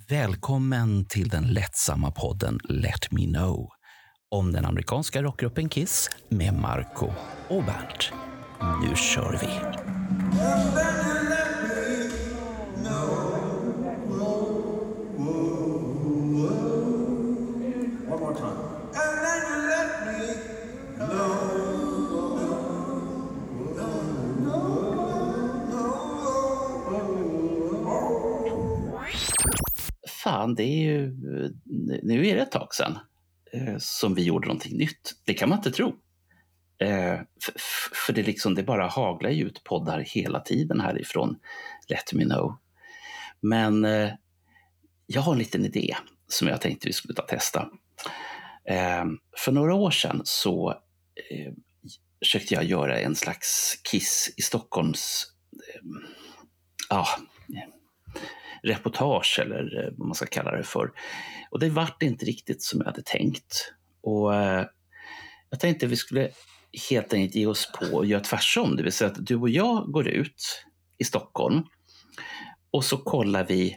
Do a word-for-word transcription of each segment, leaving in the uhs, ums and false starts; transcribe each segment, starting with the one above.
Välkommen till den lättsamma podden Let Me Know om den amerikanska rockgruppen Kiss med Marco och Bernt. Nu kör vi! One more time. And then you let me know. Fan, det är ju... Nu är det ett tag sedan eh, som vi gjorde någonting nytt. Det kan man inte tro. Eh, för, för det, liksom, det bara haglar ju ut poddar hela tiden härifrån Let Me Know. Men eh, jag har en liten idé som jag tänkte vi skulle ta testa. Eh, för några år sedan så eh, försökte jag göra en slags Kiss i Stockholms... Eh, ja... reportage eller vad man ska kalla det för. Och det vart inte riktigt som jag hade tänkt. Och eh, jag tänkte att vi skulle helt enkelt ge oss på och göra tvärsom. Det vill säga att du och jag går ut i Stockholm och så kollar vi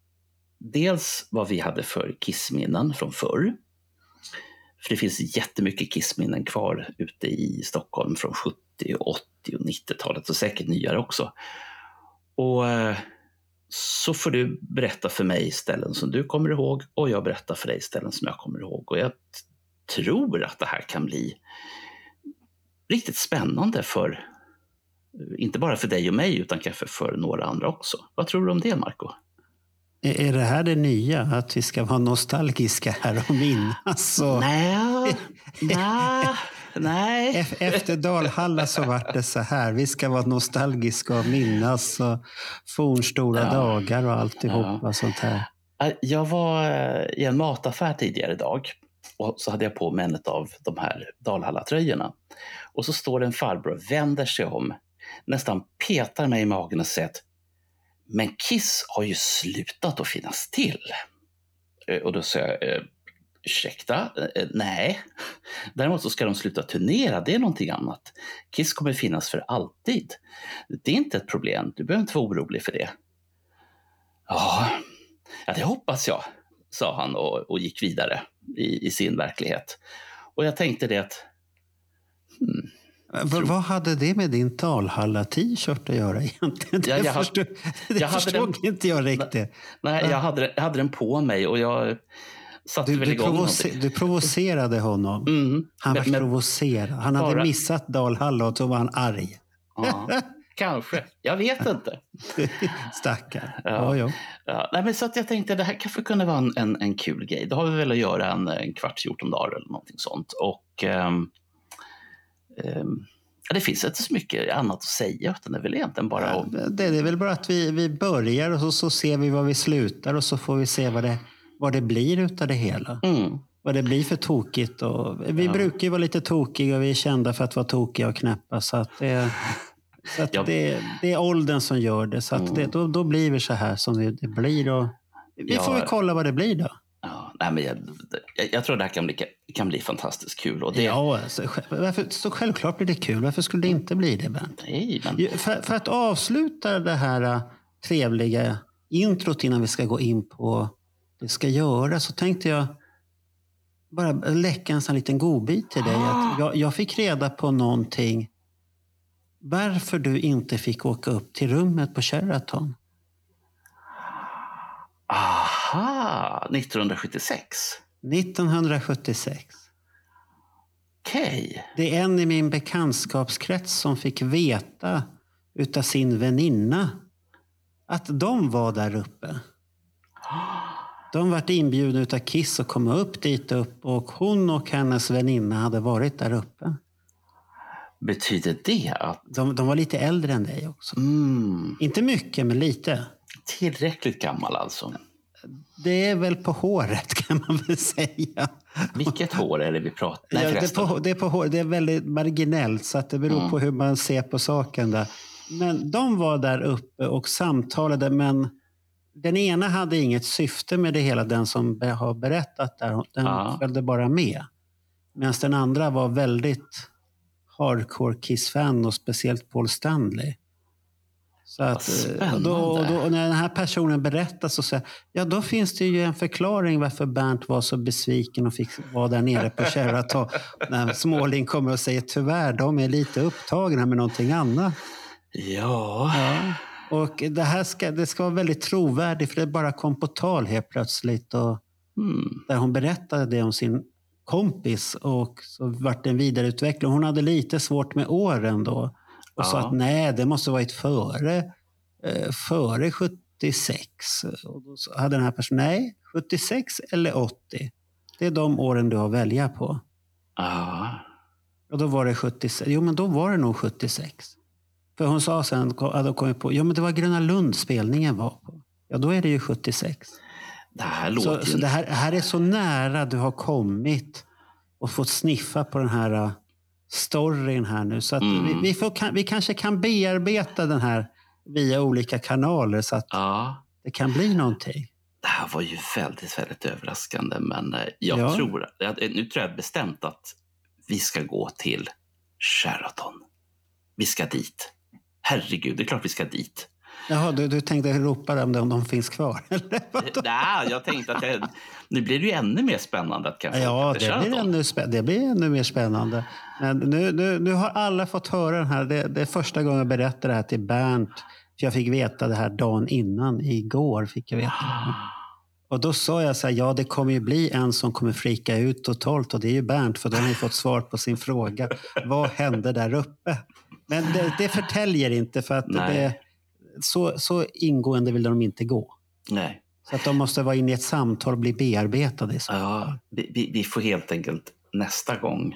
dels vad vi hade för kissminnen från förr. För det finns jättemycket kissminnen kvar ute i Stockholm från sjuttio, åttio och nittiotalet och säkert nyare också. Och eh, så får du berätta för mig ställen som du kommer ihåg och jag berättar för dig ställen som jag kommer ihåg. Och jag t- tror att det här kan bli riktigt spännande för, inte bara för dig och mig utan kanske för några andra också. Vad tror du om det, Marco? Är det här det nya? Att vi ska vara nostalgiska här och minnas? Och... Nej, nej, nej. Efter Dalhalla så var det så här. Vi ska vara nostalgiska och minnas och fornstora ja. dagar och alltihopa ja. sånt här. Jag var i en mataffär tidigare idag och så hade jag på mig en av de här Dalhalla-tröjorna. Och så står en farbror och vänder sig om, nästan petar mig i magen och säger att men Kiss har ju slutat att finnas till. Och då säger jag, ursäkta? Nej. Däremot så ska de sluta turnera, det är någonting annat. Kiss kommer finnas för alltid. Det är inte ett problem, du behöver inte vara orolig för det. Ja, ja det hoppas jag, sa han och, och gick vidare i, i sin verklighet. Och jag tänkte det att... Hmm, V- vad hade det med din Dalhalla-t-shirt att göra egentligen? Det ja, jag förstod, det jag förstod den, inte jag riktigt. Nej, jag hade, jag hade den på mig och jag satte du, väl du, igång provocer, du provocerade honom. Mm. Han var provocerad. Han bara... hade missat Dalhalla och så var han arg. Ja, kanske. Jag vet inte. Stackar. Ja. Ja, ja. Ja, nej, men så att jag tänkte att det här kanske kunde vara en, en, en kul grej. Då har vi väl att göra en, en kvart, fjorton dagar eller någonting sånt. Och... Um, Um, ja, det finns inte så mycket annat att säga utan det är väl egentligen bara om... ja, det är väl bara att vi, vi börjar och så, så ser vi var vi slutar och så får vi se vad det, vad det blir utav det hela. Mm. Vad det blir för tokigt. Och, vi ja. brukar ju vara lite tokiga och vi är kända för att vara tokiga och knäppa så att det, så att ja. det, det är åldern som gör det. Så att mm. det, då, då blir vi så här som det, det blir och vi ja. får väl kolla vad det blir då. Ja, nej, men jag, jag, jag tror det här kan bli, kan bli fantastiskt kul. Och det... Ja, så, varför, så självklart blir det kul. Varför skulle det inte bli det, Bernt? Nej, men... för, för att avsluta det här trevliga introt innan vi ska gå in på det ska göra så tänkte jag bara läcka en sån liten godbit till dig. Att jag, jag fick reda på någonting. Varför du inte fick åka upp till rummet på Sheraton. Aha, nittonhundrasjuttiosex. nittonhundrasjuttiosex. Okej. Okay. Det är en i min bekantskapskrets som fick veta utav sin väninna att de var där uppe. De var inbjudna utav Kiss och komma upp dit upp och hon och hennes väninna hade varit där uppe. Betyder det att... De, de var lite äldre än dig också. Mm. Inte mycket, men lite. Tillräckligt gammal alltså. Det är väl på håret kan man väl säga. Vilket hår är det vi pratar? Nej, ja, det, är på, det, är på hår, det är väldigt marginellt så att det beror mm. på hur man ser på saken där. Men de var där uppe och samtalade men den ena hade inget syfte med det hela, den som har berättat där. Den ja. följde bara med. Medan den andra var väldigt hardcore Kiss-fan och speciellt Paul Stanley. Så att, då, då, när den här personen berättar så säger ja, då finns det ju en förklaring varför Bernt var så besviken och fick vara där nere på Sheraton. När Småling kommer och säger tyvärr, de är lite upptagna med någonting annat. Ja. ja. Och det här ska, det ska vara väldigt trovärdigt, för det bara kom på tal helt plötsligt. Och mm. Där hon berättade det om sin kompis, och så vart det en vidareutveckling. Hon hade lite svårt med åren då. Och ja. sa att nej, det måste varit före, eh, före sjuttiosex. Och då hade den här personen, nej, sjuttiosex eller åttio. Det är de åren du har att välja på. Ja. Och då var det sjuttiosex. Jo, men då var det nog sjuttiosex. För hon sa sen, hade kommit på, ja men det var Gröna Lund-spelningen var på. Ja, då är det ju sjuttiosex. Det här låter så, så det här, här är så nära du har kommit och fått sniffa på den här storyn här nu. Så att mm. vi, vi, får, vi kanske kan bearbeta den här via olika kanaler så att ja. det kan bli någonting. Det här var ju väldigt, väldigt överraskande. Men jag ja. tror, nu tror jag bestämt att vi ska gå till Sheraton. Vi ska dit. Herregud, det är klart vi ska dit. Jaha, du, du tänkte ropa dem om de finns kvar? Nej, jag tänkte att jag, nu blir det ju ännu mer spännande att kanske ja, det blir, ännu spä, det blir ännu mer spännande. Men nu, nu, nu har alla fått höra den här. Det, det är första gången jag berättar det här till Bernt. För jag fick veta det här dagen innan. Igår fick jag veta det. Och då sa jag så här, ja det kommer ju bli en som kommer frika ut totalt. Och det är ju Bernt, för då har ni fått svar på sin fråga. Vad hände där uppe? Men det, det förtäljer inte, för att det, så, så ingående vill de inte gå. Nej. Så att de måste vara inne i ett samtal och bli bearbetade. Ja, vi, vi får helt enkelt nästa gång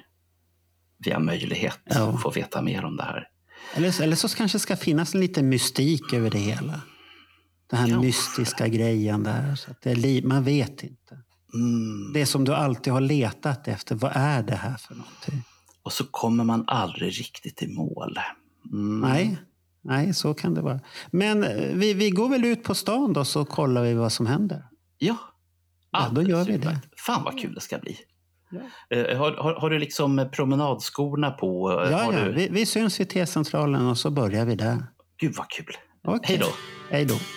vi har möjlighet ja. att få veta mer om det här. Eller, eller så kanske ska finnas en liten mystik över det hela. Den här ja. mystiska grejen där. Så att det är, man vet inte. Mm. Det som du alltid har letat efter. Vad är det här för någonting? Och så kommer man aldrig riktigt i mål. Mm. Nej, nej, så kan det vara. Men vi, vi går väl ut på stan då, så kollar vi vad som händer. Ja, ja då gör vi det. Fan vad kul det ska bli. Ja. Uh, har, har, har du liksom promenadskorna på? Uh, ja, har ja. Du... Vi, vi syns vid T-centralen och så börjar vi där. Gud vad kul. Okay. Hej då. Hej då.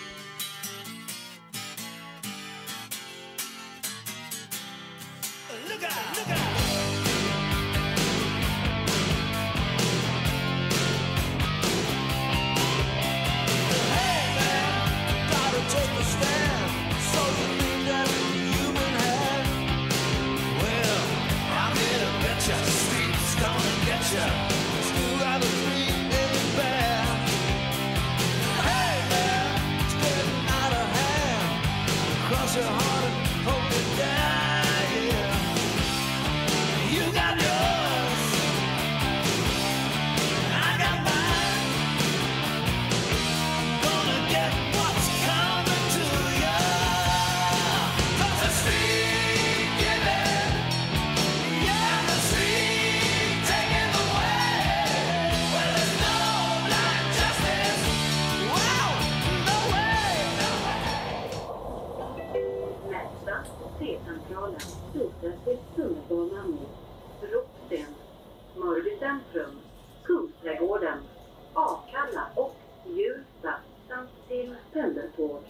T-centralen, Storträsk till tunnelbanan mot Ropsten, Mörby centrum, Kungsträdgården, Akalla och Hjulsta samt till pendeltåg.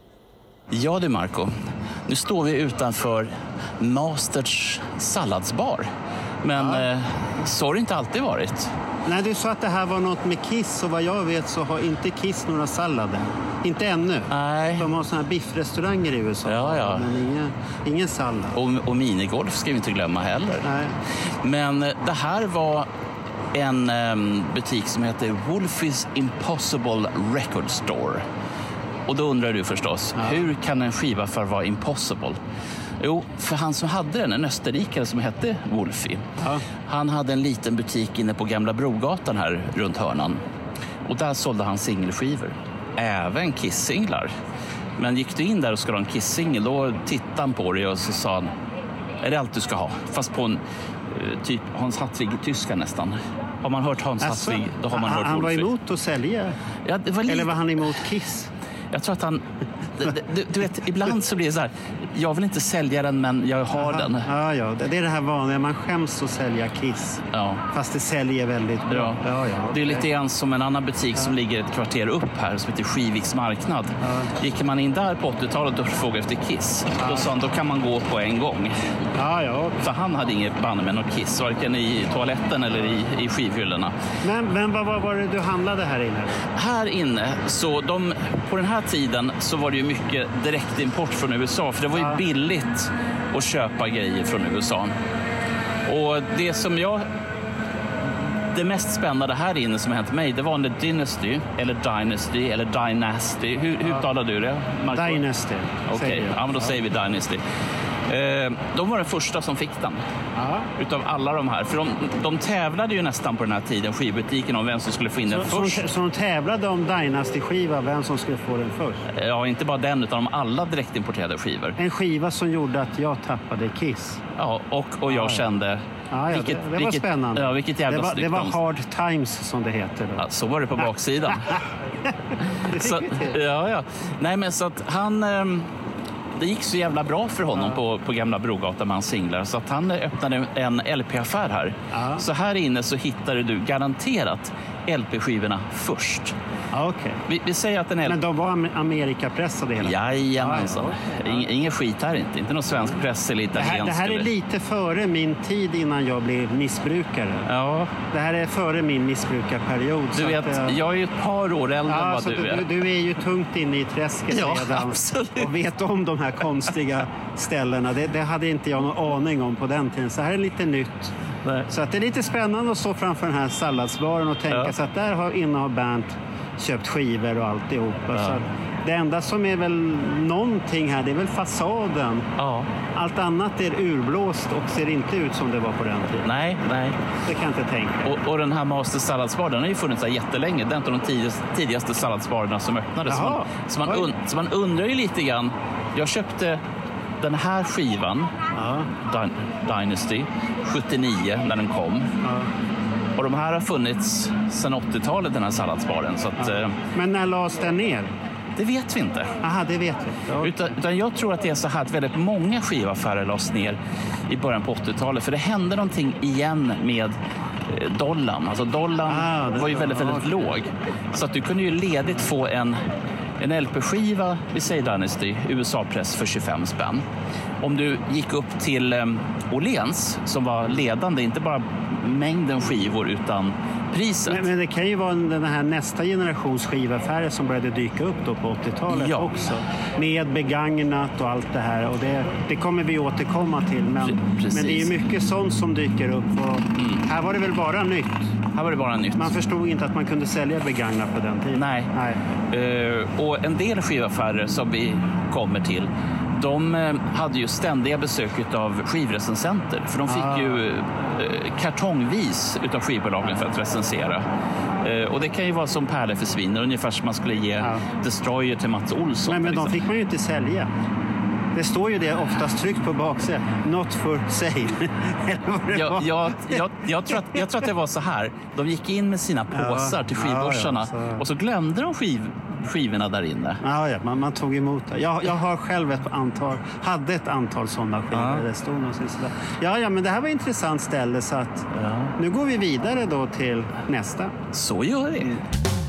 Ja du Marco, nu står vi utanför Masters salladsbar. Men ja. eh, så har det inte alltid varit. Nej, du sa att det här var något med Kiss, och vad jag vet så har inte Kiss några sallader. Inte ännu. Nej. De har såna här biffrestauranger i U S A. Ja, ja. Men ingen, ingen sallad. Och, och minigolf ska vi inte glömma heller. Nej. Men det här var en um, butik som heter Wolfie's Impossible Record Store. Och då undrar du förstås, ja. hur kan en skiva för vara impossible? Jo, för han som hade den, en österrikare som hette Wolfie. Ja. Han hade en liten butik inne på Gamla Brogatan här runt hörnan. Och där sålde han singelskivor. Även Kiss-singlar. Men gick du in där och skulle ha en Kiss-singel, då tittade han på dig och så sa han, är det allt du ska ha? Fast på en typ Hans Hartwig-tyska nästan. Har man hört Hans alltså, Hartwig, då har man han, hört han Wolfie. Han var emot att sälja? Ja, det var lite... Eller var han emot Kiss? Jag tror att han... Du, du vet, ibland så blir det så här, jag vill inte sälja den, men jag har Aha. den. Ja, ja, det är det här vanliga. Man skäms att sälja Kiss. Ja. Fast det säljer väldigt bra. Ja. Ja, ja, det är lite grann som en annan butik som ligger ett kvarter upp här som heter Skiviks marknad. Ja. Gick man in där på åttiotalet och frågade efter Kiss, ja. Då sa han, då kan man gå på en gång. Ja, ja. Så han hade inget band med något Kiss, varken i toaletten eller i, i skivhyllorna. Men, men vad, vad var det du handlade här inne? Här inne, så de, på den här tiden så var det ju mycket direktimport från U S A, för det var ju ja. billigt att köpa grejer från U S A. Och det som jag... Det mest spännande här inne som har hänt mig, det var under Dynasty, eller Dynasty, eller Dynasty. Hur, hur talar du det, Marco? Dynasty. Okej, okay. Ja, men då ja. säger vi Dynasty. Eh, de var den första som fick den. Ja. Utav alla de här. För de, de tävlade ju nästan på den här tiden, skivbutiken, om vem som skulle få in den så, först. Så de tävlade om Dynasty-skiva, vem som skulle få den först? Ja, inte bara den, utan om alla direktimporterade skivor. En skiva som gjorde att jag tappade Kiss. Ja, och, och jag ja, kände... Ja, ja, vilket, det, det var vilket, spännande. Ja, vilket jävla det var, det var konst. hard times som det heter. Då. Ja, så var det på baksidan. så, ja, ja. Nej, men så att han... Um, det gick så jävla bra för honom ja. på, på Gamla Brogatan med hans singlar, så att han öppnade en L P-affär här. Ja. Så här inne så hittade du garanterat L P-skivorna först. Ja, okay. vi, vi säger att en L P... Men de var Amerikapressade hela tiden? Jajamensan. Ja, ja. Ingen skit här inte. Inte någon svensk press eller italiensk. Det här, det här är lite före min tid innan jag blev missbrukare. Ja. Det här är före min missbrukarperiod. Du vet, att, jag är ju ett par år äldre ja, än vad du är. Du, du är ju tungt inne i träsket ja, redan. Absolut. Och vet om de här konstiga ställena. Det, det hade inte jag någon aning om på den tiden. Så här är lite nytt. Nej. Så att det är lite spännande att stå framför den här salladsbaren och tänka ja. sig att där har inne har Bernt köpt skivor och alltihopa. Ja. Så det enda som är väl någonting här, det är väl fasaden. Ja. Allt annat är urblåst och ser inte ut som det var på den tiden. Nej, nej. Det kan jag inte tänka. Och, och den här Master salladsbar, den har ju funnits här jättelänge. Det är inte de tidigaste, tidigaste salladsbarerna som öppnades. Så man, så, man un, så man undrar ju lite grann. Jag köpte den här skivan, ja. Dynasty, sjuttionio när den kom. Ja. Och de här har funnits sedan åttiotalet, den här salladsbaren. Så att, ja. Men när lades den ner? Det vet vi inte. Aha, det vet vi. Ja. Utan, utan jag tror att det är så här att väldigt många skivaffärer lades ner i början på åttiotalet. För det hände någonting igen med dollarn. Alltså dollarn ah, var ju väldigt, väldigt okay. låg. Så att du kunde ju ledigt få en, en L P-skiva, vi säger Dynasty, U S A-press för tjugofem spänn. Om du gick upp till um, Åhléns, som var ledande, inte bara mängden skivor utan priset. Men, men det kan ju vara den här nästa generations skivaffärer som började dyka upp då på åttiotalet ja. också. Med begagnat och allt det här. Och det, det kommer vi återkomma till. Men, men det är mycket sånt som dyker upp. Och mm. här var det väl bara nytt? Här var det bara nytt. Man förstod inte att man kunde sälja begagnat på den tiden. Nej. Nej. Uh, och en del skivaffärer som vi kommer till, de hade ju ständiga besök av skivrecensenter. För de fick ah. ju kartongvis utav skivbolagen för att recensera. Och det kan ju vara som pärlor försvinner. Ungefär som man skulle ge ah. Destroyer till Mats Olsson. Men, men de fick man ju inte sälja. Det står ju det oftast tryckt på baksidan. Not for sale. jag, jag, jag, jag, tror att, jag tror att det var så här. De gick in med sina påsar ja, till skivbörsarna. Ja, ja, så. Och så glömde de skiv, skivorna där inne. Ja, ja man, man tog emot det. Jag, jag har själv ett antal, hade ett antal sådana skivor. Ja. Det stod någonstans där. Ja, ja, men det här var ett intressant ställe. Så att ja. Nu går vi vidare då till nästa. Så gör vi. Mm.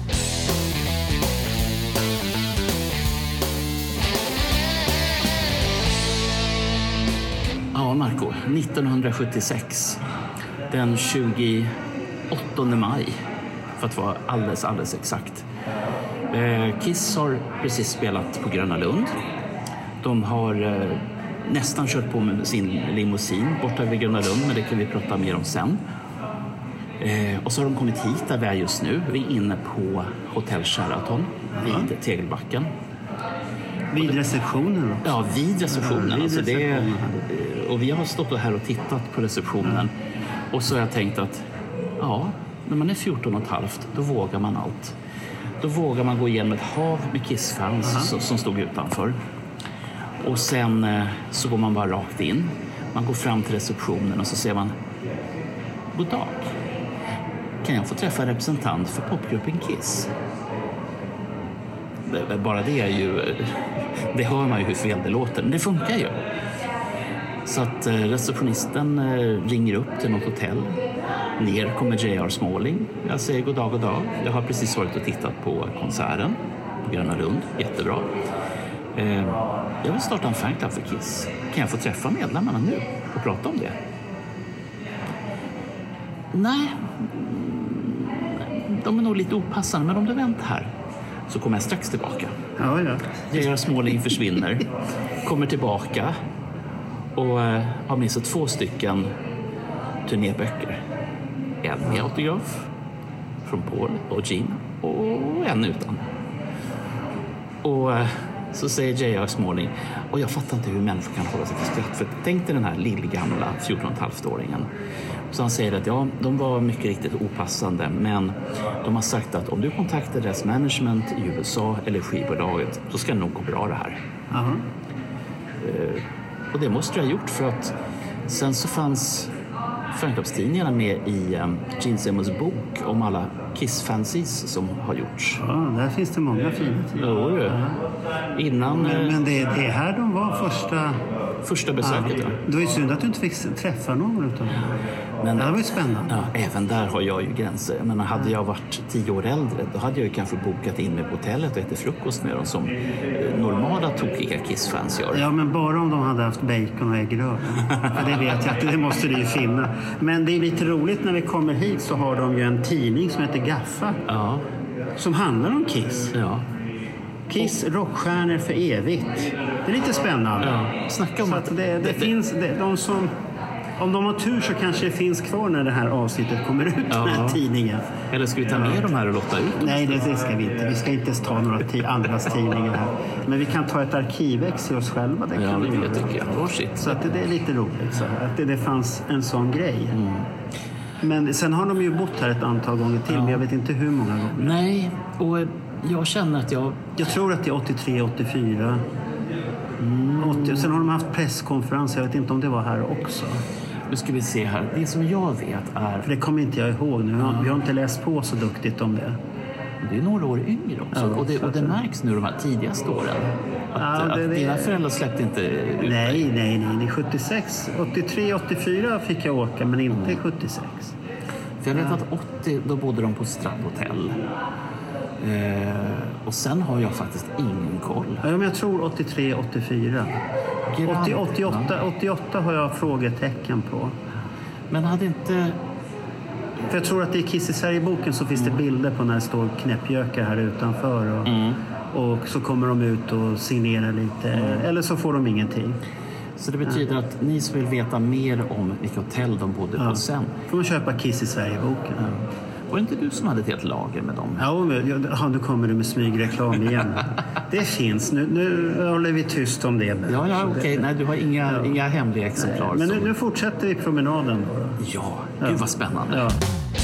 Ja, Marco, nittonhundrasjuttiosex, den tjugoåttonde maj, för att vara alldeles, alldeles exakt. Eh, Kiss har precis spelat på Gröna Lund. De har eh, nästan kört på med sin limousin borta vid Gröna Lund, men det kan vi prata mer om sen. Eh, och så har de kommit hit där vi är just nu. Vi är inne på Hotell Sheraton vid Tegelbacken. Vid receptionen också? Ja, vid receptionen. Ja, vid alltså receptionen. Det, och vi har stått här och tittat på receptionen. Mm. Och så har jag tänkt att ja, när man är fjorton och ett halvt, då vågar man allt. Då vågar man gå igenom ett hav med Kiss-fans uh-huh. som, som stod utanför. Och sen eh, så går man bara rakt in. Man går fram till receptionen och så säger man: god dag. Kan jag få träffa en representant för popgruppen Kiss? bara det är ju... Det hör man ju hur fel det låter, men det funkar ju. Så att receptionisten ringer upp till något hotell. Ner kommer J R Smalling. Jag säger god dag, god dag. Jag har precis varit och tittat på konserten på Gröna Lund. Jättebra. Jag vill starta en fanclub för Kiss. Kan jag få träffa medlemmarna nu och prata om det? Nej, de är nog lite opassande, men om du väntar här så kommer jag strax tillbaka. Ja, ja. J R Smalling försvinner, kommer tillbaka och äh, har med sig två stycken turnéböcker. En med autograf från Paul och Gene och en utan. Och äh, så säger J R Smalling, och jag fattar inte hur människor kan hålla sig för skratt. För tänk dig den här lillgamla fjorton och en halv-åringen. Så han säger att ja, de var mycket riktigt opassande, men de har sagt att om du kontaktar deras management i U S A eller skivbolaget så ska det nog gå bra det här. Uh-huh. Uh, och det måste jag ha gjort, för att sen så fanns fanclubstidningarna med i um, Gene Simmons bok om alla Kiss-fancies som har gjorts. Ja, där finns det många fina tidningar. Jo, ja. Innan... Men, men det, det är här de var första... Första besöket, ja. Det var ju synd att du inte fick träffa någon utav dem. Men, det var ju spännande. Ja, även där har jag ju gränser. Men hade jag varit tio år äldre, då hade jag ju kanske bokat in mig på hotellet och ätit frukost med dem som normala tokiga Kiss-fans gör. Ja, men bara om de hade haft bacon och äggrör. För det vet jag att det måste det ju finna. Men det är lite roligt när vi kommer hit så har de ju en tidning som heter Gaffa. Ja. Som handlar om Kiss. Ja. Kiss, rockstjärnor för evigt. Det är lite spännande. Ja. Snacka om så att... att det, det, det finns... Det, de som... Om de har tur så kanske det finns kvar när det här avsnittet kommer ut, ja. Den här tidningen. Eller ska vi ta med de här och låta ut dem? Nej, det, det ska vi inte. Vi ska inte ens ta några t- andras tidningar här. Men vi kan ta ett arkivex till oss själva. Det kan ja, vi det göra. tycker jag. Oh, shit. Så att det, det är lite roligt. Så att det, det fanns en sån grej. Mm. Men sen har de ju bott här ett antal gånger till. Ja. Men jag vet inte hur många gånger. Nej, och jag känner att jag... Jag tror att det är åttiotre åttiofyra. Mm. åttio Sen har de haft presskonferens. Jag vet inte om det var här också. Nu ska vi se här. Det som jag vet är... För det kommer inte jag ihåg nu. Ja. Vi har inte läst på så duktigt om det. Det är några år yngre också. Ja, och, det, och det märks nu de här tidigaste åren. Att, ja, det, att dina föräldrar släppte inte ut. Nej, nej, nej. Det är sjuttiosex. åttiotre åttiofyra fick jag åka, men inte mm. sjuttiosex. För jag vet att åttio, då bodde de på Strandhotell. Eh, och sen har jag faktiskt ingen koll. Ja, men jag tror åttiotre åttiofyra. åttio, åttioåtta, åttioåtta har jag frågetecken på. Men hade inte... För jag tror att i Kiss i Sverige-boken så finns mm. det bilder på när det står knäppjökar här utanför. Och, mm. och så kommer de ut och signerar lite. Mm. Eller så får de ingenting. Så det betyder ja. att ni som vill veta mer om vilka hotell de bodde ja. på sen. Får man köpa Kiss i Sverige-boken. Ja. Var det inte du som hade ett helt lager med dem? Ja, men, ja nu kommer du med smygreklam igen. Det finns. Nu, nu håller vi tyst om det. Ja, ja okej. Okay. Nej, du har inga, ja. inga hemliga exemplar. Nej, men som... nu, nu fortsätter vi promenaden då. då. Ja, ja. Gud vad spännande. Ja.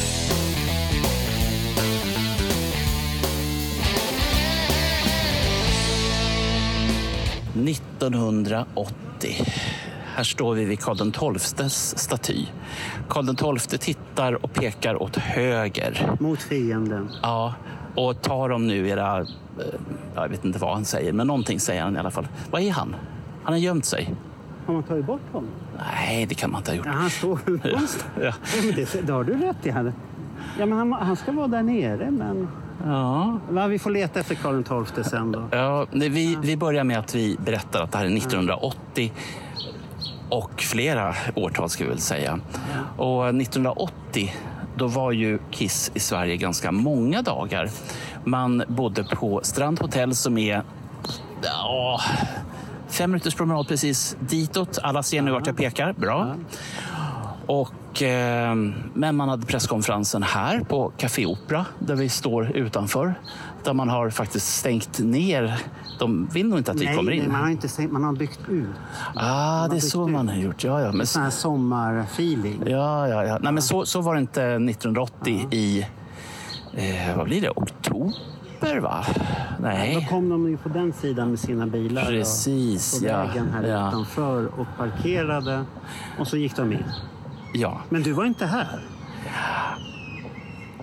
nittonhundraåttio. Här står vi vid Karl den tolftes staty. Karl den tolfte tittar och pekar åt höger. Mot fienden. Ja, och tar dem nu era... Jag vet inte vad han säger, men någonting säger han i alla fall. Vad är han? Han har gömt sig. Har man tagit bort honom? Nej, det kan man inte ha gjort. Ja, han står väl någonstans. Ja. Ja, men det, det har du rätt i. Han. Ja, men han, han ska vara där nere, men... Ja. Ja, vi får leta efter Karl den tolfte sen då. Ja, vi, vi börjar med att vi berättar att det här är nittonhundraåttio. Och flera årtal ska vi väl säga. Ja. Och nittonhundraåttio, då var ju Kiss i Sverige ganska många dagar. Man bodde på Strandhotell som är... Ja, fem minuters promenad precis ditåt. Alla ser nu vart jag pekar. Bra. Och, eh, men man hade presskonferensen här på Café Opera där vi står utanför. Där man har faktiskt stängt ner. De vill nog inte att vi nej, kommer in. Nej, man har inte stängt, man har byggt ut. Ah, det är så ut. Man har gjort. Ja, ja. Men... Sån här sommarfeeling. Ja, ja, ja. Nej, men så, så var det inte nittonhundraåttio ja. i, eh, vad blir det, oktober va? Nej. Ja, då kom de ju på den sidan med sina bilar. Precis, på ja. vägen här ja. utanför och parkerade. Och så gick de in. Ja. Men du var inte här?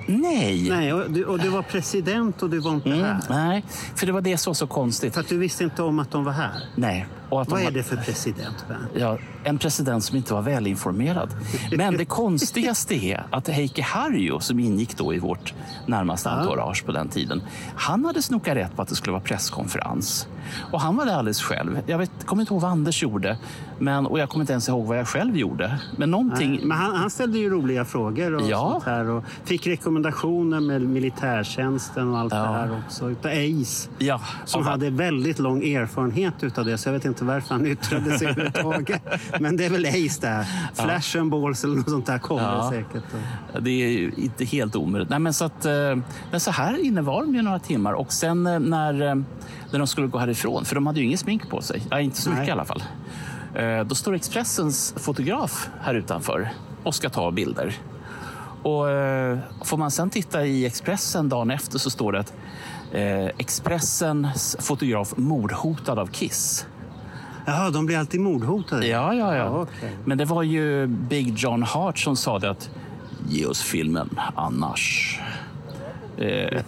Nej. Nej, och du, och du var president och du var inte Mm, här. nej, för det var det som var så konstigt. För att du visste inte om att de var här. Nej. Och att Vad de är var, det för president? ja, en president som inte var välinformerad. Men det konstigaste är att Heikki Harju, som ingick då i vårt närmaste entourage på den tiden, han hade snokat rätt på att det skulle vara presskonferens. Och han var där alldeles själv. Jag vet, kommer inte ihåg vad Anders gjorde, men, och jag kommer inte ens ihåg vad jag själv gjorde. Men någonting... Nej, men han, han ställde ju roliga frågor och Ja. sånt här. Och fick rekommendationer med militärtjänsten och allt Ja. det här också. Utav Ace. Ja, Som ja. hade väldigt lång erfarenhet utav det. Så jag vet inte varför han yttrade sig överhuvudtaget. Men det är väl Ace där. Flash and balls eller något sånt där kommer Ja. säkert. Det är ju inte helt omöjligt. Nej, men så, att, eh, men så här innevar de ju några timmar. Och sen eh, när, eh, när de skulle gå härifrån, för de hade ju ingen smink på sig. Nej, inte så mycket Nej. i alla fall. Eh, då står Expressens fotograf här utanför och ska ta bilder. Och eh, får man sen titta i Expressen dagen efter så står det att eh, Expressens fotograf mordhotad av Kiss. Jaha, de blir alltid mordhotade. Ja, ja, ja. Ja, okej. Men det var ju Big John Hart som sa det att ge oss filmen annars. Eh,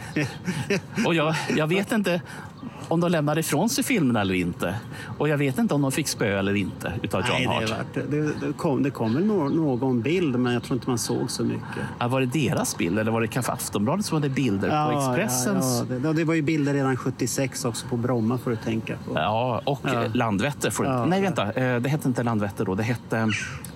och jag, jag vet inte om de lämnade ifrån sig filmen eller inte. Och jag vet inte om de fick spö eller inte utav John Nej, Hart. det, var, det, det, kom, det kom väl någon, någon bild, men jag tror inte man såg så mycket. Ja, var det deras bild eller var det kanske Aftonbladet som hade bilder på Expressens? Ja, ja, det, det var ju bilder redan sjuttiosex också på Bromma, får du tänka på. Ja, och Ja. Landvetter. Får Ja. Nej, vänta. eh, Det hette inte Landvetter då. Det hette...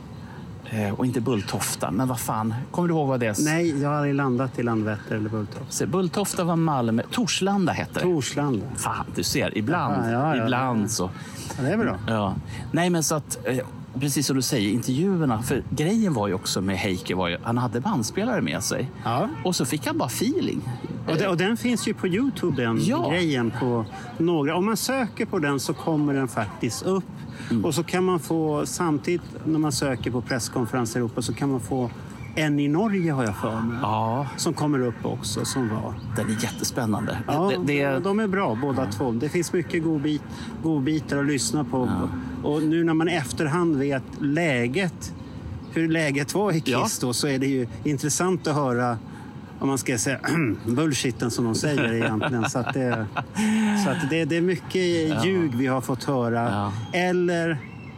eh, Och inte Bulltofta. Men vad fan, kommer du ihåg vad det är? Nej, jag har aldrig landat i Landvetter eller Bulltofta. Se, Bulltofta var Malmö. Torslanda hette det. Torslanda. Fan, du ser. Ibland. Ja, ja, ja, ibland ja. så. Ja, det är bra. Ja. Nej, men så att... eh, Precis som du säger, intervjuerna. För grejen var ju också med Heikki, var ju, han hade bandspelare med sig. Ja. Och så fick han bara feeling. Och, det, och den finns ju på YouTube, den Ja. grejen. På några. Om man söker på den så kommer den faktiskt upp. Mm. Och så kan man få, samtidigt när man söker på presskonferens i Europa, så kan man få en i Norge, har jag för mig. Ja, Som kommer upp också, som var. den är jättespännande. Ja, det, det, de är bra båda två. Det finns mycket godbit, godbitar att lyssna på. Och nu när man i efterhand vet läget, hur läget var i Kiss Ja. då, så är det ju intressant att höra, om man ska säga bullshitten som de säger egentligen. Så att det, så att det, det är mycket ljug vi har fått höra. Ja. Eller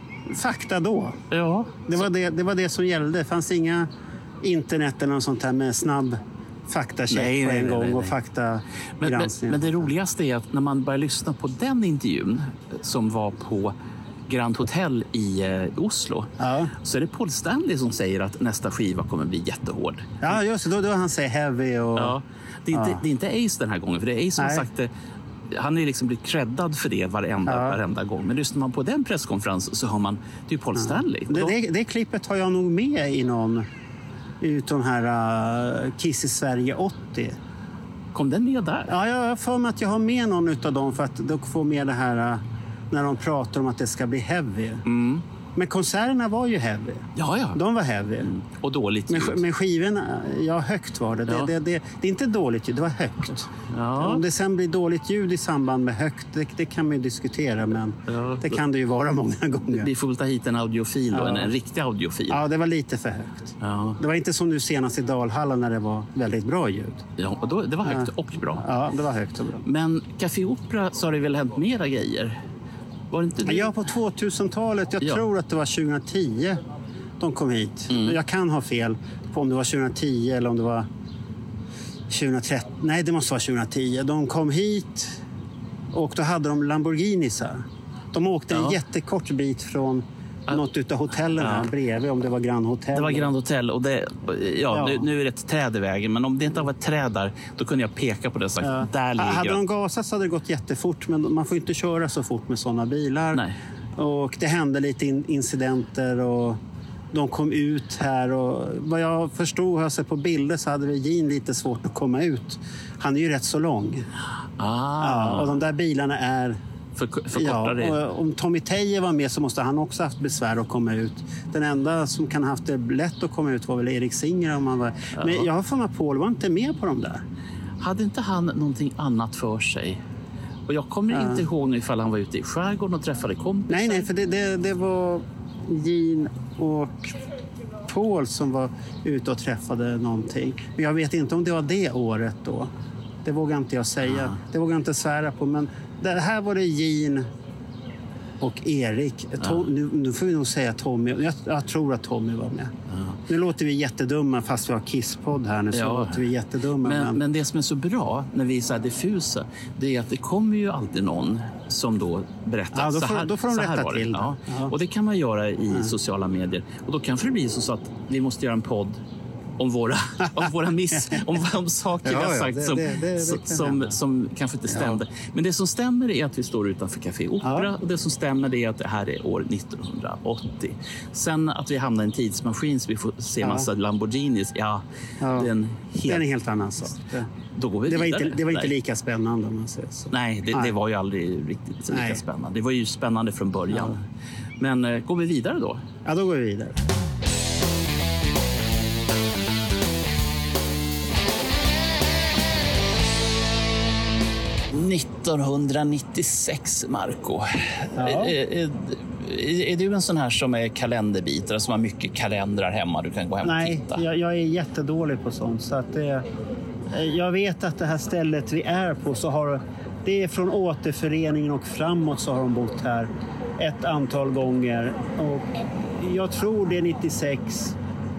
fakta då. ja. Det var det, det var det som gällde. Det fanns inga internet eller något sånt här med snabb faktacheck Nej, på nej, en nej, gång nej, nej. och Men, men, faktagranskning. men det roligaste är att när man börjar lyssna på den intervjun som var på Grand Hotel i eh, Oslo, Ja. så är det Paul Stanley som säger att nästa skiva kommer bli jättehård. Ja, just det. Då, då han säger heavy och... Ja. Det, är inte, Ja. det är inte Ace den här gången, för det är Ace som har Nej. sagt det. Han är liksom blivit creddad för det varenda, Ja. varenda gång. Men lyssnar man på den presskonferensen så hör man, det är ju Paul Stanley. Det, det, det klippet har jag nog med i någon utav de här uh, Kiss i Sverige åttio. Kom den med där? Ja, jag har för mig att jag har med någon utav dem för att då får med det här uh, när de pratar om att det ska bli heavy. Mm. Men konserterna var ju heavy. Ja, ja. De var heavy. Och dåligt Men, ljud. men skivorna, ja, högt var det. Det, Ja. det, det. Det är inte dåligt ljud, det var högt. Ja. Om det sen blir dåligt ljud i samband med högt, det, det kan man ju diskutera, men Ja. det kan det ju vara många gånger. Vi får väl ta hit en audiofil då, Ja. en, en riktig audiofil. Ja, det var lite för högt. Ja. Det var inte som nu senast i Dalhalla när det var väldigt bra ljud. Ja, och då, det var högt och bra. Ja, det var högt och bra. Men Café Opera så har det väl hänt mera grejer? Var det inte det? Ja, på tvåtusentalet, jag Ja. tror att det var tjugohundratio de kom hit. Mm. Jag kan ha fel på om det var tjugohundratio eller om det var tjugohundratrettio. Nej, det måste vara tjugohundratio. De kom hit och då hade de Lamborghinis här. De åkte en Ja. jättekort bit från Ja. något utav hotellen här Ja. bredvid, om det var Grand Hotel. Det var Grand Hotel och det, ja, Ja. Nu, nu är det ett träd i vägen, men om det inte var ett träd där, då kunde jag peka på det och sagt, Ja. där ligger Hade jag. de gasat så hade det gått jättefort, men man får inte köra så fort med sådana bilar. Nej. Och det hände lite in- incidenter och de kom ut här. Och vad jag förstod, jag sett på bilder, så hade Gene lite svårt att komma ut. Han är ju rätt så lång. Ah, Ja, och de där bilarna är... för, för Ja, kortare. och om Tommy Teje var med så måste han också haft besvär att komma ut. Den enda som kan ha haft det lätt att komma ut var väl Erik Singer. Om han var... Men jag har för mig att Paul var inte med på de där. Hade inte han någonting annat för sig? Och jag kommer Ja. inte ihåg nu ifall han var ute i skärgården och träffade kompisar. Nej, nej, för det, det, det var Gene och Paul som var ute och träffade någonting. Men jag vet inte om det var det året då. Det vågar inte jag säga. Ja. Det vågar jag inte svära på. Men det här var det Gin och Erik. Tom, ja. nu, nu får vi nog säga Tommy. Jag, jag tror att Tommy var med. Ja. Nu låter vi jättedumma fast vi har Kisspodd här nu. Så ja. låter vi jättedumma. Men, men... men det som är så bra när vi är så här diffusa, det är att det kommer ju alltid någon som då berättar. Ja, då får, så här, då får de så rätta här till. Ja. Ja. Och det kan man göra i ja. sociala medier. Och då kanske det blir så att vi måste göra en podd om våra, om våra miss, om, om saker ja, vi har sagt ja, det, som, det, det, det som, som, som kanske inte stämde. Ja. Men det som stämmer är att vi står utanför Café Opera ja. och det som stämmer är att det här är år nittonhundraåttio. Sen att vi hamnar i en tidsmaskin så vi får se ja. massa Lamborghinis, ja, ja. Det, är en helt, det är en helt annan sak. Det, Då går vi det, var inte, det var inte Nej. lika spännande om man säger så. Nej, det, det var ju aldrig riktigt lika Nej. spännande. Det var ju spännande från början. Ja. Men äh, går vi vidare då? Ja, då går vi vidare. nittonhundranittiosex, Marco. Ja. Är, är, är du en sån här som är kalenderbitare, som har mycket kalendrar hemma? Du kan gå hem Nej, och titta. Nej, jag, jag är jättedålig på sånt. Så att det, jag vet att det här stället vi är på, så har det är från återföreningen och framåt så har de bott här ett antal gånger. Och jag tror det är nittiosex,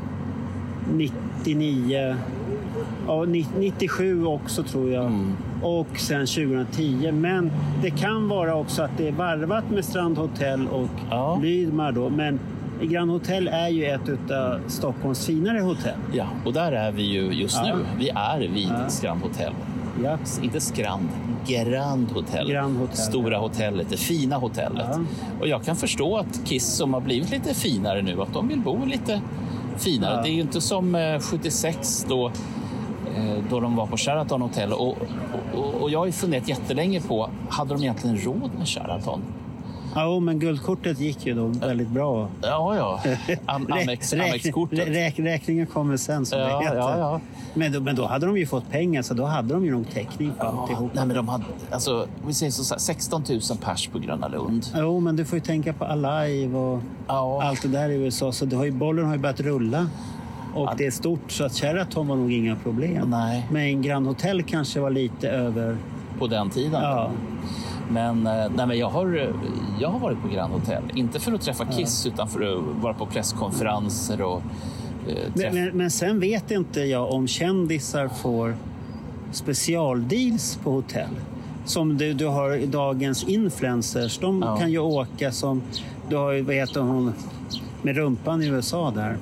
nittionio, ja, nittiosju också tror jag. Mm. Och sen tjugohundratio. Men det kan vara också att det är varvat med Strandhotell och ja. Lydmar då. Men Grand Hotel är ju ett av Stockholms finare hotell. Ja, och där är vi ju just ja. nu. Vi är vid ja. Strandhotell. Ja. Inte Strand, Grand Hotel. Grand Hotel. Stora hotellet, det fina hotellet. Ja. Och jag kan förstå att Kiss, som har blivit lite finare nu, att de vill bo lite finare. Ja. Det är ju inte som sjuttiosex då då de var på Sheraton Hotel. Och, och, och jag har ju funderat jättelänge på, hade de egentligen råd med Sheraton? Ja, men guldkortet gick ju då väldigt bra. Ja, ja. Am- Amex, Amex-kortet. Räk, räkningen kommer sen, som ja, det heter. Ja, ja. Men, då, men då hade de ju fått pengar, så då hade de ju nog täckning för ja, alltihop. Nej, men de hade, alltså, vi säger så här, sexton tusen pers på Gröna Lund. Jo, men du får ju tänka på Alive och ja. allt det där i U S A. Så det har ju, bollen har ju börjat rulla. Och det är stort, så att Sheraton var nog inga problem. Nej. Men Grand Hotel kanske var lite över... På den tiden? Ja. Men, nej, men jag, har, jag har varit på Grand Hotel. Inte för att träffa Kiss, ja. utan för att vara på presskonferenser och... Eh, men, men, men sen vet inte jag om kändisar får specialdeals på hotell. Som du, du har dagens influencers. De ja. kan ju åka som... Du har ju, vad heter hon, med rumpan i U S A där.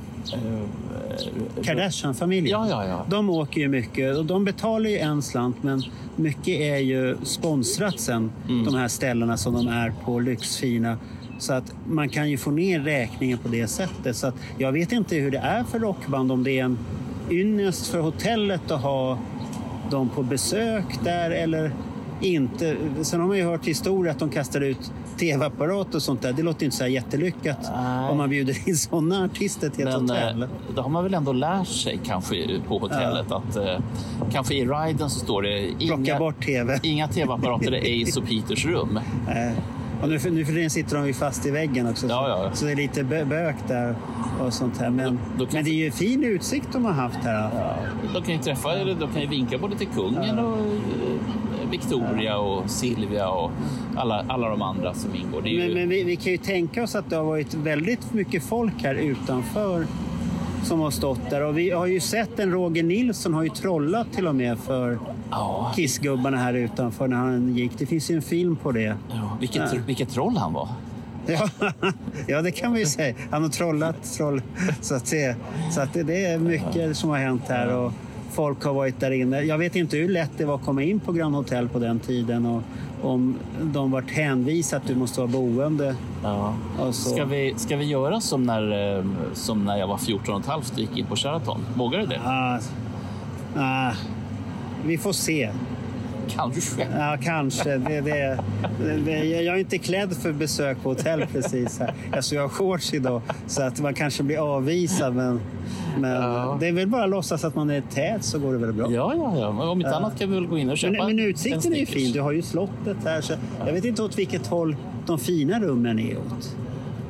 Kardashian-familjen. Ja, ja, ja. De åker ju mycket och de betalar ju en slant, men mycket är ju sponsrat sen, mm. de här ställena som de är på, lyxfina. Så att man kan ju få ner räkningen på det sättet. Så att jag vet inte hur det är för rockband, om det är en ynnest för hotellet att ha dem på besök där eller inte. Sen har man ju hört historier att de kastar ut tv-apparat och sånt där. Det låter inte så här jättelyckat. Nej. Om man bjuder in sådana artister till ett Men, hotell. Då har man väl ändå lärt sig kanske på hotellet ja. att eh, kanske i riden så står det inga, bort TV. inga tv-apparater i Ace och Peters rum. Nej. Och nu, nu för den sitter de ju fast i väggen också. Ja, ja. Så det är lite bö- bök där och sånt här. Men, då, då men det är ju fin utsikt de har haft här. Ja. De kan ju träffa, eller de kan ju vinka både till kungen ja. och eh, Victoria och Silvia och alla, alla de andra som ingår. Det är men ju... men vi, vi kan ju tänka oss att det har varit väldigt mycket folk här utanför som har stått där. Och vi har ju sett en Roger Nilsson har ju trollat till och med för ja. Kissgubbarna här utanför när han gick. Det finns ju en film på det. Ja. Vilket, ja. vilket troll han var. Ja, ja, det kan vi ju säga. Han har trollat troll. Så att, det, så att det, det är mycket som har hänt här och folk har varit där inne. Jag vet inte hur lätt det var att komma in på Grand Hotel på den tiden och om de varit hänvisat att du måste vara boende. Ja. Och så. Ska, vi, ska vi göra som när, som när jag var fjorton och ett halvt och gick in på Sheraton? Vågar du det? Ah, ah, vi får se. Kanske. Ja, kanske. Det, det, det, jag är inte klädd för besök på hotell precis här. Alltså, jag har shorts idag så att man kanske blir avvisad. Men, men ja. det är väl bara att låtsas att man är tät så går det väl bra. Ja, ja, ja. Men om inte ja. annat kan vi väl gå in och köpa. Men, men utsikten är ju fin. Du har ju slottet här. Så jag vet inte åt vilket håll de fina rummen är åt.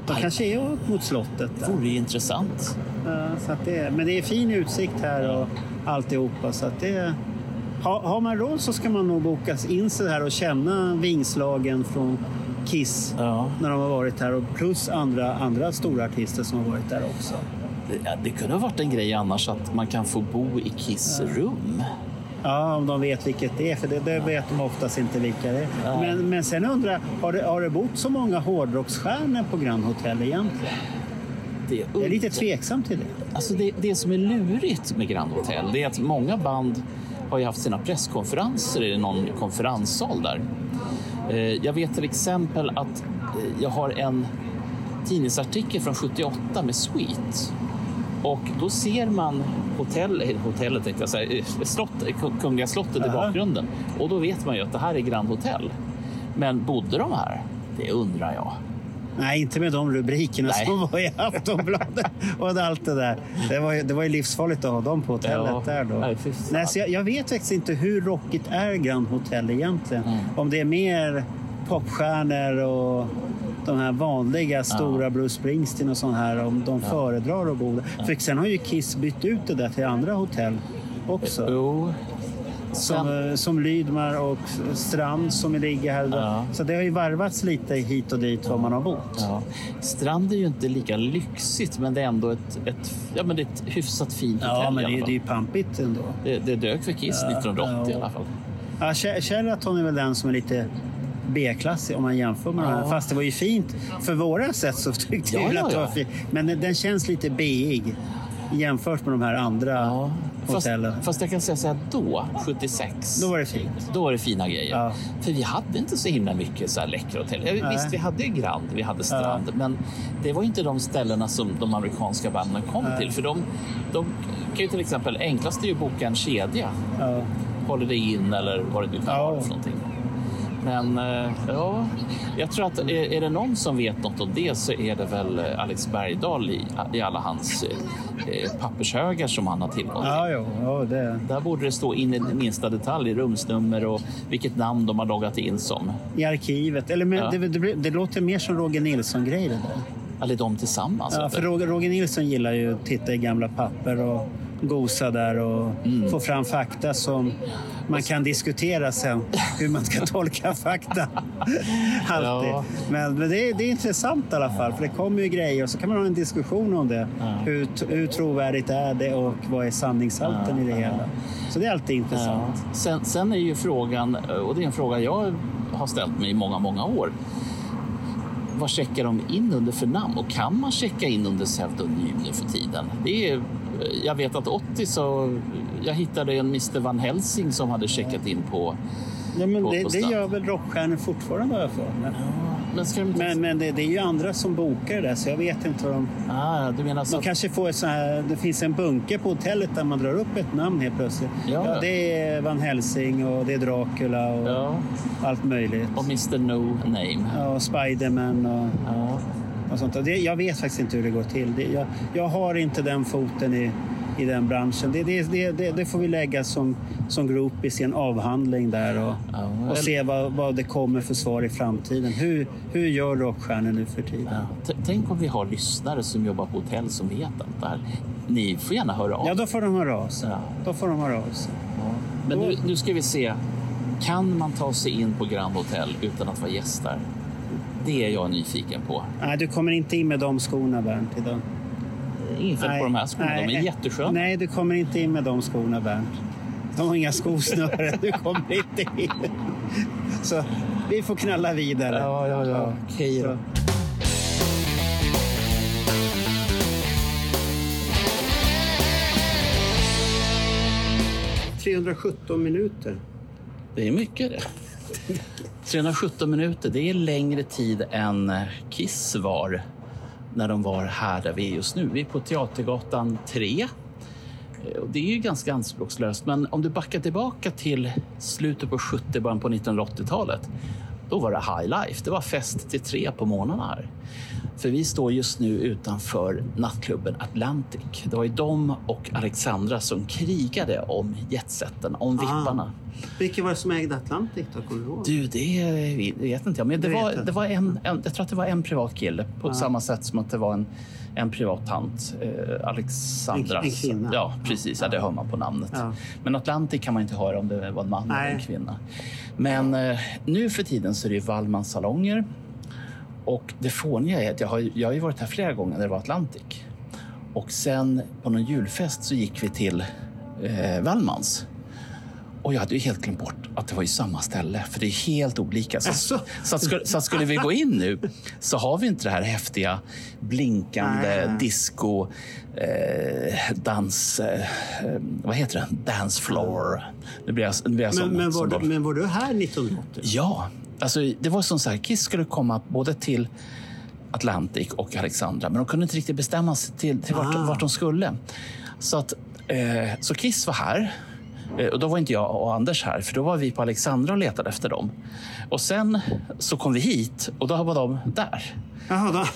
De kanske är upp mot slottet. Det vore ju intressant. Ja, så att det är, men det är fin utsikt här och alltihopa. Så att det, har, har man råd så ska man nog bokas in sig här och känna vingslagen från Kiss ja. när de har varit här. Och plus andra, andra stora artister som har varit där också. Det, det kunde ha varit en grej annars att man kan få bo i Kiss rum. Ja, om de vet vilket det är, för det, det vet de oftast inte vilka det är. Ja. Men, men sen undrar jag, har det, har det bott så många hårdrocksstjärnor på Grand Hotel egentligen? Det är, jag är lite tveksam till det. Alltså det, det som är lurigt med Grand Hotel, det är att många band har ju haft sina presskonferenser i någon konferenssal där. Jag vet till exempel att jag har en tidningsartikel från sjuttioåtta med Sweet. Och då ser man hotell, hotellet, tänkte jag säga, slott, Kungliga slottet uh-huh. i bakgrunden. Och då vet man ju att det här är Grand Hotel. Men bodde de här? Det undrar jag. Nej, inte med de rubrikerna Nej. som var i Aftonbladet och allt det där. Det var ju, det var ju livsfarligt att ha dem på hotellet ja. där då. Nej, Nej, så jag, jag vet faktiskt inte hur rockigt är Grand Hotel egentligen. Mm. Om det är mer popstjärnor och de här vanliga stora ja. Bruce Springsteen och sånt här, om de ja. föredrar att bo där. Ja. För sen har ju Kiss bytt ut det där till andra hotell också. Jo. Som, som Lydmar och Strand som ligger här. Ja. Så det har ju varvats lite hit och dit var man har bott. Ja. Strand är ju inte lika lyxigt, men det är ändå ett, ett, ja, men det är ett hyfsat fint hotell. Ja, men det, det är ju pampigt ändå. Det, det dök för Kiss ja, nittonhundraåttio ja. i alla fall. Ja, Sheraton är väl den som är lite B-klassig om man jämför med ja. den här. Fast det var ju fint. För våra sätt så tyckte jag ja, ja, att det var fint. Men den känns lite B-ig jämfört med de här andra ja. hotellen. Fast, fast jag kan säga så här, då, sjuttiosex. Då var det fint. Då var det fina grejer. Ja. För vi hade inte så himla mycket så här läckra hotell. Nej. Visst, vi hade Grand, vi hade Strand. Ja. Men det var inte de ställena som de amerikanska banden kom Nej. till. För de, de kan ju till exempel, enklast är ju att boka en kedja. Ja. Holiday Inn eller vad det nu kan vara för någonting. Men ja, jag tror att är, är det någon som vet något om det så är det väl Alex Bergdahl i, i alla hans eh, pappershögar som han har tillgång till. Ja, jo, ja, det. Där borde det stå in i minsta detalj, rumsnummer och vilket namn de har loggat in som. I arkivet, eller med, ja. det, det, det låter mer som Roger Nilsson-grejer där. Eller de tillsammans. Ja, för Roger, Roger Nilsson gillar ju att titta i gamla papper och gosa där och mm. få fram fakta som man kan diskutera sen hur man ska tolka fakta. Alltid. Ja. Men, men det, är, det är intressant i alla fall, för det kommer ju grejer och så kan man ha en diskussion om det. Ja. Hur, hur trovärdigt är det och vad är sanningshalten ja. i det hela. Så det är alltid intressant. Ja. Sen, sen är ju frågan, och det är en fråga jag har ställt mig i många, många år. Vad checkar de in under för namn? Och kan man checka in under pseudonym nu för tiden? Det är, jag vet att åttio så jag hittade en mister Van Helsing som hade checkat in på ja, men på, det, på det gör väl rockstjärnor fortfarande, har jag för mig. Ja, men, ska de inte... men, men det, det är ju andra som bokar det, så jag vet inte vad de... Ah, du menar så... De kanske får ett så här, det finns en bunker på hotellet där man drar upp ett namn helt plötsligt. Ja, ja det är Van Helsing och det är Dracula och ja. allt möjligt. Och mister No Name. Ja, och Spiderman och, ja. och sånt. Det, jag vet faktiskt inte hur det går till. Det, jag, jag har inte den foten i, i den branschen. Det, det, det, det, det får vi lägga som, som groupies i en avhandling där och, ja, och eller... se vad, vad det kommer för svar i framtiden. Hur, hur gör rockstjärnor nu för tiden? Ja. Tänk om vi har lyssnare som jobbar på hotell som vet allt det här. Ni får gärna höra av. Ja, då får de höra av sig. Ja. Då får de höra av sig. Ja. Men nu, nu ska vi se. Kan man ta sig in på Grand Hotel utan att vara gäst där? Det är jag nyfiken på. Nej, du kommer inte in med de skorna, Bernt, idag. Ingen fel på de här skorna, nej, de är jättesköna. Nej, du kommer inte in med de skorna, Bernt. De har inga skosnören, du kommer inte in. Så vi får knalla vidare. Ja, ja, ja. Okej då. trehundrasjutton minuter. Det är mycket det. trehundrasjutton minuter, det är längre tid än Kiss var när de var här där vi är just nu. Vi är på Teatergatan tre. Och det är ju ganska anspråkslöst, men om du backar tillbaka till slutet på sjuttio, början på nittonhundraåttiotalet, då var det high life. Det var fest till tre på morgnarna här. För vi står just nu utanför nattklubben Atlantic. Det var ju de och Alexandra som krigade om jetsetten, om vipparna. Vilka var det som ägde Atlantic då? Kommer du ihåg? Du, det vet inte jag. Men det var, det var en, en, jag tror att det var en privat kille. På ja. samma sätt som att det var en, en privat tant. Eh, Alexandra. En, en kvinna. Ja, precis. Ja. Ja, det hör man på namnet. Ja. Men Atlantic kan man inte höra om det var en man Nej. eller en kvinna. Men eh, nu för tiden så är det Wallmans salonger. Och det fåniga är att jag har, jag har ju varit här flera gånger när det var Atlantic. Och sen på någon julfest så gick vi till eh, Wallmans. Och jag hade ju helt glömt bort att det var ju samma ställe. För det är helt olika. Så, så, att, skulle, så att skulle vi gå in nu så har vi inte det här häftiga blinkande Nej. disco eh, dans... Eh, vad heter det? Dance floor. Det blir, det blir men, som, men, som var du, men var du här nittonhundraåttio? Ja. Alltså, det var som så här, Kiss skulle komma både till Atlantic och Alexandra. Men de kunde inte riktigt bestämma sig till, till vart, vart de skulle. Så, att, eh, så Kiss var här. Och då var inte jag och Anders här, för då var vi på Alexandra och letade efter dem. Och sen så kom vi hit och då var de där. Jaha, då.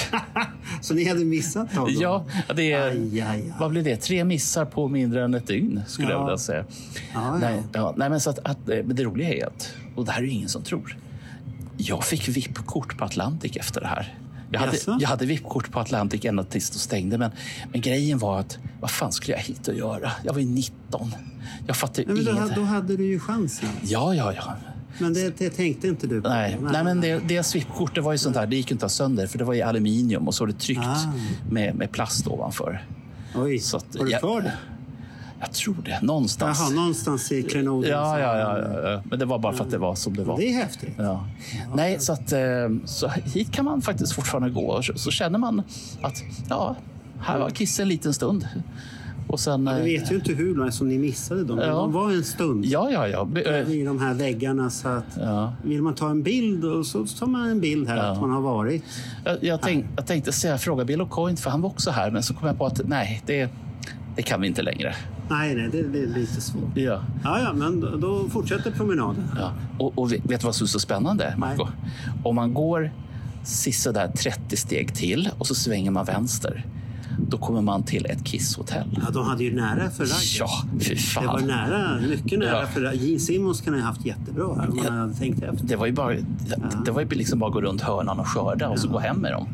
Så ni hade missat dem? Ja, det är, aj, aj, aj. Vad blir det? Tre missar på mindre än ett dygn, skulle ja. jag vilja säga. Ja, ja. Nej, ja, nej, men så att, att, men det roliga är att, och det här är ju ingen som tror, jag fick V I P-kort på Atlantic efter det här. Jag hade, jag hade V I P-kort på Atlantic ända tills de stängde. Men, men grejen var att, vad fan skulle jag hit och göra? Jag var ju nitton. Jag fattade men inget. Då, då hade du ju chansen. Ja, ja, ja. Men det, det tänkte inte du på? Nej, nej, nej men det, det V I P-kortet var ju sånt där. Det gick inte att sönder, för det var i aluminium. Och så var det tryckt ah. med, med plast ovanför. Oj, så att, har du kvar jag, det? Jag tror det, någonstans. Jaha, någonstans i klenoden. Ja, ja, ja, ja, men det var bara för att det var som det var. Det är häftigt. Ja. Ja. Nej, så, att, så hit kan man faktiskt fortfarande gå. Så känner man att, ja, här var Kiss en liten stund. Och sen, ja, du vet ju inte hur länge som ni missade dem. Ja. De var en stund. Ja, ja, ja. I de här väggarna. Så att ja. Vill man ta en bild, och så tar man en bild här ja. att man har varit. Jag, jag, tänk, jag tänkte säga fråga Bill O'Coin, för han var också här. Men så kom jag på att nej, det, det kan vi inte längre. Nej, nej, det är lite svårt. Ja. Ja, ja, men då, då fortsätter promenaden. Ja. Och, och vet du vad som är så spännande, Marco? Nej. Om man går sista där trettio steg till och så svänger man vänster, då kommer man till ett Kiss-hotell. Ja, de hade ju nära för Ragge. Ja, fy fan. Det var nära, mycket nära ja. för Ragge. Gene Simmons kan ha haft jättebra här, om man ja. hade tänkt efter. Det var ju bara, det, ja. det var ju liksom bara gå runt hörnan och skörda och ja. så gå hem med dem.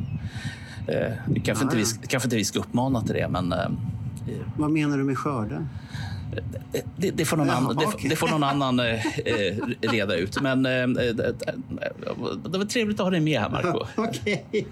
Eh, kanske, ja, inte vi, kanske inte vi ska uppmana till det, men... Eh, vad menar du med skörda? Det, det, får någon ja, annan, okay. det, det får någon annan eh, reda ut. Men eh, det, det var trevligt att ha dig med här, Marco. Okej. Okay.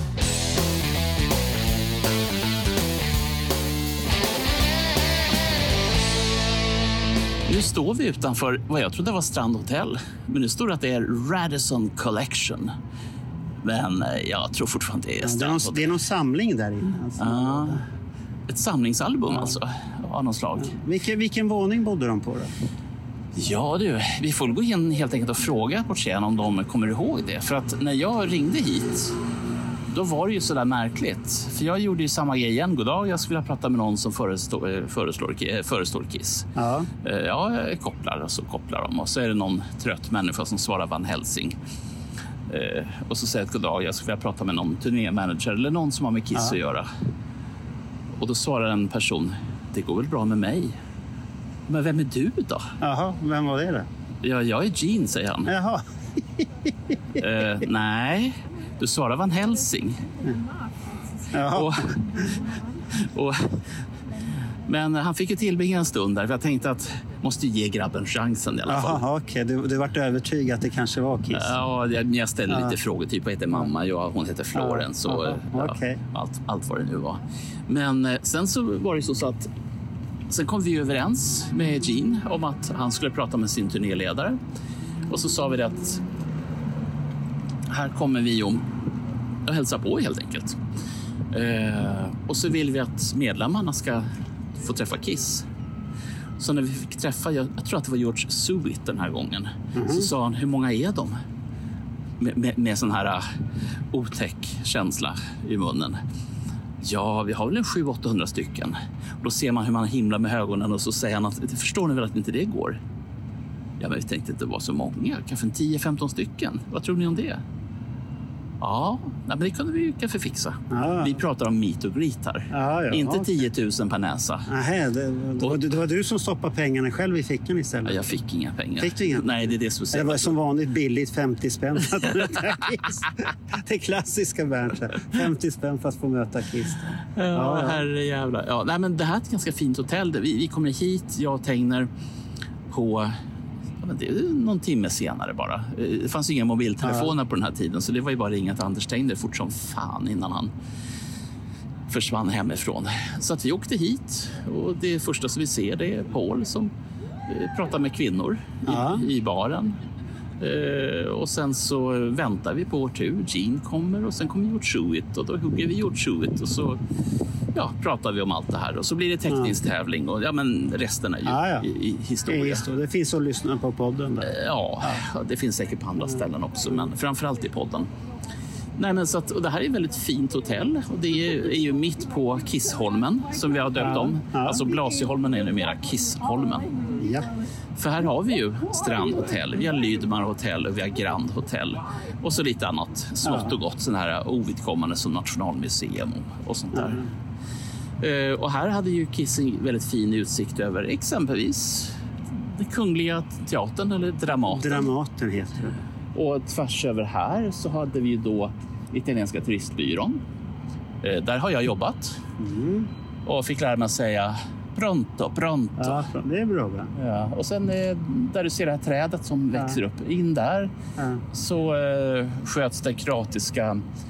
Nu står vi utanför vad jag trodde var Strand Hotel. Men nu står det att det är Radisson Collection. Men jag tror fortfarande det är Strand Hotel. Ja, det är någon samling där inne. Alltså. Ah, ett samlingsalbum ja. alltså. Av någon slag. Ja. Vilken, vilken våning bodde de på då? Ja du, vi får gå in helt enkelt och fråga portieren om de kommer ihåg det. För att när jag ringde hit, då var det ju sådär märkligt. För jag gjorde ju samma grej igen. God dag, jag skulle vilja prata med någon som förestår, förestår, förestår Kiss. Ja. Ja, jag kopplar och så kopplar de. Och så är det någon trött människa som svarar Van Helsing. Och så säger jag god dag, jag skulle vilja prata med någon turnémanager eller någon som har med Kiss ja. att göra. Och då svarar en person, det går väl bra med mig. Men vem är du då? Jaha, vem var det då? Ja, jag är Gene, säger han. Jaha. uh, nej, du svarar Van Helsing. Jaha. Och, och, men han fick ju tillbringa en stund där. För jag tänkte att måste ge grabben chansen i alla fall. Jaha, okej. Okay. Du, du vart övertygad att det kanske var Kiss? Ja, jag, jag ställde ja. lite frågor. Typ, vad heter mamma? Ja, hon heter Florence. Ja. Och, ja, okay. ja, allt, allt vad det nu var. Men sen så var det så, så att sen kom vi överens med Gene om att han skulle prata med sin turnéledare. Och så sa vi det att här kommer vi om att hälsa på helt enkelt. Eh, och så vill vi att medlemmarna ska få träffa Kiss. Så när vi fick träffa, jag, jag tror att det var George Suit den här gången. Mm-hmm. Så sa han, hur många är de? Med, med, med sån här uh, otäck känsla i munnen. Ja, vi har väl en sju till åttahundra stycken. Och då ser man hur man himlar med ögonen och så säger han att, förstår ni väl att inte det går? Ja, men vi tänkte att det var så många, kanske tio till femton stycken. Vad tror ni om det? Ja, men det kunde vi ju kanske fixa. Ja. Vi pratar om meet och greet här. Ja, ja, Inte okej. tio tusen per näsa. Nej, det, det, var, det var du som stoppade pengarna själv i fickan istället. Ja, jag fick inga pengar. Fick du inga? Nej, det är det som Det var som vanligt billigt, femtio spänn för att möta Kiss. Det klassiska Bernt. femtio spänn för att få möta Kiss. Ja, ja. Herre jävlar. Ja, nej, men det här är ett ganska fint hotell. Vi, vi kommer hit, jag och Tegner, på... Ja, men det är någon timme senare bara. Det fanns inga mobiltelefoner ja. på den här tiden, så det var ju bara ringa till Anders Tegner fort som fan innan han försvann hemifrån. Så att vi åkte hit, och det första som vi ser, det är Paul som eh, pratar med kvinnor ja. i, i baren. Eh, och sen så väntar vi på vår tur. Gene kommer och sen kommer George Shuit, och då hugger vi George Shuit, och så ja, pratar vi om allt det här, och så blir det teckningstävling, och ja, men resten är ju ja, ja. I, i historia. Det, det finns att lyssna på podden där. Eh, ja, ja, det finns säkert på andra ställen också, men framförallt i podden. Nej, men så att, och det här är ett väldigt fint hotell, och det är, är ju mitt på Kissholmen som vi har döpt ja, om. Ja. Alltså Blasieholmen är numera Kissholmen. Ja. För här har vi ju Strandhotell, vi har Lydmar hotell och vi har Grand hotell. Och så lite annat smått och gott, sån här ovidkommande som Nationalmuseum och sånt där. Mm. Uh, och här hade ju Kiss en väldigt fin utsikt över exempelvis den Kungliga Teatern eller Dramaten. Dramaten heter det. Och tvärs över här så hade vi då Italienska turistbyrån. Uh, där har jag jobbat. Mm. Och fick lära mig att säga pronto, pronto. Ja, det är bra. Ja, och sen eh, där du ser det här trädet som ja. växer upp in där ja. så eh, sköts den kroatiska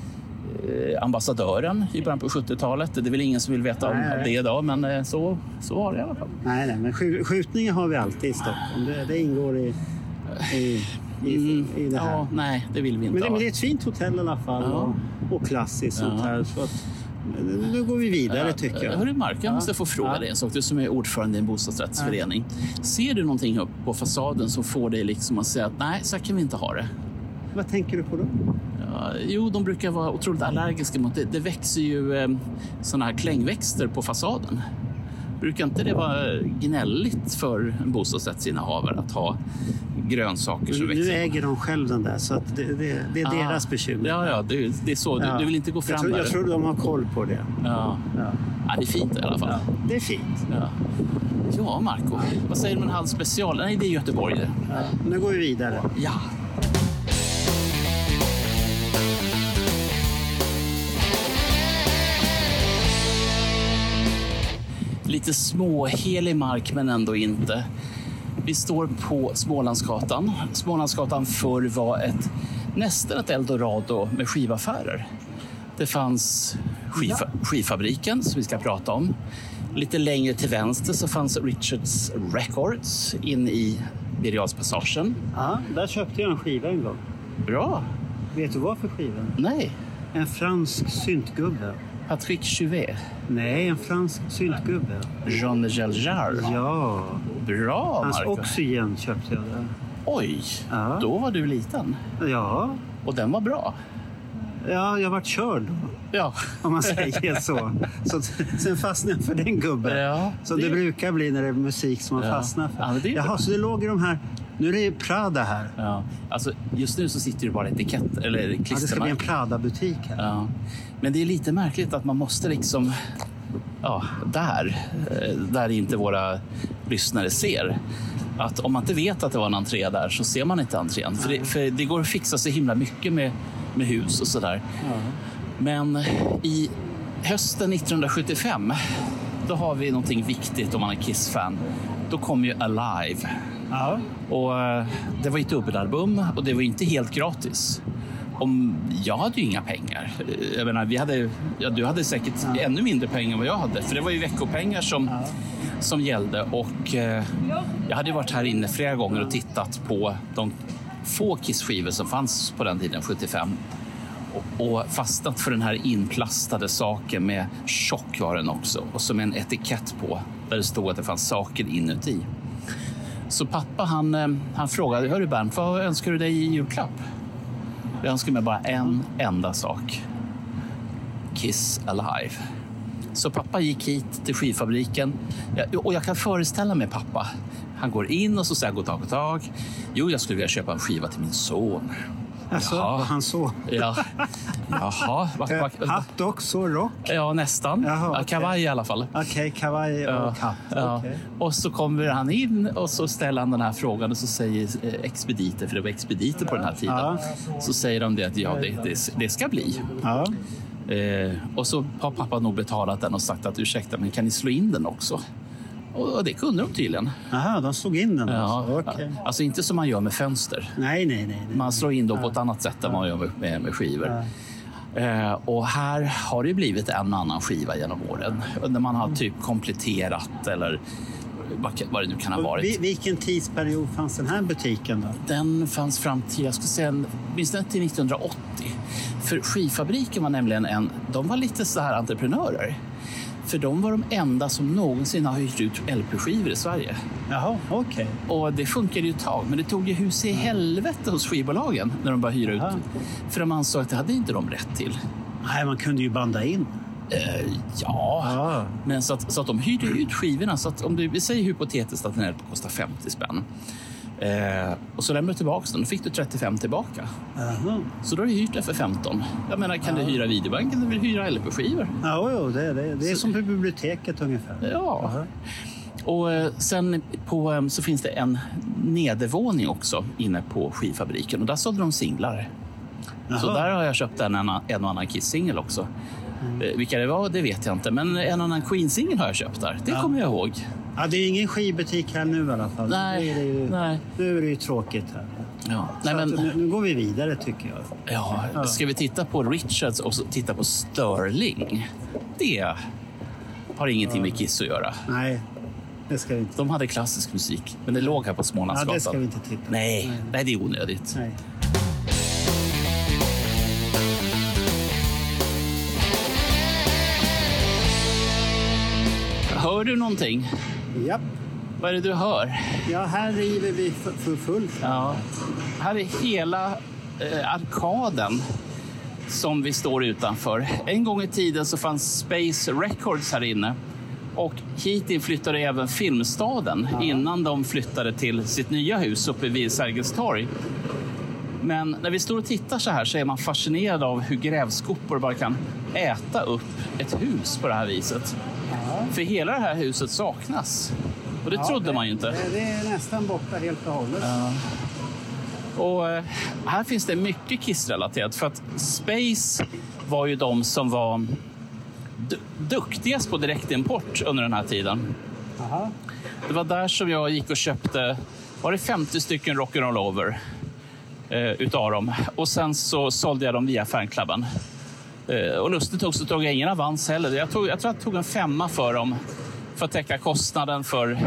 eh, ambassadören i början på sjuttiotalet. Det är väl ingen som vill veta om nej, det idag, men eh, så, så var det i alla fall. Nej, nej, men skjutningar har vi alltid i Stockholm. Det, det ingår i, i, i, mm, i det här. Ja, nej, det vill vi inte men det, ha. Men det är ett fint hotell i alla fall ja. och, och klassiskt ja. sånt här. Så att, nu går vi vidare tycker jag. Hörru Mark, jag måste få fråga ja. dig en sak. Du som är ordförande i en bostadsrättsförening. Ja. Ser du någonting upp på fasaden som får dig liksom att säga att nej, så kan vi inte ha det? Vad tänker du på då? Ja, jo, de brukar vara otroligt allergiska mot det. Det växer ju eh, såna här klängväxter på fasaden. Brukar inte det vara gnälligt för en bostadsrättsinnehavare att ha grönsaker som växer? Nu äger de själv den där, så att det, det, det är ah, deras bekymmer. Ja, ja det, det är så. Du, ja. du vill inte gå fram jag tror, där. Jag tror de har koll på det. Ja, ja. ja det är fint i alla fall. Ja, det är fint. Ja, ja Marco. Vad säger du om en halv special? Nej, det är Göteborg det. Ja, nu går vi vidare. Ja. Lite småhelig mark, men ändå inte. Vi står på Smålandsgatan. Smålandsgatan förr var ett, nästan ett eldorado med skivaffärer. Det fanns skifa, skivfabriken som vi ska prata om. Lite längre till vänster så fanns Richards Records in i Birger Jarlspassagen. Ja, där köpte jag en skiva en gång. Bra. Vet du vad för skivan? Nej. En fransk syntgubbe. Patrick Juvet. Nej, en fransk syntgubbe. Jean de Geljar. Ja. Bra, Hans Marco. Oxygen köpte jag där. Oj, ja. Då var du liten. Ja. Och den var bra. Ja, jag varit körd då. Ja. Om man säger så. Så sen fastnade jag för den gubben. Ja, så det... det brukar bli när det är musik som man ja. fastnar för. Ja, det Jaha, så det låg i de här... Nu är det Prada här. Ja. Alltså, just nu så sitter det bara etikett eller klistermärken. Ja, det ska bli en Prada-butik här. Ja. Men det är lite märkligt att man måste liksom... Ja, där. Där inte våra lyssnare ser. Att om man inte vet att det var en entré där så ser man inte entrén. För det, för det går att fixa så himla mycket med, med hus och sådär. Ja. Men i hösten nittonhundrasjuttiofem då har vi någonting viktigt om man är Kiss-fan. Då kom ju Alive. Ja. Och det var ett dubbelalbum och det var inte helt gratis. Om jag hade ju inga pengar. Jag menar, vi hade, ja, du hade säkert ja. ännu mindre pengar än vad jag hade. För det var ju veckopengar som, ja. som gällde. Och eh, jag hade varit här inne flera gånger och tittat på de få Kiss-skivor som fanns på den tiden, sjuttiofem. Och, och fastnat för den här inplastade saken med tjock var den också. Och som en etikett på där det stod att det fanns saker inuti. Så pappa han, han frågade, hörru Bernt, vad önskar du dig i julklapp? Jag önskar mig bara en enda sak. Kiss Alive. Så pappa gick hit till skivfabriken. Och jag kan föreställa mig pappa. Han går in och så säger god dag, god dag. Jo, jag skulle vilja köpa en skiva till min son. Alltså, Ja. var han så? Ja. Jaha. Va, va, Hatt också, rock? ja, nästan. Jaha, ja, okej. kavaj i alla fall. Okej, okay, kavaj och Ja, hatt. ja. Okay. Och så kommer han in och så ställer han den här frågan och så säger eh, expediter, för det var expediter på den här tiden. Ja. Så säger de det att ja, det, det, det ska bli. Ja. Eh, och så har pappa nog betalat den och sagt att ursäkta, men kan ni slå in den också? Och det kunde de tydligen. Aha, de slog in den. Ja, Alltså. Okay. alltså inte som man gör med fönster. Nej, nej, nej. nej. Man slår in dem på ett annat sätt än man gör med, med skivor. Ja. Eh, och här har det blivit en annan skiva genom åren. När man har typ kompletterat eller vad, vad det nu kan ha varit. Vil- vilken tidsperiod fanns den här butiken då? Den fanns fram till, jag ska säga, minst till nittonhundraåttio. För skivfabriken var nämligen en, de var lite så här entreprenörer. För de var de enda som någonsin har hyrt ut L P-skivor i Sverige. Jaha, okej. Okay. Och det funkade ju ett tag, men det tog ju hus i helvete hos skivbolagen när de började hyra ut. Aha. För de ansåg att det hade inte de rätt till. Nej, man kunde ju banda in. Eh, ja, Ja. men så att, så att de hyrde ut skivorna. Så att om du, vi säger hypotetiskt att en L P kostar femtio spänn. Eh, och så lämnar du tillbaka den. Då fick du trettiofem tillbaka. Aha. Så då har du hyrt det för femton. Jag menar, kan Ja. du hyra videobanken? Du vill hyra L P-skivor? Ja, jo, det, det, det är som på biblioteket ungefär. Ja. Aha. Och eh, sen på, eh, så finns det en nedervåning också inne på skivfabriken. Och där sålde de singlar. Jaha. Så där har jag köpt en, en, en och annan Kiss-singel också. Mm. Eh, vilka det var, det vet jag inte. Men en annan Queen-singel har jag köpt där. Det Ja. kommer jag ihåg. Ja, det är ingen skivbutik här nu i alla fall. Nej, Nu är det ju, nej. Nu är det ju tråkigt här. Ja. Så Nej, men, att nu, nu går vi vidare tycker jag. ja, Ja. ska vi titta på Richards och så titta på Sterling? Det har ingenting med Kiss att göra. Nej, det ska vi inte. De hade klassisk musik, men det låg här på Ja, Smålandsgatan. det ska vi inte titta på. Nej, Nej. nej, det är onödigt. Nej. Hör du någonting? Ja. Vad är det du hör? ja, här river vi för, för fullt. Ja. Här är hela eh, arkaden som vi står utanför. En gång i tiden så fanns Space Records här inne. Och hit in flyttade även Filmstaden innan de flyttade till sitt nya hus uppe vid Sergels torg. Men när vi står och tittar så här så är man fascinerad av hur grävskopor bara kan äta upp ett hus på det här viset. Ja. För hela det här huset saknas. Och det Ja, trodde det, man ju inte. Det, det är nästan borta helt och hållet. Ja. Och eh, här finns det mycket Kiss-relaterat. För att Space var ju de som var du- duktigast på direktimport under den här tiden. Aha. Det var där som jag gick och köpte, var det femtio stycken Rock'n'Roll Over eh, utav dem. Och sen så sålde jag dem via fanklubben. Eh, och lustigt också så tog jag ingen avans heller. Jag, tog, jag tror jag tog en femma för dem för att täcka kostnaden för...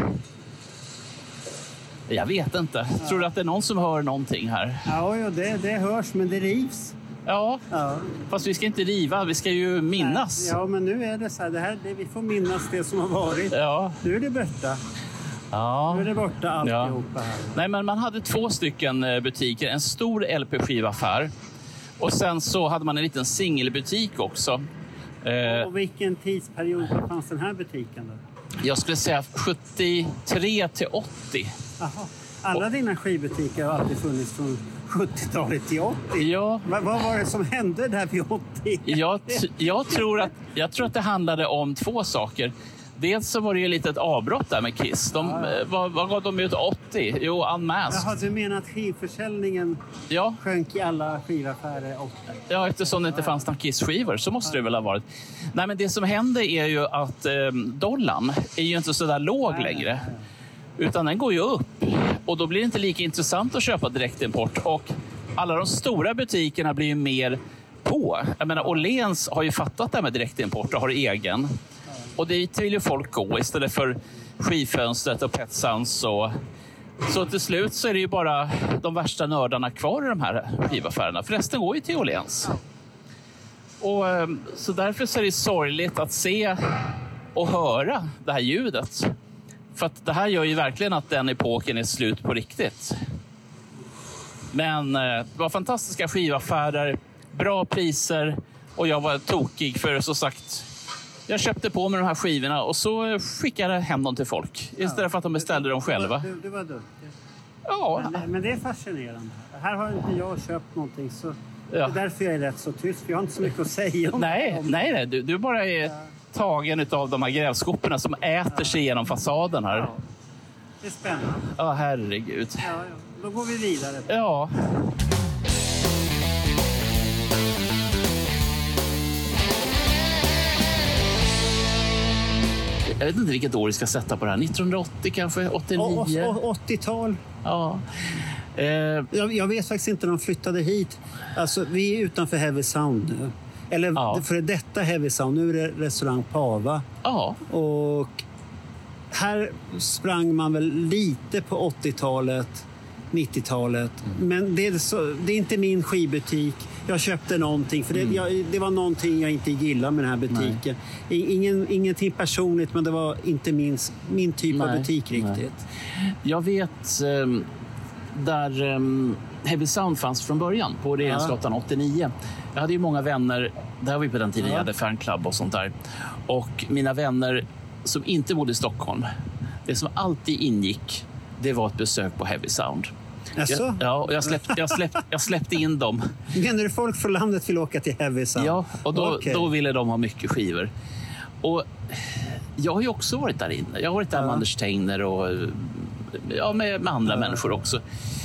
Jag vet inte. Ja. Tror du att det är någon som hör någonting här? Ja, ja det, det hörs, men det rivs. Ja, Ja. fast vi ska inte riva, vi ska ju minnas. Ja, men nu är det så här, det här det, vi får minnas det som har varit. Ja. Nu är det borta. Ja. Nu är det borta alltihopa Ja. här. Nej, men man hade två stycken eh, butiker. En stor L P-skivaffär. Och sen så hade man en liten singelbutik också. Eh, Och vilken tidsperiod fanns den här butiken då? jag skulle säga sjuttiotre till åttio. Jaha. Alla dina skivbutiker har alltid funnits från sjuttiotalet till åttio. Ja, Va, vad var det som hände där vid åttio? jag, t- jag, tror att, jag tror att det handlade om två saker. Dels så var det ju lite ett avbrott där med Kiss. De, Ja, ja. eh, vad, vad gav de ut åttio? Jo, Unmasked. Jaha, du menar att skivförsäljningen Ja, sjönk i alla skivaffärer åtta? ja, eftersom det inte fanns några Kiss-skivor så måste det väl ha varit. Nej, men det som hände är ju att eh, dollarn är ju inte så där låg Nej, längre. nej, Utan den går ju upp. Och då blir det inte lika intressant att köpa direktimport. Och alla de stora butikerna blir ju mer på. Jag menar, Åhléns har ju fattat det här med direktimport och har egen. Och dit vill ju folk gå istället för Skivfönstret och Pet Sounds. Och... Så till slut så är det ju bara de värsta nördarna kvar i de här skivaffärerna. För resten går ju till Åhléns. Och eh, så därför så är det sorgligt att se och höra det här ljudet. För att det här gör ju verkligen att den epoken är slut på riktigt. Men eh, det var fantastiska skivaffärer, bra priser och jag var tokig för så sagt. Jag köpte på mig de här skivorna och så skickade jag hem dem till folk istället för att de beställde dem själva. Du, du var duktig. Ja. Men, men det är fascinerande. Här har inte jag köpt någonting så Ja. det är därför jag är rätt så tyst. För jag har inte så mycket att säga om Nej, om. nej, nej. Du, du bara är Ja. tagen av de här grävskoporna som äter sig genom fasaden här. Ja. Det är spännande. Ja, herregud. Ja, ja. Då går vi vidare. Ja. Jag vet inte vilket år vi ska sätta på det här. nittonhundraåttio kanske? åttionio? Och- och- åttiotal. Ja. Eh, Jag, jag vet faktiskt inte när de flyttade hit. Alltså, vi är utanför Heavy Sound nu. Eller Ja. för detta Heavy Sound. Nu är det restaurang Pava. ja. Och här sprang man väl lite på åttiotalet, nittiotalet. Mm. Men det är, så, det är inte min skivbutik. Jag köpte någonting, för det, Mm. jag, det var någonting jag inte gillade med den här butiken. I- Ingen, ingenting personligt, men det var inte min, min typ av Nej, butik nej. riktigt. Jag vet um, där um, Heavy Sound fanns från början på Regeringsgatan åttionio. Jag hade ju många vänner, där var vi på den tiden Ja. jag hade fanclub och sånt där. Och mina vänner som inte bodde i Stockholm, det som alltid ingick, det var ett besök på Heavy Sound. Jaså? Jag, ja, och jag släppte, jag, släppte, jag släppte in dem. Menar du folk från landet vill åka till Heavy Sound? Ja, och då, Okej. då ville de ha mycket skivor. Och jag har ju också varit där inne. Jag har varit där Ja. med Anders Tegner och ja, med, med andra Ja. människor också.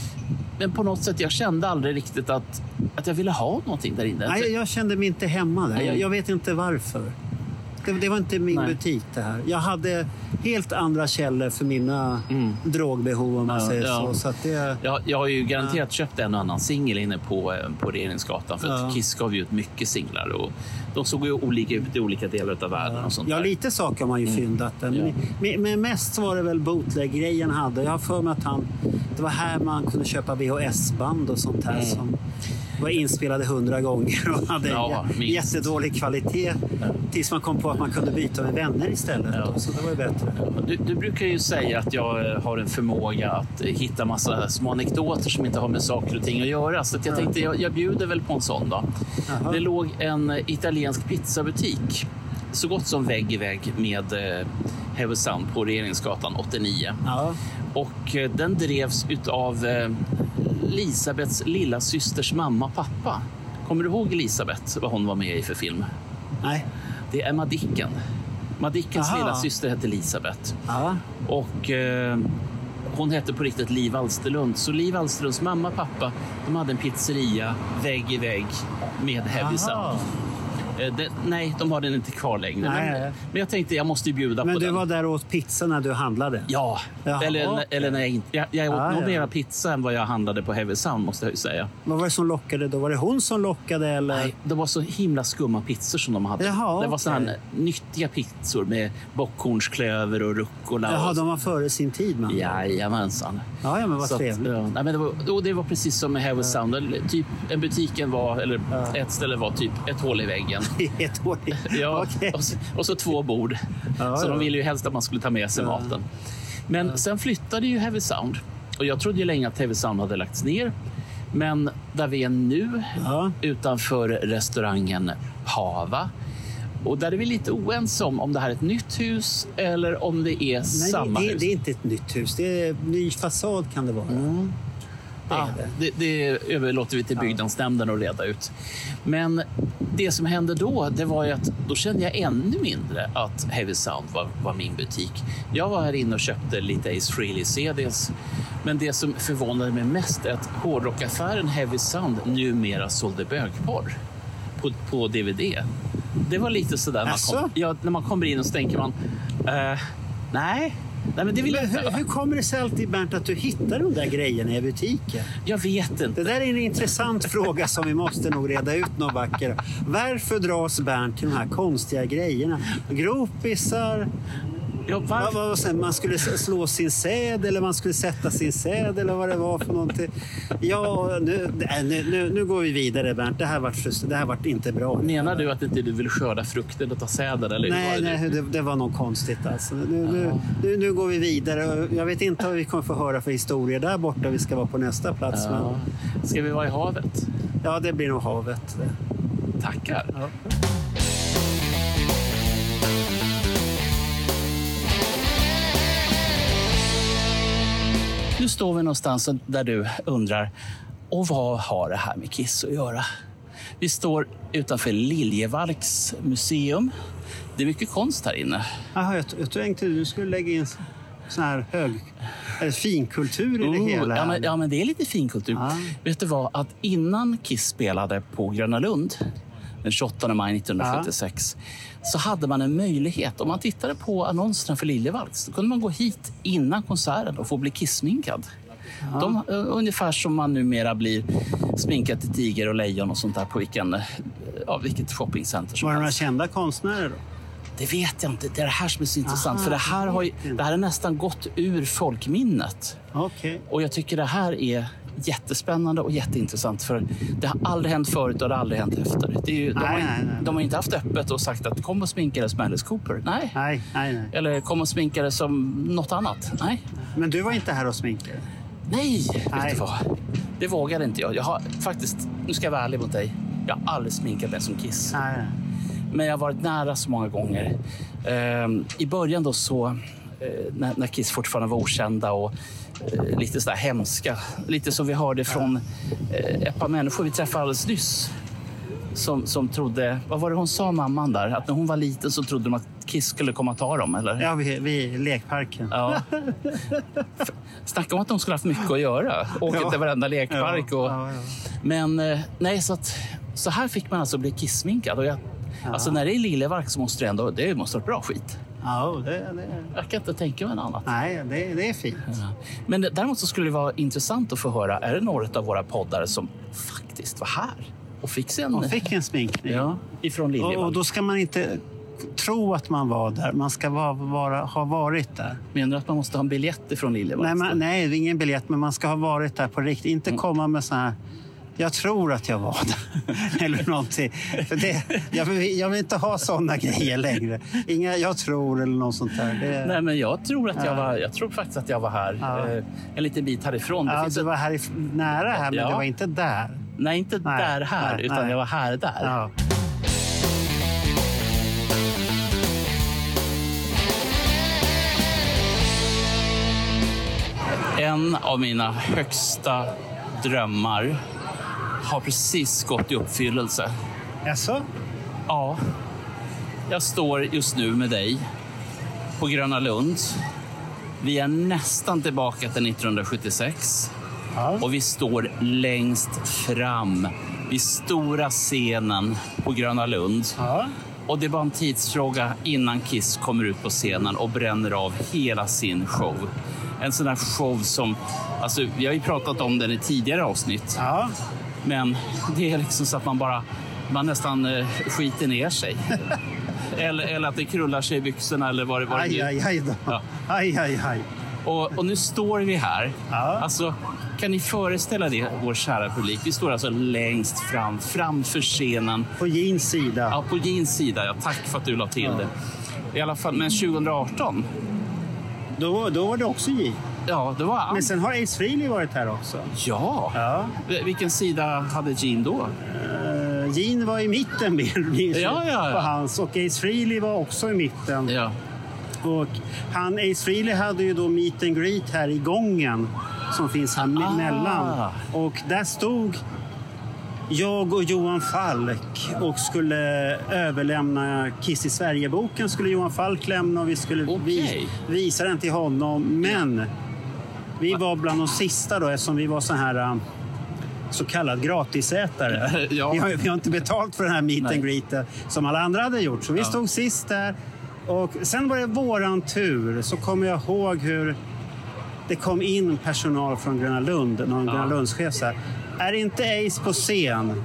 Men på något sätt, jag kände aldrig riktigt att, att jag ville ha någonting där inne. Nej, jag, jag kände mig inte hemma där. Jag, Mm. jag vet inte varför. Det, det var inte min Nej. butik det här. Jag hade helt andra källor för mina Mm. drogbehov om man Ja, säger ja. så. Så att det, Jag, jag har ju garanterat köpt en och annan singel inne på, eh, på Regeringsgatan. För Ja. att Kiss gav ju ut mycket singlar. Och de såg ju olika ut i olika delar av världen. Och sånt ja, där. lite saker har man ju fyndat. Men, Mm. Ja. men, men mest var det väl bootleg-grejen han hade. Jag har för mig att han, det var här man kunde köpa V H S-band och sånt här Mm. som var inspelade hundra gånger och hade Ja, jä- minst. jättedålig kvalitet. Tills man kom på att man kunde byta med vänner istället. Ja. Då, så det var ju bättre. Du, du brukar ju säga att jag eh, har en förmåga att eh, hitta massa små anekdoter som inte har med saker och ting att göra. Så att jag tänkte, jag, jag bjuder väl på en sån då. Jaha. Det låg en eh, italiensk pizzabutik så gott som vägg i vägg med eh, Heavy Sound på Regeringsgatan åttionio. Ja. Och eh, den drevs utav eh, Elisabeths lilla systers mamma och pappa. Kommer du ihåg Elisabeth, vad hon var med i för film? Nej. Det är Madicken. Madickens Aha. lilla syster hette Elisabeth. Ja. Och eh, hon hette på riktigt Liv Alsterlund. Så Liv Alsterlunds mamma och pappa, de hade en pizzeria vägg i vägg med Heavy Sound. Aha. Eh, det, nej, de har den inte kvar längre. Nej. Men, men jag tänkte jag måste ju bjuda Men på du den. var där och åt pizza när du handlade? Ja, Jaha, eller, okej. eller när jag inte... Jag, jag åt Ah, nog ja. mera pizza än vad jag handlade på Heavy Sound, måste jag ju säga. Vad var det som lockade då? Var det hon som lockade eller? Nej, det var så himla skumma pizzor som de hade. Jaha, det var såna okej. här nyttiga pizzor med bockhornsklöver och rucola. Jaha, och de var före sin tid man. Jajamensan. Ja, ja, men vad Så att, trevligt. ja, nej, men det, var, då, det var precis som med Heavy Sound. Eller Typ, en butiken var, eller Ja. ett ställe var typ ett hål i väggen. Ett år. Ja, Okej. och, så, och så två bord. Ja, så ja. de ville ju helst att man skulle ta med sig Ja. maten. Men sen flyttade ju Heavy Sound. Och jag trodde ju länge att Heavy Sound hade lagts ner. Men där vi är nu, Ja. utanför restaurangen Pava. Och där är vi lite oense om om det här är ett nytt hus eller om det är Nej, samma det, hus. det är inte ett nytt hus. Det är ny fasad kan det vara. Mm. Det är Ja, det. det, det överlåter vi till byggnadsnämnden att reda ut. Men det som hände då, det var ju att då kände jag ännu mindre att Heavy Sound var, var min butik. Jag var här inne och köpte lite Ace Frehley-C Ds. Men det som förvånade mig mest är att hårdrockaffären Heavy Sound numera sålde bögporr på, på D V D. Det var lite sådär, man Asså? kom, ja, när man kommer in och så tänker man, eh, nej, nej men det vill jag Men hur, inte. hur kommer det sig alltid, Bernt, att du hittar de där grejerna i butiken? Jag vet inte. Det där är en intressant fråga som vi måste nog reda ut några vackra. Varför dras Bernt till de här konstiga grejerna? Gropisar, Ja, vad, varför? vad, vad, man skulle slå sin säd eller man skulle sätta sin säd eller vad det var för någonting. Ja, nu, nu, nu, nu går vi vidare, Bernt. Det här vart frust- det här vart inte bra. Menar du att inte du vill skörda frukten och ta säden? Eller hur var Nej, det nej det, det var något konstigt. Alltså. Nu, nu, nu, nu går vi vidare. Jag vet inte vad vi kommer få höra för historier där borta. Vi ska vara på nästa plats. Ja. Men, Ska vi vara i havet? ja, det blir nog havet. Tackar. Ja. nu står vi någonstans där du undrar, och vad har det här med Kiss att göra? Vi står utanför Liljevalchs museum. Det är mycket konst här inne. Aha, jag, jag tänkte att du skulle lägga in sån här hög, eller finkultur i det oh, hela. Ja men, ja, men det är lite finkultur. Ah. Vet du vad? Att innan Kiss spelade på Gröna Lund den tjugoåttonde maj nittonhundrasjuttiosex ah. så hade man en möjlighet. Om man tittade på annonserna för Liljevalchs, då kunde man gå hit innan konserten och få bli Kiss-sminkad. Ja. De, ungefär som man numera blir sminkad till tiger och lejon och sånt där på vilken, ja, vilket shoppingcenter som Var det några helst. kända konstnärer då? Det vet jag inte. Det är det här som är så intressant. Aha, för det här har ju, det här är nästan gått ur folkminnet. Okay. Och jag tycker det här är jättespännande och jätteintressant. För det har aldrig hänt förut och det har aldrig hänt efter. Det är ju, de, nej, har, nej, nej. de har inte haft öppet och sagt att kom och sminka dig som Alice Cooper. Nej. Nej, nej, nej. Eller kom och sminka dig som något annat. Nej. Men du var inte här och sminkade? Nej, vet du vad? Det vågade inte jag. Jag har faktiskt, nu ska jag vara ärlig mot dig, jag har aldrig sminkat mig som Kiss. Nej. Men jag har varit nära så många gånger. Ehm, I början då så, eh, när, när Kiss fortfarande var okända och eh, lite sådär hemska. Lite som vi hörde från eh, ett par människor vi träffade alldeles nyss. Som, som trodde, vad var det hon sa mamman där? Att när hon var liten så trodde de att Kiss skulle komma och ta dem, eller? Ja, vi, vi i lekparken. Ja. Snacka om att de skulle haft mycket att göra. Åka ja. till varenda lekpark. Och... Ja, ja, ja. Men nej, så, att, så här fick man alltså bli kissminkad. Och jag, ja. Alltså när det är Liljevalchs så måste det ändå, det måste vara bra skit. Ja, det, det... Jag kan inte tänka mig något annat. Nej, det, det är fint. Ja. Men däremot så skulle det vara intressant att få höra, är det några av våra poddare som faktiskt var här? Och fick en, och fick en sminkning. Ja, ifrån Liljevalchs. Och, och då ska man inte tro att man var där. Man ska vara, vara, ha varit där. Menar du att man måste ha en biljett ifrån Liljevalchs? Nej, man, nej, det är ingen biljett, men man ska ha varit där på riktigt. Inte mm. komma med så här, jag tror att jag var där. Eller någonting. För det, jag, vill, jag vill inte ha sådana grejer längre. Inga jag tror eller något sånt där. Det, nej, men jag tror att jag var, jag tror faktiskt att jag var här. Ja. Eh, en liten bit härifrån. Det ja, finns du ett... var här i, nära här, men ja. du var inte där. Nej, inte nej, där här, nej, utan nej. jag var här där. Ja. En av mina högsta drömmar har precis gått i uppfyllelse. Jaså? Ja. Jag står just nu med dig på Gröna Lund. Vi är nästan tillbaka till nittonhundrasjuttiosex. Ja. Och vi står längst fram vid stora scenen på Gröna Lund. Ja. Och det är bara en tidsfråga innan Kiss kommer ut på scenen och bränner av hela sin show. En sån här show som, alltså vi har ju pratat om den i tidigare avsnitt. Ja. Men det är liksom så att man bara, man nästan eh, skiter ner sig. eller, eller att det krullar sig i byxorna eller vad det var. Aj, aj, aj då. Ja. Aj, aj, aj. Och, och nu står vi här. Ja. Alltså, kan ni föreställa det, vår kära publik? Vi står alltså längst fram, framför scenen. På Jeans sida. Ja, på Jeans sida. Ja, tack för att du la till ja. det. I alla fall, men tjugoarton. Då, då var det också G. Ja, det var han. Men sen har Ace Frehley varit här också. Ja. ja. Vilken sida hade Gene då? Uh, Gene var i mitten mer ja, ja, ja. på hans. Och Ace Frehley var också i mitten. Ja. Och han, Ace Frehley hade ju då meet and greet här i gången som finns här ah. mellan. Och där stod jag och Johan Falk och skulle överlämna Kiss i Sverige-boken skulle Johan Falk lämna och vi skulle okay. vi, visa den till honom. Men vi var bland de sista då eftersom vi var så här så kallad gratisätare. Ja. Vi, har, vi har inte betalt för den här meet Nej. and greet som alla andra hade gjort. Så vi ja. stod sist där. Och sen var det våran tur så kommer jag ihåg hur det kom in personal från Gröna Lund, någon ja. Gröna Lundschef så här. Är inte Ace på scen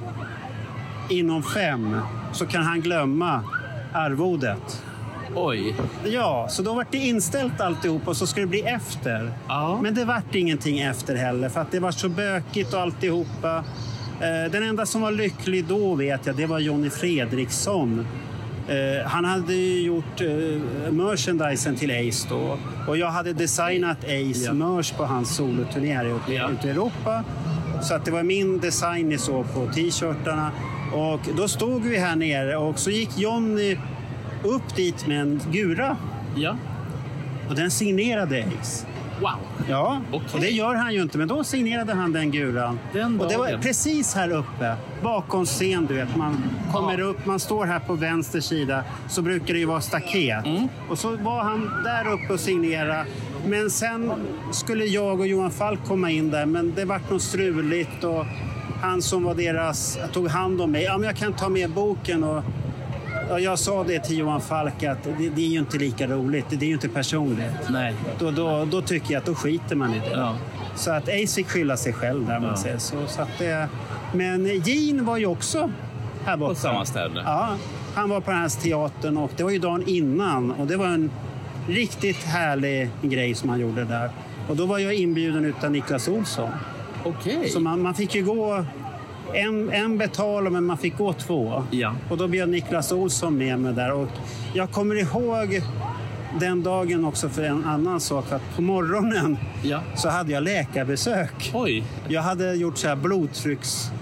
inom fem så kan han glömma arvodet. Oj. Ja, så då var det inställt alltihop och så skulle det bli efter. Ja. Men det var ingenting efter heller för att det var så bökigt och alltihopa. Den enda som var lycklig då vet jag, det var Johnny Fredriksson. Uh, han hade gjort uh, merchandisen till Ace då. Och jag hade designat Ace ja. merch på hans soloturné här ute ja. i Europa. Så att det var min design ni såg på t-shirtarna. Och då stod vi här nere och så gick Johnny upp dit med en gura. Ja. Och den signerade Ace. Wow. Ja, okay. Och det gör han ju inte. Men då signerade han den gulan. Den och det var precis här uppe, bakom scen, du vet. Man kommer ja. upp, man står här på vänster sida, så brukar det ju vara staket. Mm. Och så var han där uppe och signera. Men sen skulle jag och Johan Falk komma in där, men det var något struligt och han som var deras, tog hand om mig. Ja, men jag kan ta med boken och ja, jag sa det till Johan Falk att det, det är ju inte lika roligt, det är ju inte personligt. Nej. Då, då, då tycker jag att då skiter man i det. Ja. Så att Ace fick skylla sig själv där, man ja. säger så. så att det, men Gene var ju också här borta. På samma ställe. Ja, han var på den här teatern och det var ju dagen innan och det var en riktigt härlig grej som han gjorde där. Och då var jag inbjuden utav Niklas Olsson. Okej. Okay. Så man, man fick ju gå en, en betal, men man fick gå två. Ja. Och då bjöd Niklas Olsson med mig där. Och jag kommer ihåg den dagen också för en annan sak. För att på morgonen ja. så hade jag läkarbesök. Oj. Jag hade gjort så här blodtryckstest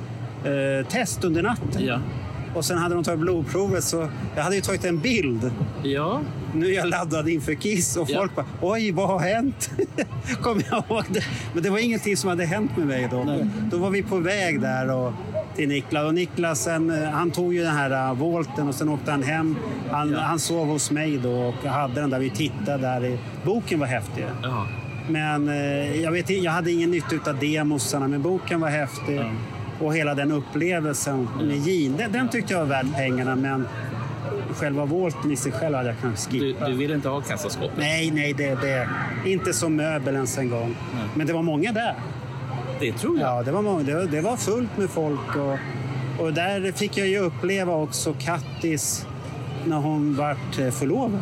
eh, under natten. Ja. Och sen hade de tagit blodprovet, så jag hade ju tagit en bild. Ja. Nu är jag laddad inför Kiss och folk ja. bara, oj, vad har hänt? Kommer jag ihåg det. Men det var ingenting som hade hänt med mig då. Nej. Då var vi på väg där och, till Niklas. Och Niklas, sen, han tog ju den här uh, volten och sen åkte han hem. Han, ja. han sov hos mig då och hade den där, vi tittade där. I, boken var häftig. Ja. Men uh, jag, vet, jag hade ingen nytta av demosarna, men boken var häftig. Ja. Och hela den upplevelsen med Gene, den, den tyckte jag var värd pengarna, men själva volten i sig själv hade jag kanske skippat. Du, du vill inte ha kassaskåpet? Nej, nej, det är inte som möbel ens en gång. Nej. Men det var många där. Det tror jag. Ja, det var, många, det var, det var fullt med folk. Och, och där fick jag ju uppleva också Kattis när hon vart förlovad.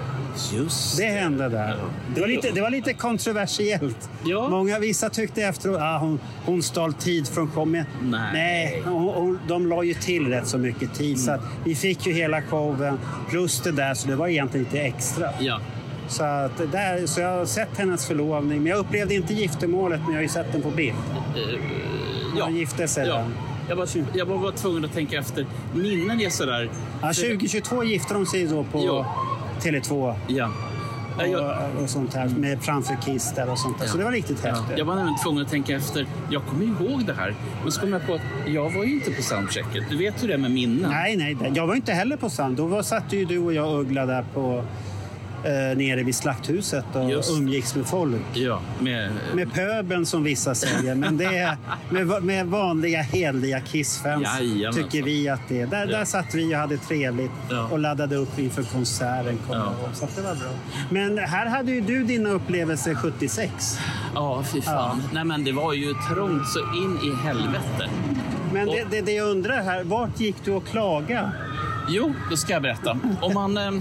Just det hände där. Det var lite, det var lite kontroversiellt. Ja. Många, vissa tyckte efteråt att ah, hon, hon stal tid från showen. Nej. Nej, hon, hon, de la ju till rätt så mycket tid. Mm. Så att vi fick ju hela showen plus det där, så det var egentligen lite extra. Ja. Så, att där, så jag har sett hennes förlovning, men jag upplevde inte giftermålet, men jag har ju sett den på bild. Uh, ja. Hon gifte sig ja. där. Jag var, jag var bara tvungen att tänka efter. Minnen är sådär... Ja, tjugo tjugotvå gifte de sig då på... Ja. Tele två ja. och, och sånt här med framför Kiss där och sånt där. Ja. Så det var riktigt häftigt. Ja. Jag var nämligen tvungen att tänka efter. Jag kommer ihåg det här. Men så kom jag på att jag var ju inte på soundchecket. Du vet hur det är med minnen. Nej, nej. Jag var inte heller på sound. Då var, satt ju du och jag och Uggla där på... Eh, nere vid slakthuset och Just. umgicks med folk. Ja, med... med pöbeln som vissa säger. Men det är med, med vanliga, heliga Kiss-fans tycker vi att det är. Där, ja. där satt vi och hade trevligt ja. och laddade upp inför konserten. Ja. Så det var bra. Men här hade ju du dina upplevelser sjuttiosex. Ja, fy fan. Ja. Nej, men det var ju trångt så in i helvete. Men och... det, det, det jag undrar här, vart gick du och klaga? Jo, då ska jag berätta. Om man... Eh...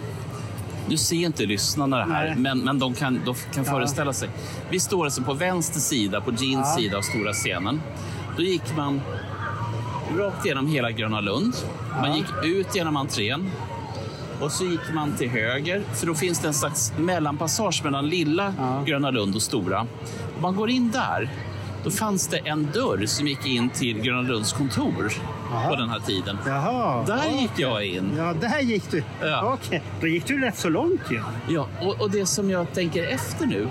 Du ser inte lyssnarna det här, men, men de kan, de kan ja. föreställa sig. Vi står alltså på vänster sida, på Genes ja. sida av stora scenen. Då gick man rakt genom hela Gröna Lund. Ja. Man gick ut genom entrén. Och så gick man till höger, för då finns det en slags mellanpassage mellan lilla ja. Gröna Lund och stora. Om man går in där, då fanns det en dörr som gick in till Gröna Lunds kontor. Aha. På den här tiden. Jaha, där okay. gick jag in. Ja, där gick du. Ja. Okej, okay. Då gick du rätt så långt ju. Ja, och, och det som jag tänker efter nu.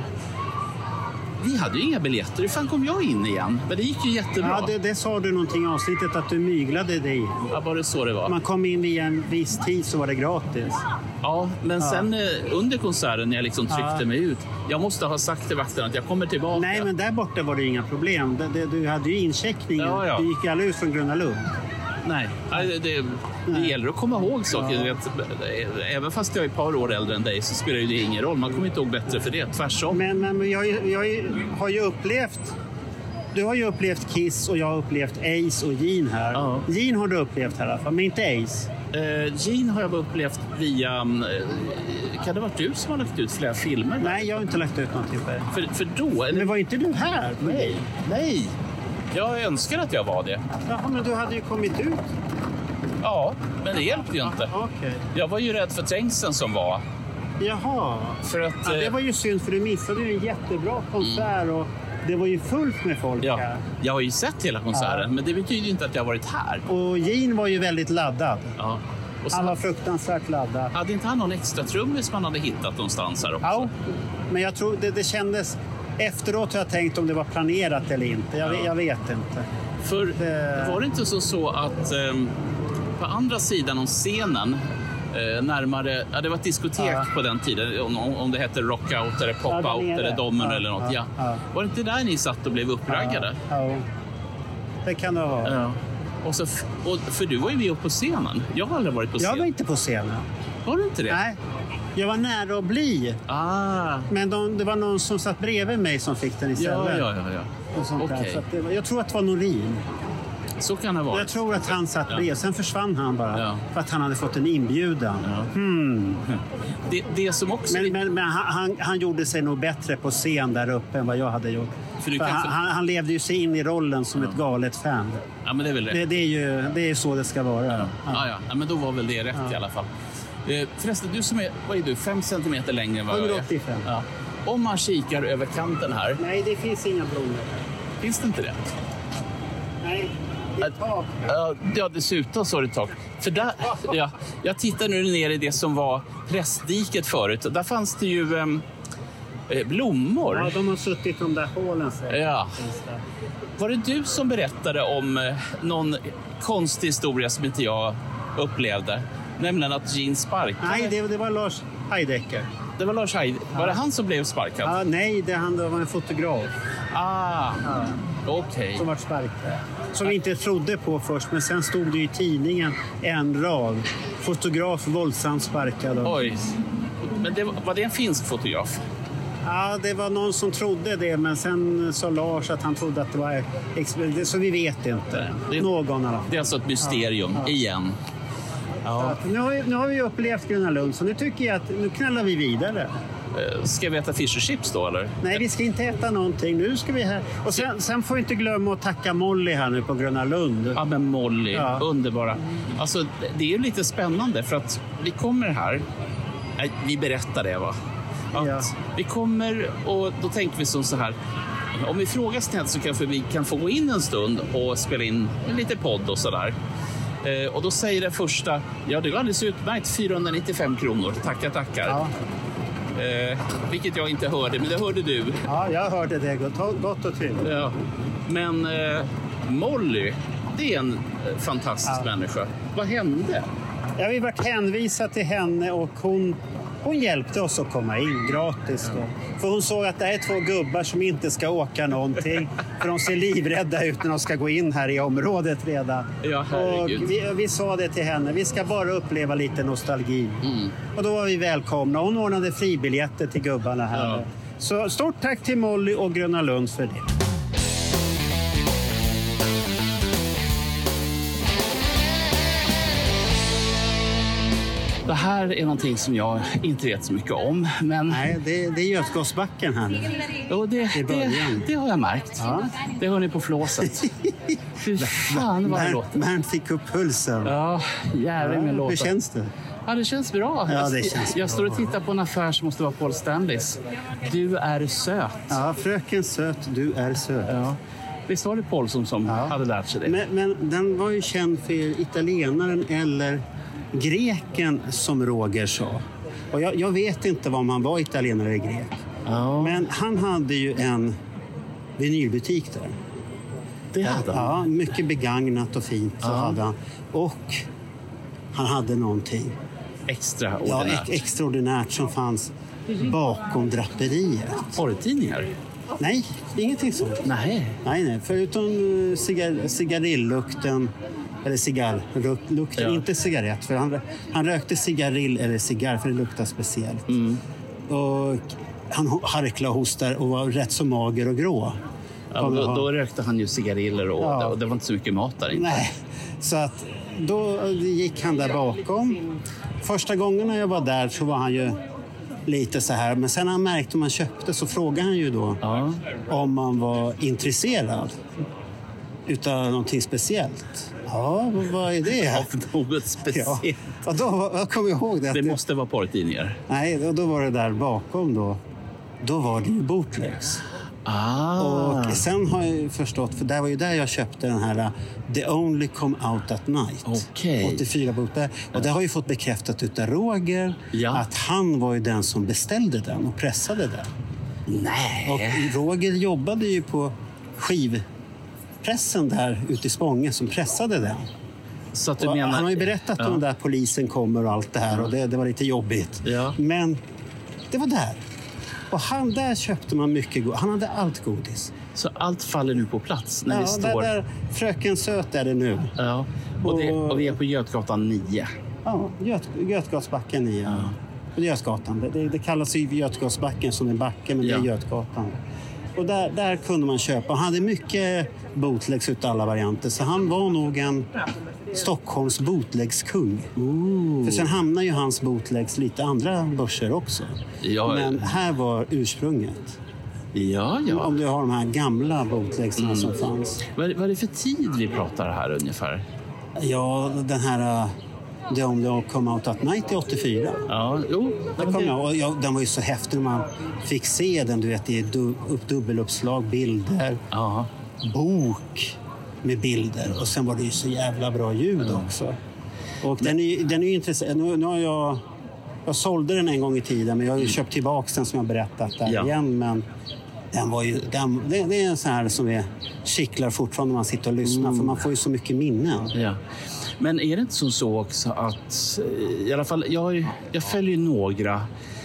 Vi hade ju inga biljetter. Hur fan kom jag in igen? Men det gick ju jättebra. Ja, det, det sa du någonting i avsnittet att du myglade dig. Ja, var det så det var? Man kom in via en viss tid så var det gratis. Ja, men ja. sen under konserten när jag liksom tryckte ja. mig ut. Jag måste ha sagt till vakten att jag kommer tillbaka. Nej, men där borta var det inga problem. Det, det, du hade ju incheckning. Ja, ja. Du gick ju aldrig ut från Gröna Lund. Nej, det, det, det gäller att komma ihåg saker. Ja. Även fast jag är ett par år äldre än dig så spelar det ingen roll. Man kommer inte ihåg bättre för det, tvärsom. Men, men jag, jag har ju upplevt... Du har ju upplevt Kiss och jag har upplevt Ace och Gene här. Ja. Gene har du upplevt här i alla fall, men inte Ace. Uh, Gene har jag upplevt via... Uh, kan det ha varit du som har lagt ut flera filmer? Nej, jag har inte lagt ut någonting för För, för då... Eller? Men var inte du här? Nej, nej. Jag önskar att jag var det. Jaha, men du hade ju kommit ut. Ja, men det hjälpte ju inte. Okay. Jag var ju rädd för trängseln som var. Jaha. För att, ja, det var ju synd, för du missade ju en jättebra konsert mm. och det var ju fullt med folk ja. här. Jag har ju sett hela konserten, ja. men det betyder ju inte att jag har varit här. Och Gene var ju väldigt laddad. Ja. Och så, Han var fruktansvärt laddad. hade inte han någon extra trummis man hade hittat någonstans här också? Ja, men jag tror det, det kändes... Efteråt har jag tänkt om det var planerat eller inte. Jag, Ja. jag vet inte. För Det- var det inte så, så att eh, på andra sidan om scenen, eh, närmare, ja, det var ett diskotek Ja. på den tiden, om, om det hette Rockout eller Ja, där Pop-Out nere. eller Dommen Ja, eller något. Ja. ja, ja. Var det inte där ni satt och blev uppraggade? Ja, ja. Det kan det vara. Ja. Och så, f- och, för du var ju med upp på scenen. Jag har aldrig varit på scen. Jag var inte på scenen. Var du inte det? Nej, jag var nära att bli. Ah, Men de, det var någon som satt bredvid mig som fick den ja, istället. ja, ja. ja. Och sånt där. Okej. Så att det var, jag tror att det var Norin. Så kan det vara. Jag tror att han satt bredvid. Sen försvann han bara. Ja. För att han hade fått en inbjudan. Hmm. Det, det som också... Men, men, men han, han, han gjorde sig nog bättre på scen där uppe än vad jag hade gjort. För du För kan han, få- han, han levde ju sig in i rollen som ett galet fan. Ja, men det är väl rätt. Det, det, är ju det är så det ska vara. Ja. Ja, ja. Ja, men då var väl det rätt i alla fall. Eh, förresten, du som är, vad är du, fem centimeter längre än vad jag är? hundraåttiofem. Ja. Om man kikar över kanten här, Nej, det finns inga blommor. finns det inte det? Nej, det är tak. Ja, ja, dessutom så är det tak. För där, ja, jag tittar nu ner i det som var prästdiket förut. Där fanns det ju ehm, eh, blommor. Ja, de har suttit i de där hålen. säkert. Ja. Finns det. Var det du som berättade om eh, någon konstig historia som inte jag upplevde? Nämligen att Gene sparkade. Nej, det, det var Lars Heidecker. Det var Lars Heid. Var det han som blev sparkad? Ja, nej, det, han, det var en fotograf Ah, okej. som var sparkad. Som vi inte trodde på först, men sen stod det i tidningen en rad. Fotograf våldsamt sparkad. Och... Oj. Men det, var det en finsk fotograf? Ja, det var någon som trodde det, men sen sa Lars att han trodde att det var... ex- Så vi vet inte. Det- Någon i alla fall. Det är alltså ett mysterium, igen. Ja. Att Nu har, vi, nu har vi upplevt Gröna Lund, så nu tycker jag att nu knallar vi vidare. Eh, Ska vi äta fish och chips då, eller? Nej, vi ska inte äta någonting. Nu ska vi här. Och sen, sen får vi inte glömma att tacka Molly här nu på Gröna Lund. Ja, men Molly. Ja. Underbara. Alltså, det är ju lite spännande för att vi kommer här. Nej, vi berättar det, va? Att Ja. Vi kommer och då tänker vi som så här. Om vi frågar snällt så kanske vi kan få gå in en stund och spela in en lite podd och sådär. Eh, och då säger den första, ja det går alldeles utmärkt, fyrahundranittiofem kronor. Tackar, tackar. Ja. Eh, vilket jag inte hörde, men det hörde du. Ja, jag hörde det. Gott, gott och trevligt. Ja. Men eh, Molly, det är en eh, fantastisk Ja. människa. Vad hände? Jag har varit hänvisad till henne och hon, hon hjälpte oss att komma in gratis. Då. För hon såg att det är två gubbar som inte ska åka någonting. För de ser livrädda ut när de ska gå in här i området redan. Ja, och herregud. vi, vi sa det till henne, vi ska bara uppleva lite nostalgi. Mm. Och då var vi välkomna. Hon ordnade fribiljetter till gubbarna här. Ja. Så stort tack till Molly och Gröna Lund för det. Det här är någonting som jag inte vet så mycket om. Men Nej, det, det är Götgasbacken här nu. jo, det, i det, början. det har jag märkt. Ja. Det hör ni på flåset. Fy fan vad det Bernt, låter. Bernt fick upp pulsen. Ja, jävlar med Hur låtar. känns det? Ja, det känns bra. Ja, det jag, känns jag står och bra. tittar på en affär som måste vara Paul Stanleys. Du är söt. Ja, fröken söt, du är söt. Ja. Visst var det Paul som, som Ja. hade lärt sig det? Men, men den var ju känd för italienaren eller greken som Roger sa. Och jag, jag vet inte vad man var, italienare eller grek. Ja, Men han hade ju en vinylbutik där. det hade han. Ja, mycket begagnat och fint. Så Ja. hade han. Och han hade någonting ja, Extraordinärt. ex- extraordinärt som fanns bakom draperiet. Porrtidningar? Nej, ingenting sånt. Nej. Nej, nej. Förutom uh, cigar, cigarillukten, eller cigarrlukten, Ja. inte cigarett. För han, han rökte cigarill eller cigarr, för det luktar speciellt. Mm. Och han ho- harklade och hostade och var rätt så mager och grå. Ja, men då, då rökte han ju cigariller och Ja. det, det var inte så mycket mat där inne. Nej, så att då gick han där bakom. Första gången när jag var där så var han ju lite så här. Men sen när han märkte om man köpte så frågade han ju då Ja. om man var intresserad utav någonting speciellt. Ja, vad- vad är det? Av något speciellt. Ja, och då jag kommer jag ihåg det. att Det det- måste vara porrtidningar. Nej, och då var det där bakom då. Då var det ju bootlegs. Ah. Och sen har jag förstått, för det var ju där jag köpte den här The Only Come Out At Night. Okay. åttiofyra bootleg. Och det har ju fått bekräftat utav Roger ja. att han var ju den som beställde den och pressade den. Nej. Och Roger jobbade ju på skivpressen där ute i Spånge som pressade den. Så att du menar... menar... Han har ju berättat ja. om där polisen kommer och allt det här och det, det var lite jobbigt. Ja. Men det var där. Och han, där köpte man mycket godis. Han hade allt godis. Så allt faller nu på plats när ja, vi står... Där, där, Fröken Söt är det nu. Ja, och, det, och vi är på Götgatan nio. Ja, Göt, Götgatsbacken nio. Ja. På Götgatan. Det, det, det kallas ju Götgatsbacken som en backe, men ja. det är Götgatan. Och där, där kunde man köpa. Han hade mycket bootlegs utav alla varianter. Så han var nog en Stockholms bootlegskung. Ooh. För sen hamnar ju hans bootlegs lite andra börser också. Ja, men här var ursprunget. Ja, ja. Om du har de här gamla bootlegsarna mm. som fanns. Vad är, vad är det för tid vi pratar här ungefär? Ja, den här... The Only Come Out At Night i åttiofyra. Ja, jo. Den, kom jag, och jag, den var ju så häftig när man fick se den, du vet, i du, upp, dubbeluppslag, bilder, ja. bok med bilder. Och sen var det ju så jävla bra ljud mm. också. Och den är, den är ju intressant. Nu, nu har jag, jag sålde den en gång i tiden, men jag har ju köpt tillbaka den som jag berättat där ja. igen. Men den var ju, den, det, det är en sån här som är kittlar fortfarande när man sitter och lyssnar, mm. för man får ju så mycket minnen. Ja. Men är det inte så, så också att, i alla fall, jag, jag följer några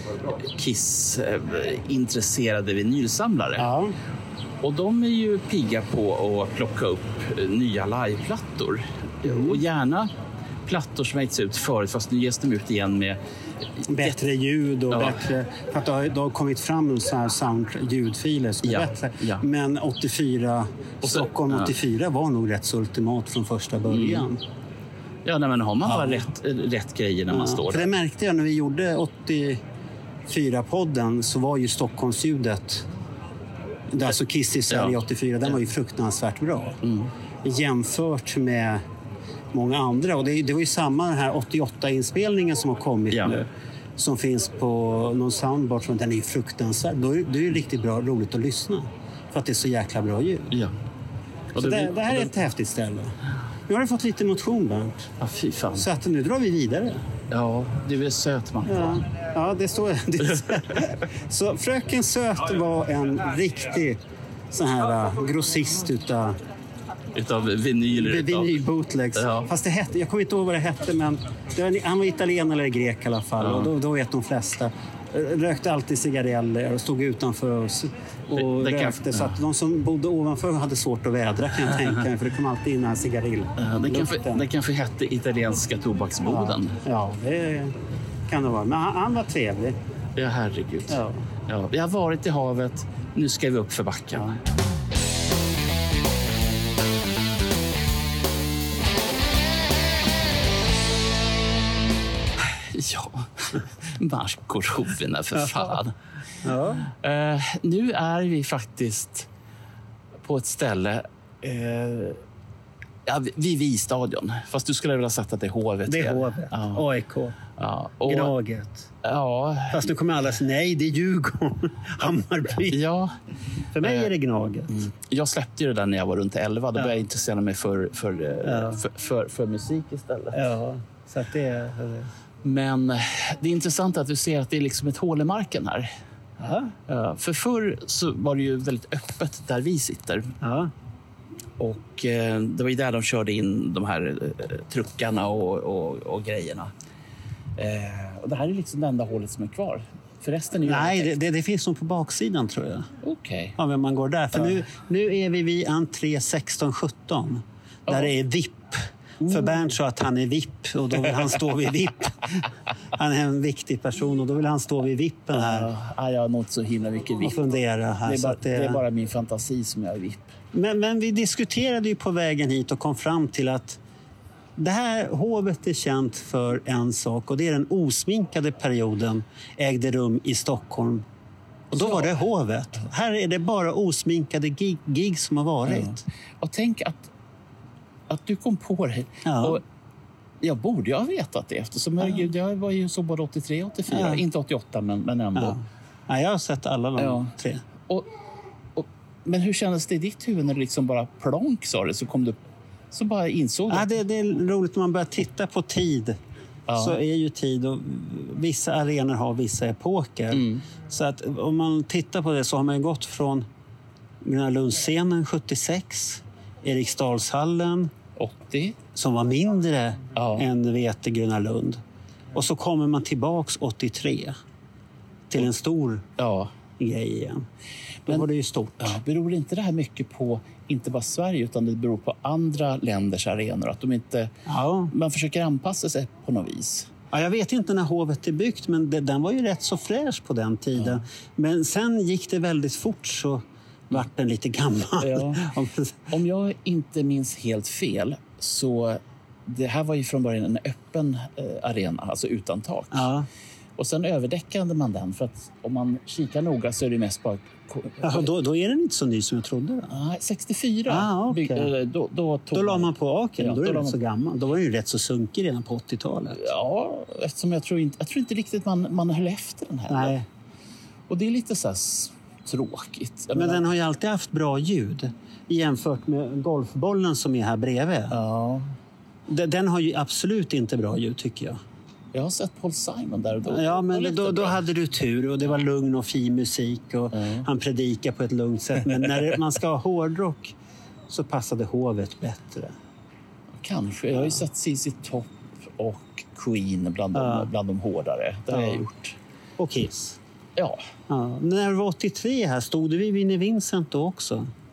Kiss-intresserade vinylsamlare. Ja. Och de är ju pigga på att plocka upp nya liveplattor. Mm. Och gärna plattor som har ut förut, fast nu ges de ut igen med bättre ljud och ja. bättre, för att det har, det har kommit fram så här sound, ljudfiler som är ja. bättre. Ja. Men åttiofyra, och så, Stockholm åttiofyra ja. var nog rätt så ultimat från första början. Mm. Ja, nej, men har man ja. bara rätt, rätt grejer när ja. man står för där. Det märkte jag när vi gjorde åttiofyra-podden, så var ju Stockholmsljudet, alltså Kiss i Sverige ja. åttiofyra, den ja. var ju fruktansvärt bra. Mm. Jämfört med många andra. Och det, det var ju samma den här åttioåtta-inspelningen som har kommit ja. nu. Som finns på någon soundboard. Som, den är ju fruktansvärd. Då är det ju riktigt bra, roligt att lyssna. För att det är så jäkla bra ljud. Ja. Och så det, det, det här är ett häftigt ställe. Nu har du fått lite motion, Bernt. Ja, fy fan. Så att nu drar vi vidare. Ja, du är söt, man. Ja, ja det står... Det, så Fröken Söt var en riktig sån här grossist utav... Utav vinyler. Vinyl bootlegs. Ja. Fast det hette, jag kommer inte ihåg vad det hette, men det var, han var italienare eller grek i alla fall. Ja. Och då, då vet de flesta. Rökte alltid cigareller och stod utanför oss och det, det rökte. Kan, så att ja. de som bodde ovanför hade svårt att vädra, kan jag tänka mig. För det kom alltid in en cigarill. Ja, det, kanske, det kanske hette italienska tobaksboden. Ja, ja, det kan det vara. Men han, han var trevlig. Ja, herregud. Ja. Ja, vi har varit i havet. Nu ska vi upp för backen. Ja. Ja, Marco Rovina för fan. Ja. Uh, nu är vi faktiskt på ett ställe uh, ja, vid Vistadion. Fast du skulle vilja sätta att det är H V. Det är H V. Ja. A I K. Ja. Och, Gnaget. Ja. Fast nu kommer alla säga nej, det är Djurgården. Hammarby. Ja. För mig är det Gnaget. Mm. Jag släppte ju det där när jag var runt elva. Då började jag intressera mig för, för, ja. för, för, för musik istället. Ja, så att det är... Men det är intressant att du ser att det är liksom ett hål i marken här. Ja. För förr så var det ju väldigt öppet där vi sitter. Ja. Och eh, det var ju där de körde in de här eh, truckarna och, och, och grejerna. Eh, och det här är liksom det enda hålet som är kvar. För resten är ju... Nej, det, det, det finns nog på baksidan, tror jag. Okej. Okay. Ja, men man går där. För ja. nu, nu är vi vid entré sexton sjutton. Där oh. det är V I P. Mm. För Bernt sa att han är V I P och då vill han stå vid V I P. Han är en viktig person och då vill han stå vid V I P här. Ja, jag har något så himla mycket V I P. Och fundera här. Det är, bara, så det... det är bara min fantasi som jag är V I P. Men, men vi diskuterade ju på vägen hit och kom fram till att det här hovet är känt för en sak, och det är den osminkade perioden ägde rum i Stockholm. Och då ja. var det hovet. Här är det bara osminkade gig, gig som har varit. Ja. Och tänk att, att du kom på det. Ja. Och jag borde ju ha vetat det, eftersom ja. herregud, jag var ju så både åttiotre åttiofyra. Ja. Inte åttioåtta, men, men ändå. Ja. Ja, jag har sett alla de ja. tre. Och, och Men hur kändes det i ditt huvud när du liksom bara plonk sa det, så kom du, så bara insåg ja, det, det är roligt när man börjar titta på tid. Ja. Så är ju tid, och vissa arenor har vissa epoker. Mm. Så att om man tittar på det så har man gått från Gröna Lund-scenen sjuttiosex, Eriksdalshallen åttio som var mindre ja. än V T Gröna Lund. Och så kommer man tillbaks åttiotre till en stor ja. grej igen. Då Men, var det ju stort. Ja, beror inte det här mycket på, inte bara Sverige, utan det beror på andra länders arenor? Att de inte, ja. man försöker anpassa sig på något vis. Ja, jag vet inte när hovet är byggt, men det, den var ju rätt så fräsch på den tiden. Ja. Men sen gick det väldigt fort, så vart den lite gammal. Ja. Om jag inte minns helt fel, så det här var ju från början en öppen eh, arena, alltså utan tak. Ja. Och sen överdäckade man den, för att om man kikar noga så är det mest bara... Jaha, då, då är den inte så ny som jag trodde. Då. Nej, sextiofyra. Ah, okay. By, då, då, tog då la man på aken, ja, då är den man... så gammal. Då var den ju rätt så sunkig redan på åttiotalet. Ja, eftersom jag tror inte, jag tror inte riktigt man, man höll efter den här. Nej. Och det är lite så här tråkigt. Jag Men menar... den har ju alltid haft bra ljud jämfört med golfbollen som är här bredvid. Ja. Den har ju absolut inte bra ljud, tycker jag. Jag har sett Paul Simon där och då. Ja, men då, då hade du tur, och det var lugn och fin musik, och mm. han predikar på ett lugnt sätt. Men när man ska ha hårdrock så passade hovet bättre. Kanske. Jag har ju sett C C Top och Queen bland de, ja. bland de hårdare. Det har ja. jag gjort. Och Kiss. Ja. ja. När det var åttiotre här, stod du vid Vinnie Vincent då också?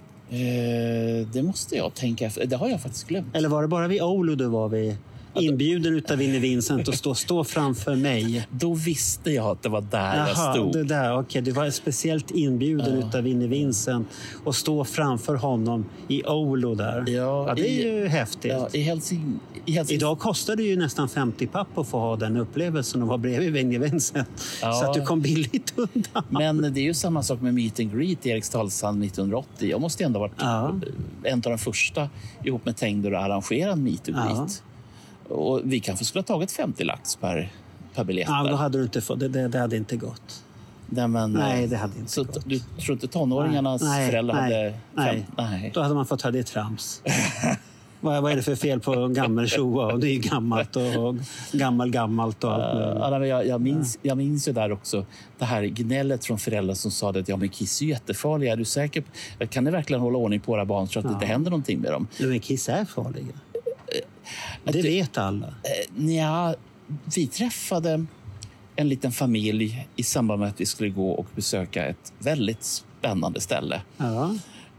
Eh, det måste jag tänka efter. Det har jag faktiskt glömt. Eller var det bara vid Oulu du var vid? Inbjuden utav Vinnie Vincent och stå, stå framför mig. Då visste jag att det var där Jaha, jag stod. Det där, okej. Okay. Du var speciellt inbjuden ja. utav Vinnie Vincent och stå framför honom i Oulu där. Ja, ja, det är i, ju häftigt. Ja, i Helsing, i Helsing... Idag kostar det ju nästan femtio papp att få ha den upplevelsen och vara bredvid Vinnie Vincent. Ja. Så att du kom billigt undan. Men det är ju samma sak med Meet and Greet i Eriksdalshallen nittonhundraåttio. Jag måste ändå ha varit ja. en av de första ihop med Tengder att arrangera en Meet and Greet. Ja. Och vi kanske skulle ha tagit femtio lax per, per biljett. Ja, då hade du inte fått, det, det, det hade inte gått. Nej, men, nej, det hade inte så gått. Du tror inte tonåringarnas nej, föräldrar nej, hade... Nej. nej, då hade man fått ha det trams. vad, vad är det för fel på gammel tjoa? Det är ju gammalt och, och gammal gammalt och allt. Uh, jag, jag, minns, jag minns ju där också det här gnället från föräldrar som sa att ja, men Kiss är jättefarliga. Är du säker? Kan ni verkligen hålla ordning på våra barn så att ja. det inte händer någonting med dem? Ja, men Kiss är farliga. Det vet alla. Ja, vi träffade en liten familj i samband med att vi skulle gå och besöka ett väldigt spännande ställe. Ja.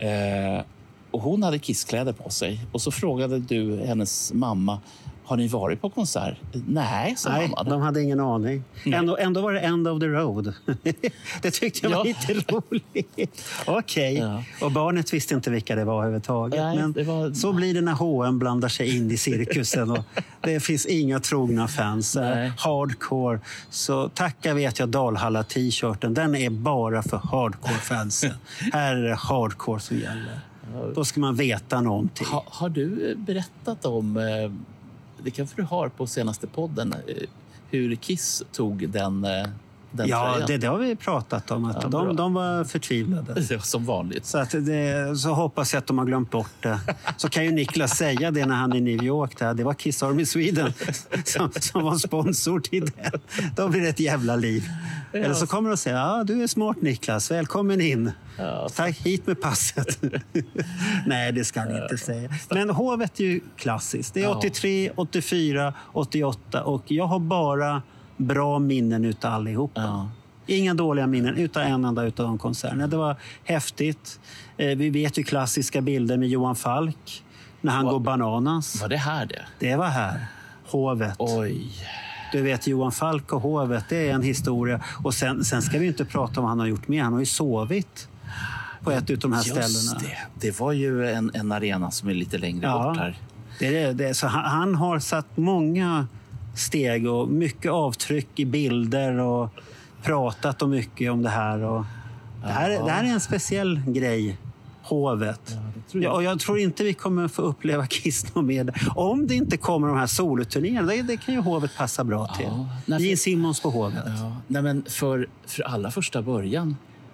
Eh, och hon hade kisskläder på sig. Och så frågade du hennes mamma, har ni varit på konsert? Nej, sa Nej, mamma. de hade ingen aning. Ändå, ändå var det end of the road. Det tyckte jag var ja. lite roligt. Okej. Okay. Ja. Och barnet visste inte vilka det var överhuvudtaget. Nej, men var... så blir det när H och M blandar sig in i cirkusen. Och det finns inga trogna fans. Nej. Hardcore. Så tacka vet jag Dalhalla-t-shirten. Den är bara för hardcore-fansen. Här är det hardcore som gäller. Då ska man veta någonting. Ha, har du berättat om... Eh... Det kanske du har på senaste podden, hur Kiss tog den, den ja, tröjan. Det, det har vi pratat om. Att ja, de, de var förtvivlade. Som vanligt. Så, att det, så hoppas jag att de har glömt bort det. Så kan ju Niklas säga det när han är i New York. Där. Det var Kiss Army Sweden som, som var sponsor till det. Då blir det ett jävla liv. Ja. Eller så kommer de säga, ja, du är smart Niklas, välkommen in. Ja. Tack, hit med passet. Nej, det ska ni inte säga. Men hovet är ju klassiskt. Det är åttiotre, åttiofyra, åttioåtta och jag har bara bra minnen utav allihopa. Ja. Inga dåliga minnen utan en enda utav de konserterna. Det var häftigt. Vi vet ju klassiska bilder med Johan Falk när han var, går bananas. Var det här det? Det var här. Hovet. Oj. Du vet, Johan Falk och hovet, det är en historia. Och sen, sen ska vi inte prata om vad han har gjort med. Han har ju sovit på ett av de här Just ställena. Det. det var ju en, en arena som är lite längre ja, bort här. Det är det. Så han, han har satt många steg och mycket avtryck i bilder och pratat om mycket om det här. Och det, här det här är en speciell grej, hovet. Ja, tror jag. Ja, och jag tror inte vi kommer få uppleva Kiss med. Om det inte kommer de här soloturnéerna, det, det kan ju hovet passa bra till. Ja, Gene Simmons på hovet. Ja. Nej, men för, för alla första början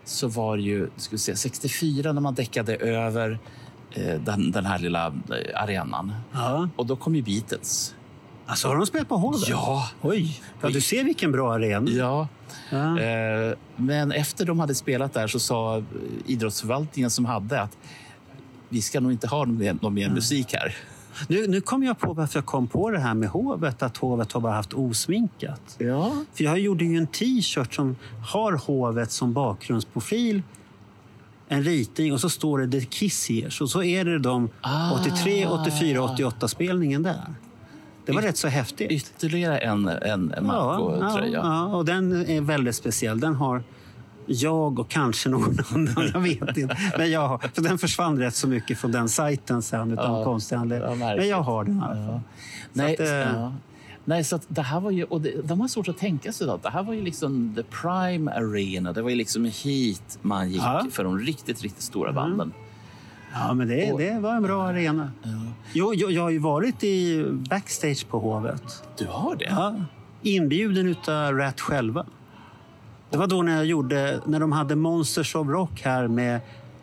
så var det ju, ska vi se, sextiofyra när man däckade över eh, den, den här lilla eh, arenan. Ja. Och då kom ju Beatles. Alltså har de spelat på Hovet? Ja. Oj, ja, du ser vilken bra arena. Ja. Ja. Eh, men efter de hade spelat där så sa idrottsförvaltningen som hade att vi ska nog inte ha någon mer, någon mer musik här. Nu, nu kom jag på varför jag kom på det här med Hovet, att Hovet har bara haft osminkat. Ja. För jag gjorde ju en t-shirt som har Hovet som bakgrundsprofil, en ritning och så står det The Kiss Years och så är det de Ah. åttiotre, åttiofyra, åttioåtta spelningen där. Det var Yt- rätt så häftigt. Ytterligare en, en Ja, Marco-tröja. ja, ja, och den är väldigt speciell. Den har jag och kanske någon annan, jag vet inte. Men jag har, för den försvann rätt så mycket från den sajten sen utan Ja, konstig anledning. ja, märkligt. Men jag har den i alla fall. Nej, att, eh, ja. Nej, så att det här var ju, och det, de har svårt att tänka sig att det här var ju liksom the prime arena. Det var ju liksom hit man gick Ja. för de riktigt, riktigt stora banden. Ja, men det, Och- det var en bra arena. Ja. Jo, jag, jag har ju varit i backstage på Hovet. Du har det? Ja, inbjuden utav Rat själva. Det var då när jag gjorde, när de hade Monsters of Rock här med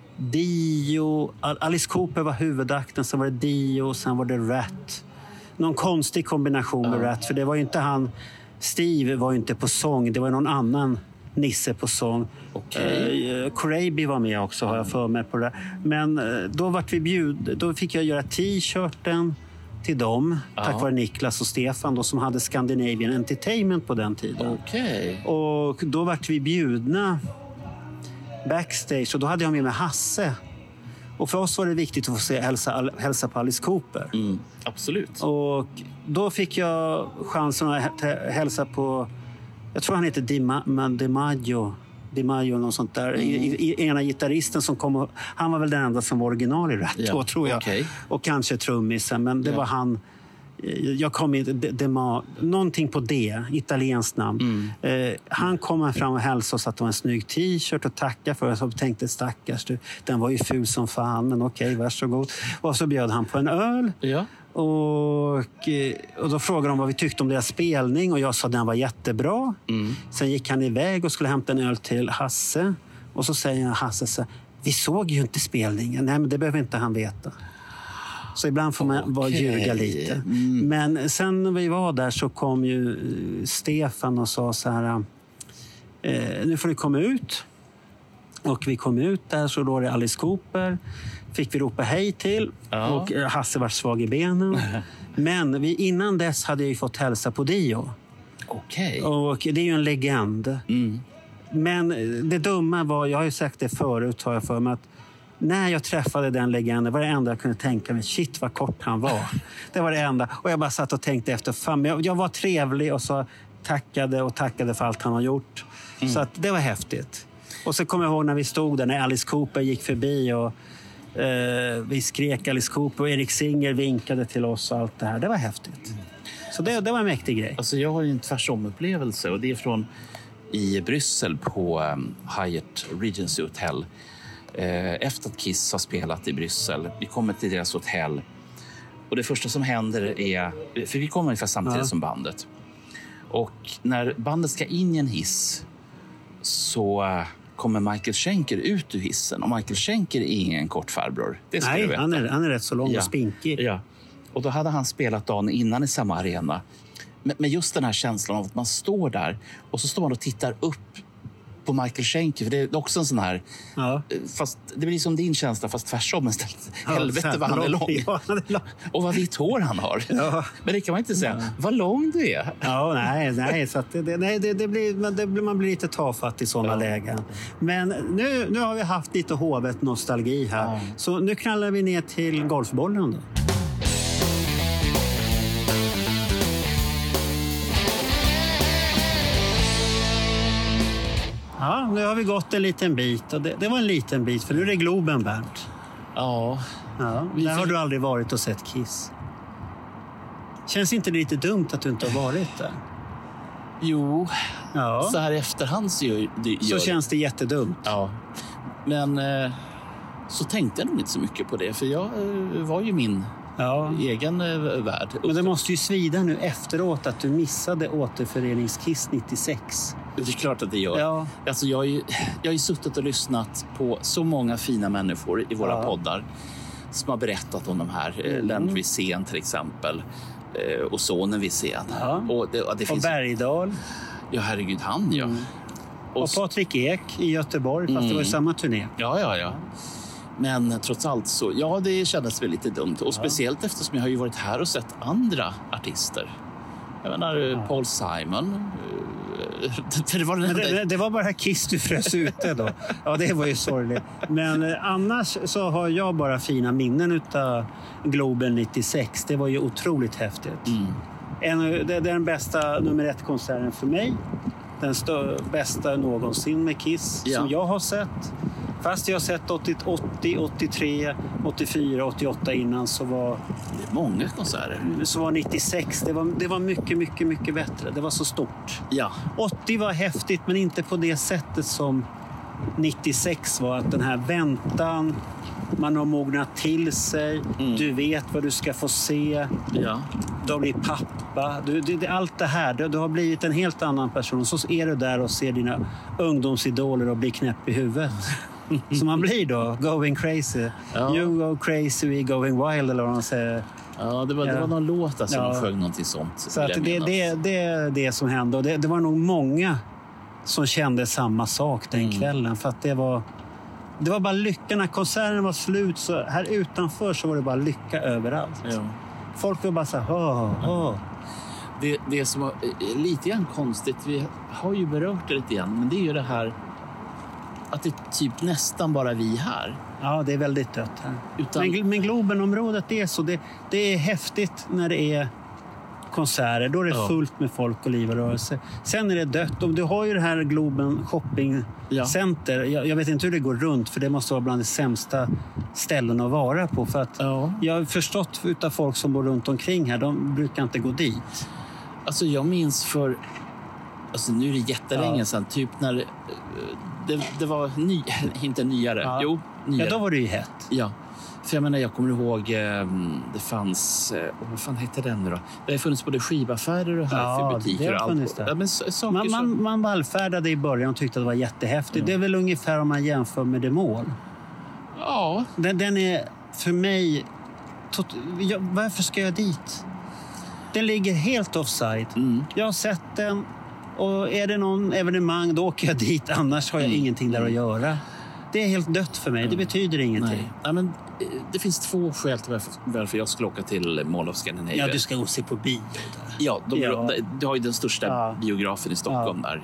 Dio, Alice Cooper var huvudakten, sen var det Dio, sen var det Rat. Någon konstig kombination med Rat, för det var ju inte han, Steve var ju inte på sång, det var någon annan Nisse på sång. Okej. Eh, Corabi var med också, har jag för mig på det. Men eh, då vart vi bjud, då fick jag göra t-shirten till dem, Ja. tack vare Niklas och Stefan då, som hade Scandinavian Entertainment på den tiden. Okej. Och då vart vi bjudna backstage och då hade jag med mig Hasse. Och för oss var det viktigt att få se hälsa, hälsa på Alice Cooper. Mm, absolut. Och då fick jag chansen att hä- hälsa på, jag tror han heter Di Ma- Di Maggio. Di Maggio, något sånt där. I, i, ena gitarristen som kom, och, han var väl den enda som var original i Rat Ja, då, tror jag. okej. Och kanske trummisen, men det Ja. var han. Jag kom in, det, det var någonting på det, italienskt namn. Eh, han kom fram och hälsade oss att det var en snygg t-shirt och tackade för oss. Och tänkte, stackars du, den var ju ful som fan, men okej, varsågod. Och så bjöd han på en öl. Ja. Och, eh, och då frågade de vad vi tyckte om deras spelning och jag sa att den var jättebra. Mm. Sen gick han iväg och skulle hämta en öl till Hasse. Och så säger Hasse så här, vi såg ju inte spelningen. Nej, men det behöver inte han veta. Så ibland får man vara Okej. ljuga lite. Mm. Men sen när vi var där så kom ju eh, Stefan och sa så här, eh, nu får ni komma ut. Och vi kom ut där, så då var det Alice Cooper. Fick vi ropa hej till. Ja. Och eh, Hasse var svag i benen. Men vi, innan dess hade jag ju fått hälsa på Dio. Okej. Och det är ju en legend. Mm. Men det dumma var, jag har ju sagt det förut har jag för mig, att när jag träffade den legenden var det enda jag kunde tänka mig, shit vad kort han var. Det var det enda. Och jag bara satt och tänkte efter, fan, jag, jag var trevlig och så tackade och tackade för allt han har gjort. Mm. Så att det var häftigt. Och så kommer jag ihåg när vi stod där, när Alice Cooper gick förbi och eh, vi skrek Alice Cooper och Erik Singer vinkade till oss och allt det här. Det var häftigt. Så det, det var en mäktig grej. Alltså jag har ju en tvärsom-upplevelse och det är från i Bryssel på um, Hyatt Regency Hotel. Eh, efter att Kiss har spelat i Bryssel, vi kommer till deras hotell och det första som händer är, för vi kommer ungefär samtidigt Ja. som bandet, och när bandet ska in i en hiss så uh, kommer Michael Schenker ut ur hissen, och Michael Schenker är ingen kort farbror. Det ska du Nej, veta. han är, han är rätt så lång Ja. och spinkig. Ja. Och då hade han spelat dagen innan i samma arena. Men, men just den här känslan av att man står där och så står man och tittar upp på Michael Schenker. För det är också en sån här, Ja. fast det blir som din känsla fast tvärsom istället. Ja, Helvete vad han är lång. Ja, han är lång. Och vad vitt hår han har. Ja. Men det kan man inte säga. Vad lång du är. Ja, nej, nej, så att det, det, nej det, det blir, men det, blir- man blir lite tafatt i sådana Ja. lägen. Men nu, nu har vi haft lite Hovet-nostalgi här. Ja. Så nu knallar vi ner till golfbollen då. Ja, nu har vi gått en liten bit. Och det, det var en liten bit, för nu är det Globen, Bernt. Ja. Ja, Vi där har fick- du aldrig varit och sett Kiss. Känns inte det lite dumt att du inte har varit där? Jo, Ja, så här i efterhand så gör det... så gör det- känns det jättedumt. Ja, men eh, så tänkte jag nog inte så mycket på det. För jag eh, var ju min Ja. egen eh, värld. Men det måste ju svida nu efteråt att du missade återföreningskiss nittiosex. Det är klart att det gör. Ja. Alltså jag, har ju, jag har ju suttit och lyssnat på så många fina människor i våra ja. poddar som har berättat om de här. Mm. Lennart Wirsén till exempel. Och sonen Wirsén. Ja. Och, det, och, det finns... och Bergdahl. Ja, herregud, han ja. Mm. Och, och Patrik Ek i Göteborg, fast mm. det var ju samma turné. Ja, ja, ja. Men trots allt så, ja, det kändes väl lite dumt. Och ja. speciellt eftersom jag har ju varit här och sett andra artister. Jag menar, ja. Paul Simon. Det var, Men det, det var bara Kiss du frös ute då. Ja, det var ju sorgligt. Men eh, annars så har jag bara fina minnen utav Globen nittiosex. Det var ju otroligt häftigt. Mm. En, det, det är den bästa nummer ett-konserten för mig. Den stö, bästa någonsin med Kiss ja. som jag har sett. Fast jag har sett åttio, åttiotre, åttiofyra, åttioåtta innan så var... Det är många konserter. Så var nittiosex. Det var, det var mycket, mycket, mycket bättre. Det var så stort. Ja. åttio var häftigt men inte på det sättet som nittiosex var. Att den här väntan, man har mognat till sig. Mm. Du vet vad du ska få se. Ja. Du blir pappa. Du, det, allt det här. Du, du har blivit en helt annan person. Så är du där och ser dina ungdomsidoler och blir knäpp i huvudet. Som man blir då, going crazy. Ja. You go crazy, we going wild, eller vad man säger. Ja, det var, ja. det var någon låt alltså, ja. som sjöng någonting sånt. Så att det, det, det är det som hände. Och det, det var nog många som kände samma sak den mm. kvällen. För att det var, det var bara lycka. När konserten var slut, så här utanför så var det bara lycka överallt. Ja. Folk var bara så här, åh, åh. Det, det som var lite grann konstigt, vi har ju berört det lite grann, men det är ju det här att det är typ nästan bara vi här. Ja, det är väldigt dött här. Utan... Men, men Globenområdet är så. Det, det är häftigt när det är konserter. Då är det ja. fullt med folk och liv och rörelse. Sen är det dött. Och du har ju det här Globen shoppingcenter. Ja. Jag, jag vet inte hur det går runt, för det måste vara bland de sämsta ställen att vara på. För att ja. jag har förstått utav folk som bor runt omkring här, de brukar inte gå dit. Alltså jag minns för... Alltså nu är det jättelänge ja. sedan. Typ när... Det, det var ny, inte nyare. Ja. Jo, nyare. Ja, då var det ju hett. Ja. För jag menar, jag kommer ihåg, det fanns, vad fan hette den nu då? Det har funnits både skivaffärer och härförbutiker ja, och allt. Ja, men saker man, man, som... man vallfärdade i början och tyckte att det var jättehäftigt. Ja. Det är väl ungefär om man jämför med The Mall. Ja. Den, den är för mig... Tot, jag, varför ska jag dit? Den ligger helt offside. Mm. Jag har sett den. Och är det någon evenemang, då åker jag dit. Annars har jag mm. ingenting där att göra. Det är helt dött för mig. Det betyder ingenting. Nej. Ja, men det finns två skäl till varför, varför jag skulle åka till Mall of Scandinavia. Ja, du ska gå och se på bio där. Ja, de, ja. du har ju den största ja. biografen i Stockholm ja. där.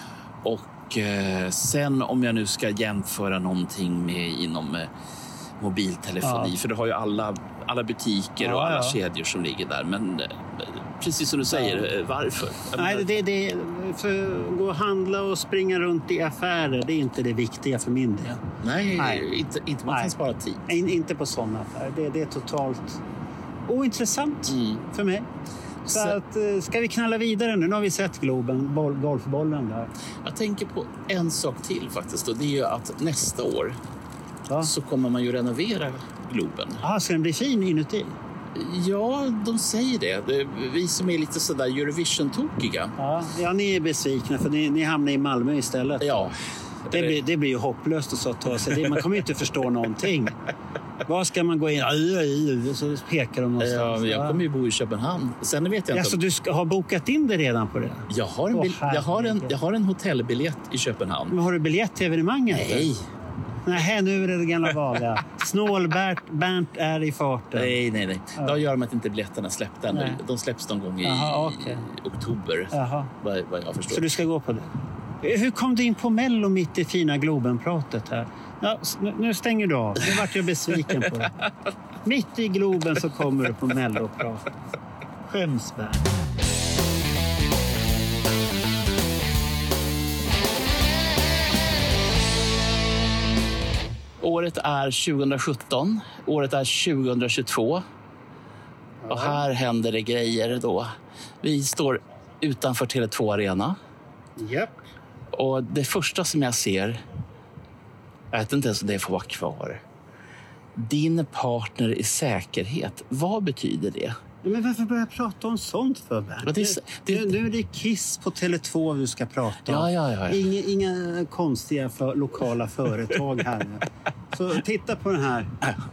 Och eh, sen om jag nu ska jämföra någonting med inom eh, mobiltelefoni. Ja. För du har ju alla, alla butiker ja, och alla ja. kedjor som ligger där. Men eh, precis som du säger, ja. varför? Nej, det, det, för att gå och handla och springa runt i affärer, det är inte det viktiga för min del. Nej, Nej. Inte, inte man Nej. kan spara tid. In, inte på sådana affärer. Det, det är totalt ointressant mm. för mig. Så, Så att, ska vi knalla vidare nu? Nu har vi sett Globen, boll, golfbollen där. Jag tänker på en sak till faktiskt. Och det är ju att nästa år ja. så kommer man ju renovera Globen. Ja, ska den bli fin inuti? Ja, de säger det. det vi som är lite sådär Eurovision-tokiga. Ja, ja, ni är besvikna för ni, ni hamnar i Malmö istället. Ja. Det blir, det blir ju hopplöst att så ta sig. Det, man kommer ju inte förstå någonting. Var ska man gå in? Aj, aj, aj, så pekar de någonstans. Ja, jag kommer ju bo i Köpenhamn. Sen vet jag inte. Ja, så du ska, har bokat in det redan på det? Jag har en, bil, jag har en, jag har en hotellbiljett i Köpenhamn. Men har du biljett till evenemanget? Nej. Nej, nu är det det gamla vanliga. Snålbärt Bernt är i farten. Nej, nej, nej. Ja. Det har att göra med att inte biljetterna släppte ännu. De släpps någon gång i, Aha, okay. i oktober. Jaha. Vad, vad jag förstår. Så du ska gå på det? Hur kom du in på Mello mitt i fina Globen-pratet här? Ja, nu stänger du av. Nu vart jag besviken på det. Mitt i Globen så kommer du på Mello-pratet. Skämsbär. Året är tjugosjutton. Året är tjugohundratjugotvå. Ja. Och här händer det grejer då. Vi står utanför Tele två Arena. Japp. Och det första som jag ser, jag vet inte ens om det får vara kvar. Din partner i säkerhet. Vad betyder det? Men varför börjar jag prata om sånt för, Bernt? Det är, det, nu, nu är det Kiss på Tele två du ska prata om. Ja, ja, ja. Inga, inga konstiga för, lokala företag här. Så titta på den här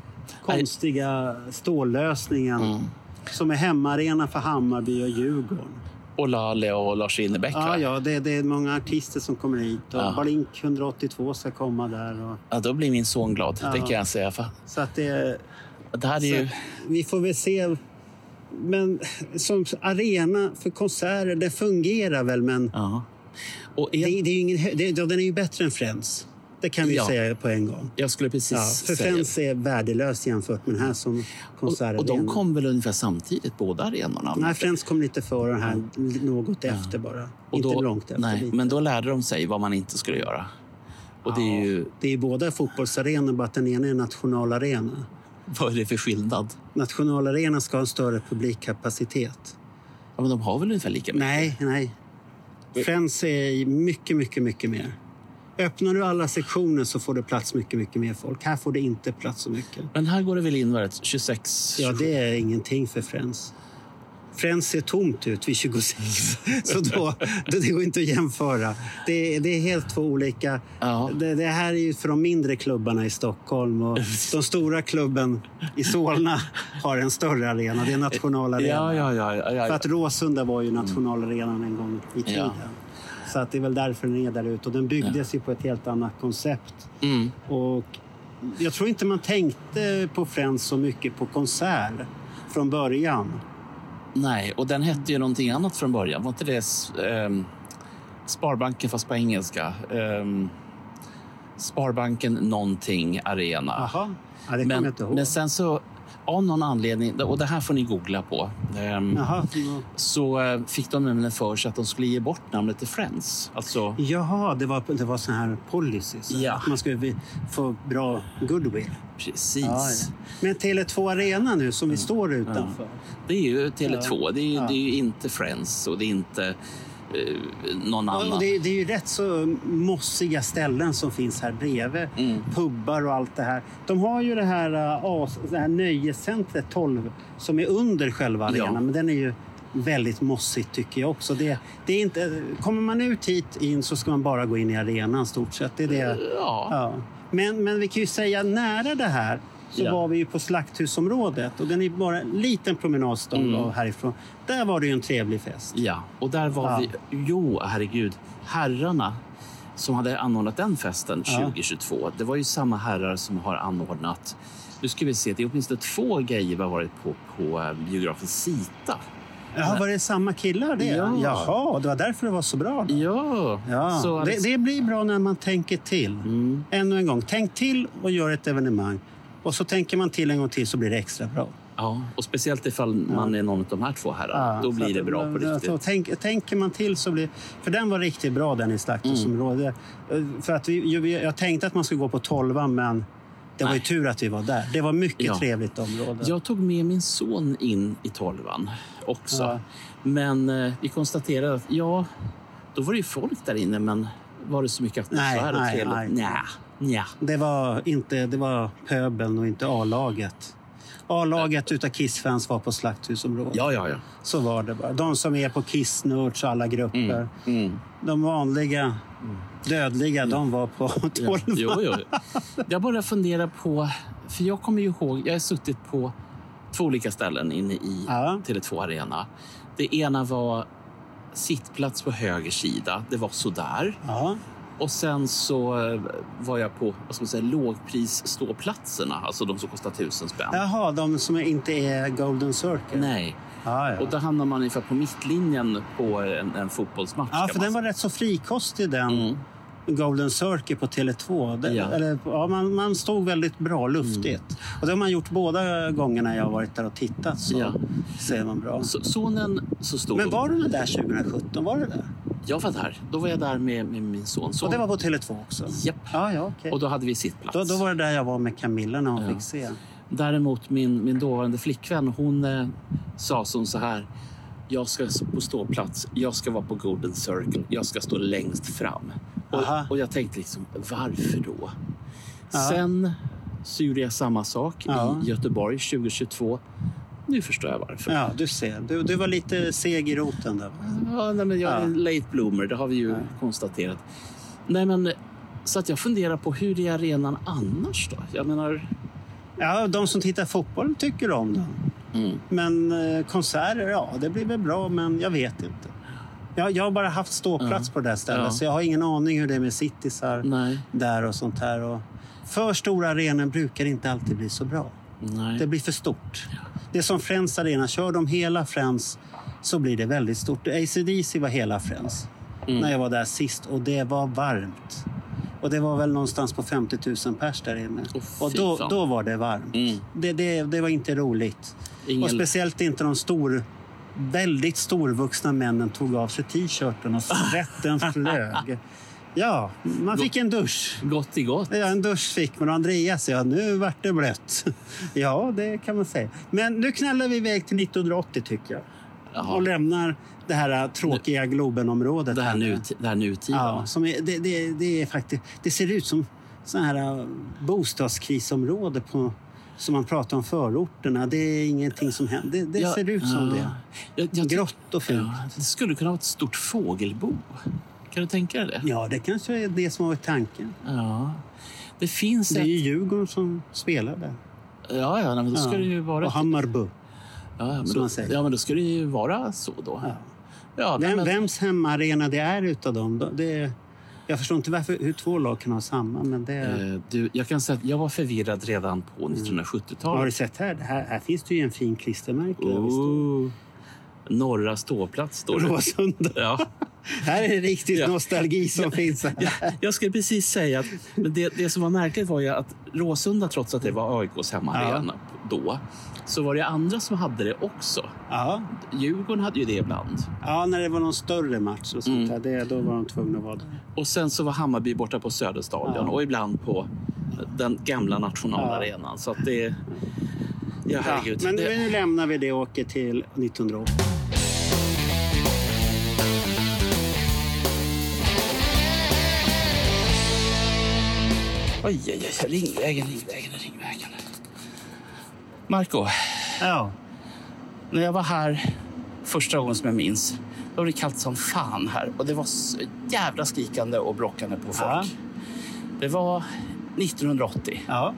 konstiga stållösningen mm. som är hemmaarena för Hammarby och Djurgården. Och Lale och Lars Winnerbäck. Ja, ja det, det är många artister som kommer hit. Och ja. Blink etthundraåttiotvå ska komma där. Och... Ja, då blir min son glad, ja. det kan jag säga. Så att det, det här är ju... Vi får väl se... Men som arena för konserter, det fungerar väl, men... Ja. Och är... det, det är ju ingen, det, den är ju bättre än Friends. Det kan vi ja. säga på en gång. Jag skulle precis ja, för säga. Friends är värdelöst jämfört med den här som konsertarena. Och, och de kom väl ungefär samtidigt, båda arenorna? Nej, Friends kom lite före den här, ja. något ja. efter bara. Och inte då, långt efter. Nej, men då lärde de sig vad man inte skulle göra. Och ja, det är ju... Det är båda fotbollsarenor, bara att den ena är nationalarena. Vad är det för skillnad? Nationalarena ska ha en större publikkapacitet. Ja, men de har väl ungefär lika mycket? Nej, nej. Friends är mycket, mycket, mycket mer. Öppnar du alla sektioner så får det plats mycket, mycket mer folk. Här får det inte plats så mycket. Men här går det väl in varit tjugosex? Ja, det är ingenting för Friends. Friends ser tomt ut vid tjugosex. Så då, det går inte att jämföra. Det, det är helt två olika. Ja. Det, det här är ju för de mindre klubbarna i Stockholm. Och de stora klubben i Solna har en större arena. Det är nationalarena. Ja, ja, ja, ja, ja. För att Råsunda var ju nationalarenan en gång i tiden. Ja. Så att det är väl därför den är där ute. Och den byggdes ja. ju på ett helt annat koncept. Mm. Och jag tror inte man tänkte på Friends så mycket på konsert från början. Nej, och den hette ju någonting annat från början. Var inte det um, Sparbanken fast på engelska? Um, Sparbanken någonting arena. Aha. Ja, det men, jag inte ihåg. Men sen så, av någon anledning, och det här får ni googla på, um, Aha, så uh, fick de nämligen för sig att de skulle ge bort namnet till Friends. Alltså, jaha, det var, det var sån här policy. Så ja. Att man skulle få bra goodwill. Precis. Ja, ja. Men Tele två Arena nu som vi står utanför. Ja. Det är ju Tele två. Det är ju, ja. det är ju inte Friends och det är inte eh, någon ja, annan. Det, det är ju rätt så mossiga ställen som finns här bredvid. Mm. Pubbar och allt det här. De har ju det här, uh, det här nöjescentret tolv som är under själva arenan. Ja. Men den är ju väldigt mossigt tycker jag också. Det, det är inte, kommer man ut hit in så ska man bara gå in i arenan stort sett. Det är det. Ja. Ja. Men, men vi kan ju säga nära det här så ja. var vi ju på Slakthusområdet och den är bara en liten promenadstånd mm. härifrån. Där var det ju en trevlig fest. Ja, och där var ja. vi, jo herregud, herrarna som hade anordnat den festen ja. tjugohundratjugotvå. Det var ju samma herrar som har anordnat, nu ska vi se, det är åtminstone två grejer vi har varit på på biografen Sita. Ja, var det samma killar det? Ja. Jaha, det var därför det var så bra. Då. Ja. ja. Så det, det blir bra när man tänker till. Mm. Ännu en gång, tänk till och gör ett evenemang. Och så tänker man till en gång till så blir det extra bra. Ja, och speciellt ifall ja. man är någon av de här två herrarna. Ja, då blir det bra på riktigt. Så tänk, tänker man till så blir... För den var riktigt bra, den i Slakthusområdet. Mm. För att vi, jag tänkte att man skulle gå på tolvan, men det var ju tur att vi var där. Det var mycket ja. trevligt område. Jag tog med min son in i tolvan också. Ja. Men eh, vi konstaterade att ja, då var det ju folk där inne, men var det så mycket atmosfär och trevligt? Nej, nej. Nja. Det var inte, det var pöbeln och inte A-laget. A-laget utav Kiss-fans var på Slakthusområdet. Ja, ja, ja. Så var det bara. De som är på Kiss-nerds, alla grupper. Mm. Mm. De vanliga, dödliga, mm. de var på tolv. Ja, jo, jo. Jag bara funderar på, för jag kommer ju ihåg, jag har suttit på två olika ställen inne i ja. Tele två Arena. Det ena var sittplats på höger sida. Det var sådär. Ja. Och sen så var jag på, vad ska man säga, lågprisståplatserna. Alltså de som kostar tusen spänn. Jaha, de som inte är Golden Circle. Nej. Ah, ja. Och då hamnar man ungefär på mittlinjen på en, en fotbollsmatch. Ja, för den var rätt så frikostig den. Mm. Golden Circle på Tele två. Det, ja. Eller, ja, man, man stod väldigt bra luftigt. Mm. Och det har man gjort båda gångerna jag har varit där och tittat. Så ja. ser man bra. Så, sonen så stod... Men var du där tjugosjutton? Var du där? Jag var där. Då var jag där med, med min son. Och det var på Tele två också? Japp. Ja, ja, okay. Och då hade vi sittplats. Då, då var det där jag var med Camilla när hon ja. fick se. Däremot min, min dåvarande flickvän, hon eh, sa som så här: jag ska på ståplats, jag ska vara på Golden Circle, jag ska stå längst fram. Och, och jag tänkte liksom, varför då? Ja. Sen så gjorde jag samma sak ja. i Göteborg tjugohundratjugotvå. nu förstår jag varför. Ja, du ser. Du, du var lite seg i roten där. Ja, nej, men jag är Ja. en late bloomer, det har vi ju Ja. konstaterat. Nej, men så att jag funderar på hur är arenan annars då? Jag menar... Ja, de som tittar fotboll tycker om den. Mm. Men eh, konserter, ja, det blir väl bra, men jag vet inte. Jag, jag har bara haft ståplats Ja. på det där stället, Ja. så jag har ingen aning hur det är med citysar Nej. där och sånt här. Och för stora arenor brukar inte alltid bli så bra. Nej. Det blir för stort. Det är som Friends Arena. Kör de hela Friends så blir det väldigt stort. A C D C var hela Friends Mm. när jag var där sist. Och det var varmt. Och det var väl någonstans på femtio tusen pers där inne. Åh, fy och då, fan. då var det varmt. Mm. Det, det, det var inte roligt. Ingen- Och speciellt inte de stor, väldigt storvuxna männen tog av sig t-shirten och svetten flög. Ja, man fick en dusch. Gott i gott. Ja, en dusch fick man. Och Andreas, ja, nu vart det blött. Ja, det kan man säga. Men nu knallar vi iväg till nittonhundraåttio tycker jag. Jaha. Och lämnar det här tråkiga Globenområdet. Det här, nu, det här nutida. Ja, som är, det, det, det är faktiskt... Det ser ut som så här bostadskrisområde på, som man pratar om förorterna. Det är ingenting som händer. Det, det Ja, ser ut som ja. det. Jag, jag, Grått och fult. Ja, det skulle kunna vara ett stort fågelbo. Kan du tänka dig det? Ja, det kanske är det som var tanken. Ja. Det finns Det är ett... ju Djurgården som spelar där. Ja, ja, men då ska Ja. det ju vara... Och Hammarby. ja, men som då, man säger. ja, men då ska det ju vara så då. Ja. Ja, nej, Vem, men, vems hemmaarena det är utav dem? Det, jag förstår inte varför, hur två lag kan ha samma, men det... eh, du, jag kan säga att jag var förvirrad redan på Har du nittonhundrasjuttiotalet. sett här? här? Här finns det ju en fin klistermärke. där vi står. Oh, norra ståplats står det. Råsunda. Ja. Här är det riktigt Ja. nostalgi som finns här. Ja, jag skulle precis säga att men det, det som var märkligt var ju att Råsunda, trots att det var A I K:s hemmaarena då, så var det andra som hade det också. Ja. Djurgården hade ju det ibland. Ja, när det var någon större match och sånt Mm. där, det, då var de tvungna att vara där. Och sen så var Hammarby borta på Söderstadion Ja. och ibland på den gamla nationalarenan. Så att det... Ja, herregud. men det, nu lämnar vi det och åker till nittonhundraåttio. oj, oj, oj. Ringvägen, ringvägen, ringvägen. Marco, Ja. när jag var här första gången som jag minns, då var det kallt som fan här. Och det var så jävla skrikande och bråkande på folk. Ja. Det var nittonhundraåttio. Ja.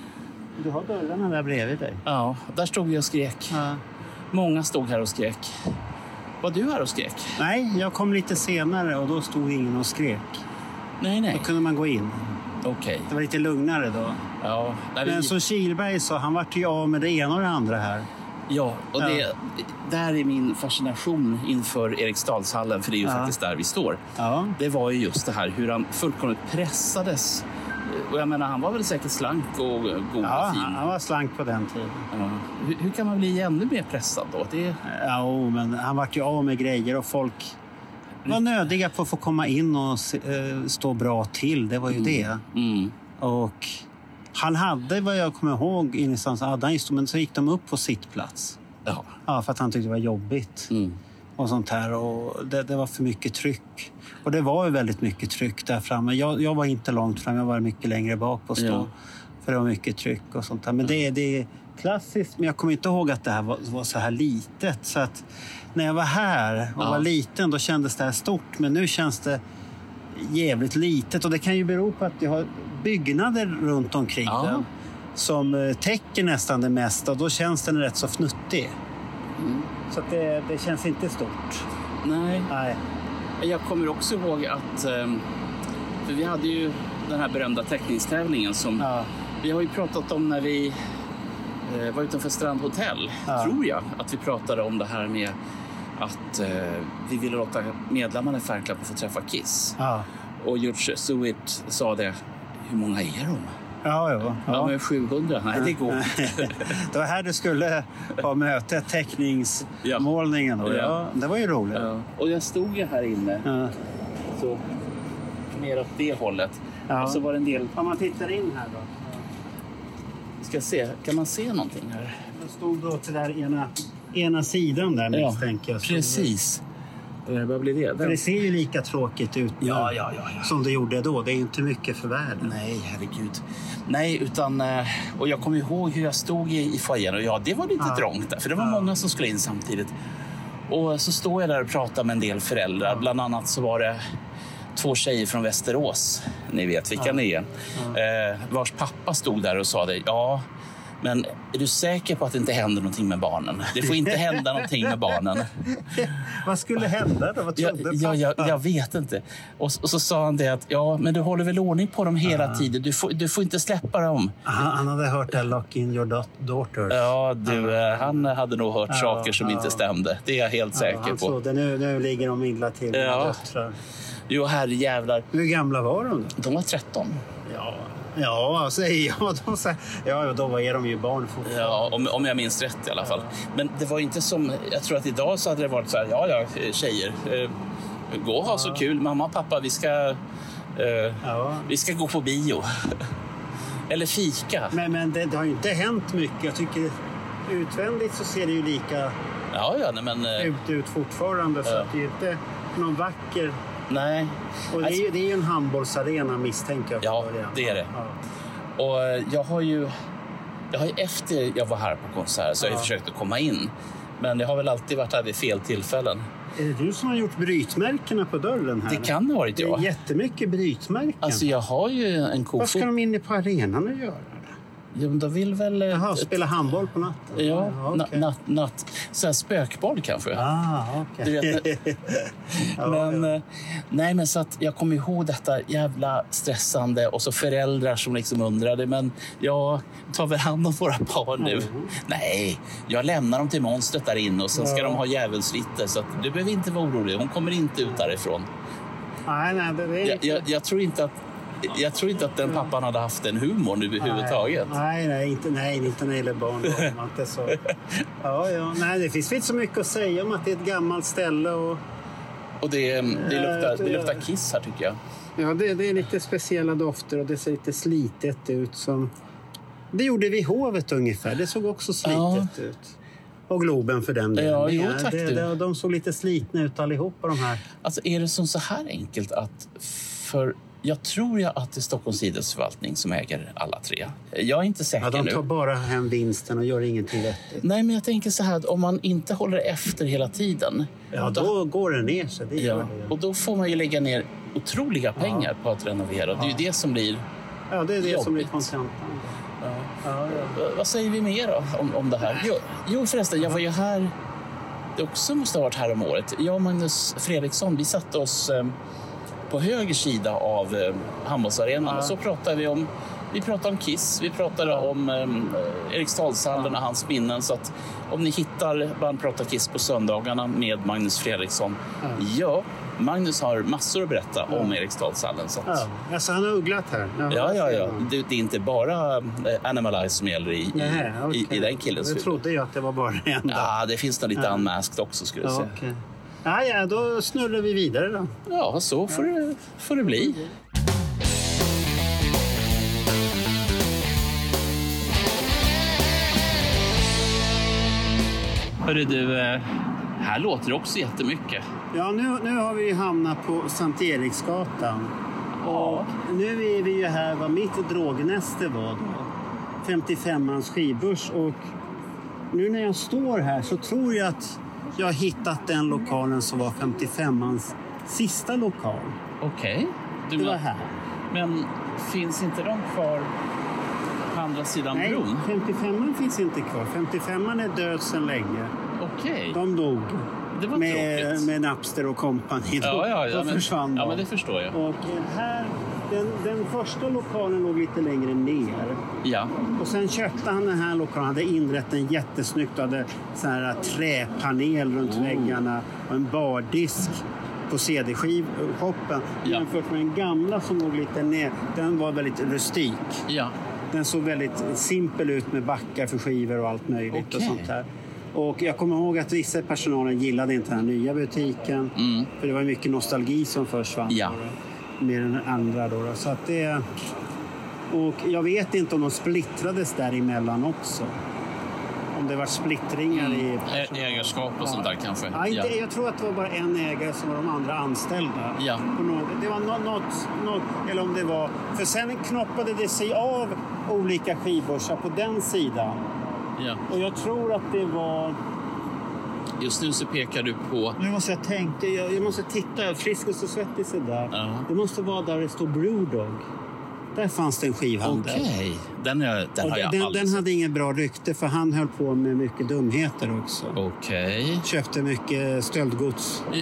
Du har dörrarna där bredvid dig. Ja, där stod vi och skrek. Ja. Många stod här och skrek. Var du här och skrek? Nej, jag kom lite senare och då stod ingen och skrek. Nej, nej. Då kunde man gå in. Okej. Det var lite lugnare då. Ja, nej, vi- Men som Kihlberg sa, han vart ju av med det ena och det andra här. ja, och Ja. det, där är min fascination inför Eriksdalshallen, för det är ju Ja. faktiskt där vi står. Ja. Det var ju just det här hur han fullkomligt pressades. Och jag menar, han var väl säkert slank och god Ja, och fin. han var slank på den tiden. Ja. Hur, hur kan man bli ännu mer pressad då? Det, Ja, oh, men han vart ju av med grejer och folk var nödiga på att få komma in och se, eh, stå bra till. Det var ju det. mm, Och han hade, vad jag kommer ihåg, ingenstans hade han just, men så gick de upp på sitt plats. ja. Ja, för att han tyckte det var jobbigt. Mm. Och sånt här. Och det, det var för mycket tryck. Och det var ju väldigt mycket tryck där framme. Jag, jag var inte långt fram, jag var mycket längre bak på stå. Ja. För det var mycket tryck och sånt där. Men det, det är klassiskt. Men jag kommer inte ihåg att det här var, var så här litet. Så att när jag var här och Ja. var liten, då kändes det här stort. Men nu känns det jävligt litet. Och det kan ju bero på att jag har byggnader runt omkring Ja. den. Som eh, täcker nästan det mesta. Och då känns den rätt så fnuttig. Mm. Så att det, det känns inte stort. Nej. Nej. Jag kommer också ihåg att ehm, för vi hade ju den här berömda teckningstävlingen som Ja. vi har ju pratat om när vi eh, var utanför Strandhotell, Ja. tror jag. Att vi pratade om det här med att eh, vi ville låta medlemmarna i Fanclubben få träffa Kiss. Ja. Och George Stewart sa det, hur många är de? Ja, ja. Ja, ja. men sjuhundra. Nej, det går inte. Det var här du skulle ha möte, teckningsmålningen. Då. Ja. Ja, det var ju roligt. Ja. Och jag stod ju här inne, Ja. så mer åt det hållet. Ja. Och så var det en del... Om man tittar in här då. Ska se, kan man se någonting här? Det stod då till där ena, ena sidan där misstänker jag. Så- precis. Vad blir det? För det ser ju lika tråkigt ut nu ja, ja, ja, ja. som det gjorde då. Det är inte mycket för världen. Nej, herregud. Nej, utan... Och jag kommer ihåg hur jag stod i, i foajén. Och ja, det var lite ja. trångt där. För det var ja. många som skulle in samtidigt. Och så står jag där och pratar med en del föräldrar. Bland annat så var det två tjejer från Västerås. Ni vet vilka ja. ni är. Ja. Eh, vars pappa stod där och sa det. Ja... Men är du säker på att det inte händer någonting med barnen? Det får inte hända någonting med barnen. Vad skulle hända då? Vad trodde jag, jag, jag, jag vet inte. Och, och så sa han det att ja, men du håller väl ordning på dem hela uh. tiden. Du får, du får inte släppa dem. Aha, han hade hört det, lock in your daughters. Ja, du, uh. han hade nog hört uh. saker som uh. inte stämde. Det är jag helt uh, säker han på. Så det, nu, nu ligger de illa till. Ja. Jo, herrejävlar. Hur gamla var de då? De var tretton. Ja. Ja, säger jag. De säger, ja, då var de ju barn fortfarande. Ja, om, om jag minns rätt i alla fall. Men det var inte som... Jag tror att idag så hade det varit så här... Ja, ja, tjejer. Eh, gå och ha ja. så kul. Mamma och pappa, vi ska... Eh, ja. Vi ska gå på bio. Eller fika. Men, men det, det har ju inte hänt mycket. Jag tycker utvändigt så ser det ju lika ja, ja, nej, men, eh, ut, ut fortfarande. Så ja. att det är inte någon vacker... Nej. Och det är, ju, det är ju en handbollsarena, misstänker jag. Ja, det. det är det. Ja. Och jag har ju... Jag har ju efter jag var här på konsert så ja. har jag försökt att komma in. Men jag har väl alltid varit här vid fel tillfällen. Är det du som har gjort brytmärkena på dörren här? Det kan ha varit jag. Det är jättemycket brytmärken. Alltså jag har ju en kofot. Vad ska de inne på arenan att göra? Ja, men de vill väl... Jaha, spela handboll på natten? Ja, ja okay. natt, natt. Så här spökboll kanske. Ah, okej. Okay. men, ja, ja. nej, men så att jag kommer ihåg detta jävla stressande och så föräldrar som liksom undrade, men jag tar väl hand om våra barn nu. Mm. Nej, jag lämnar dem till monstret där inne och sen ska ja. de ha djävulsritter, så att du behöver inte vara orolig. Hon kommer inte ut därifrån. Nej, nej, det är jag, jag, jag tror inte att Jag tror inte att den pappan hade haft en humor överhuvudtaget. Nej, nej, inte, nej, inte när det gäller barn. Inte så. Ja, ja. Nej, det finns inte så mycket att säga om att det är ett gammalt ställe. Och, och det, det, luktar, det luktar kiss här tycker jag. Ja, det, det är lite speciella dofter och det ser lite slitet ut. Som... Det gjorde vi i Hovet ungefär. Det såg också slitet ja. ut. Och Globen för den delen. Ja, jo, tack det, det, de såg lite slitna ut allihopa de här. Alltså är det som så här enkelt att för... Jag tror jag att det är Stockholms idrottsförvaltning som äger alla tre. Jag är inte säker nu. Ja, de tar nu. bara hem vinsten och gör ingenting vettigt. Nej, men jag tänker så här att om man inte håller efter hela tiden. Ja, då, då går det ner sig. Det ja, gör det. Och då får man ju lägga ner otroliga pengar ja. på att renovera. Det är ju det som blir Ja, det är det jobbigt. som blir kontentan. Ja. Ja, ja. Vad säger vi mer då om, om det här? Jo, jo förresten, jag var ju här... Det också måste ha varit här om året. Jag och Magnus Fredriksson, vi satte oss... på höger sida av eh, handbollsarenan. Ja. Och så pratade vi om vi pratade om Kiss, vi pratade om eh, Eriksdalshallen och hans minnen. Så att om ni hittar Band pratar Kiss på söndagarna med Magnus Fredriksson. Ja, ja Magnus har massor att berätta ja. om Eriksdalshallen. Så att... ja. Alltså han har ugglat här. Ja, ja, ja. ja. Det, det är inte bara eh, Animal Eyes som gäller i, Nej, okay. i, i den killens Jag trodde ju att det var bara det enda. Ja, det finns nog lite ja. unmasked också skulle jag ja, säga. Okay. Ja, ja, då snurrar vi vidare då. Ja, så får, ja. Det, får det bli. Hörru du, här låter det också jättemycket. Ja, nu, nu har vi hamnat på Sankt Eriksgatan. Och nu är vi ju här, vad mitt drognäste var då. femtiofemmans skibörs. Och nu när jag står här så tror jag att jag har hittat den lokalen som var femtiofemmans sista lokal. Okej. Okay. Det var här. Men finns inte de kvar på andra sidan Nej, bron? Nej, femtiofemman finns inte kvar. femtiofemman är död sedan länge. Okej. Okay. De dog. Det var med, tråkigt. Med Napster och kompani. Ja, ja, ja. Då men, försvann ja, de. men det förstår jag. Och här, den, den första lokalen låg lite längre ner. Ja. Och sen köpte han den här lokalen. Han hade inrett den jättesnyggt. Hade så här träpanel runt oh. väggarna. Och en bardisk på C D-shoppen. Ja. Jämfört med den gamla som låg lite ner. Den var väldigt rustik. Ja. Den såg väldigt simpel ut med backar för skivor och allt möjligt. Okay. Och sånt här. Och jag kommer ihåg att vissa personalen gillade inte den här nya butiken. Mm. För det var mycket nostalgi som försvann. Ja. Med den andra då. Så att det... Och jag vet inte om de splittrades däremellan också. om det var splittringar mm. i... Ä- ägarskap och ja. sånt där kanske. Ja, inte, ja. Jag tror att det var bara en ägare som var de andra anställda. Ja. På något, det var något, något, något, eller om det var... För sen knoppade det sig av olika skivbörsar på den sidan. Ja. Och jag tror att det var... Just nu så pekar du på... Nu måste jag tänka, jag, jag måste titta. Friskos och Svettis är där. Uh-huh. Det måste vara där det står Brewdog. Där fanns det en skivhandel. Okej, okay. den, är, den har jag den, aldrig den sett. hade ingen bra rykte för han höll på med mycket dumheter också. Okej. Okay. Köpte mycket stöldgods. I,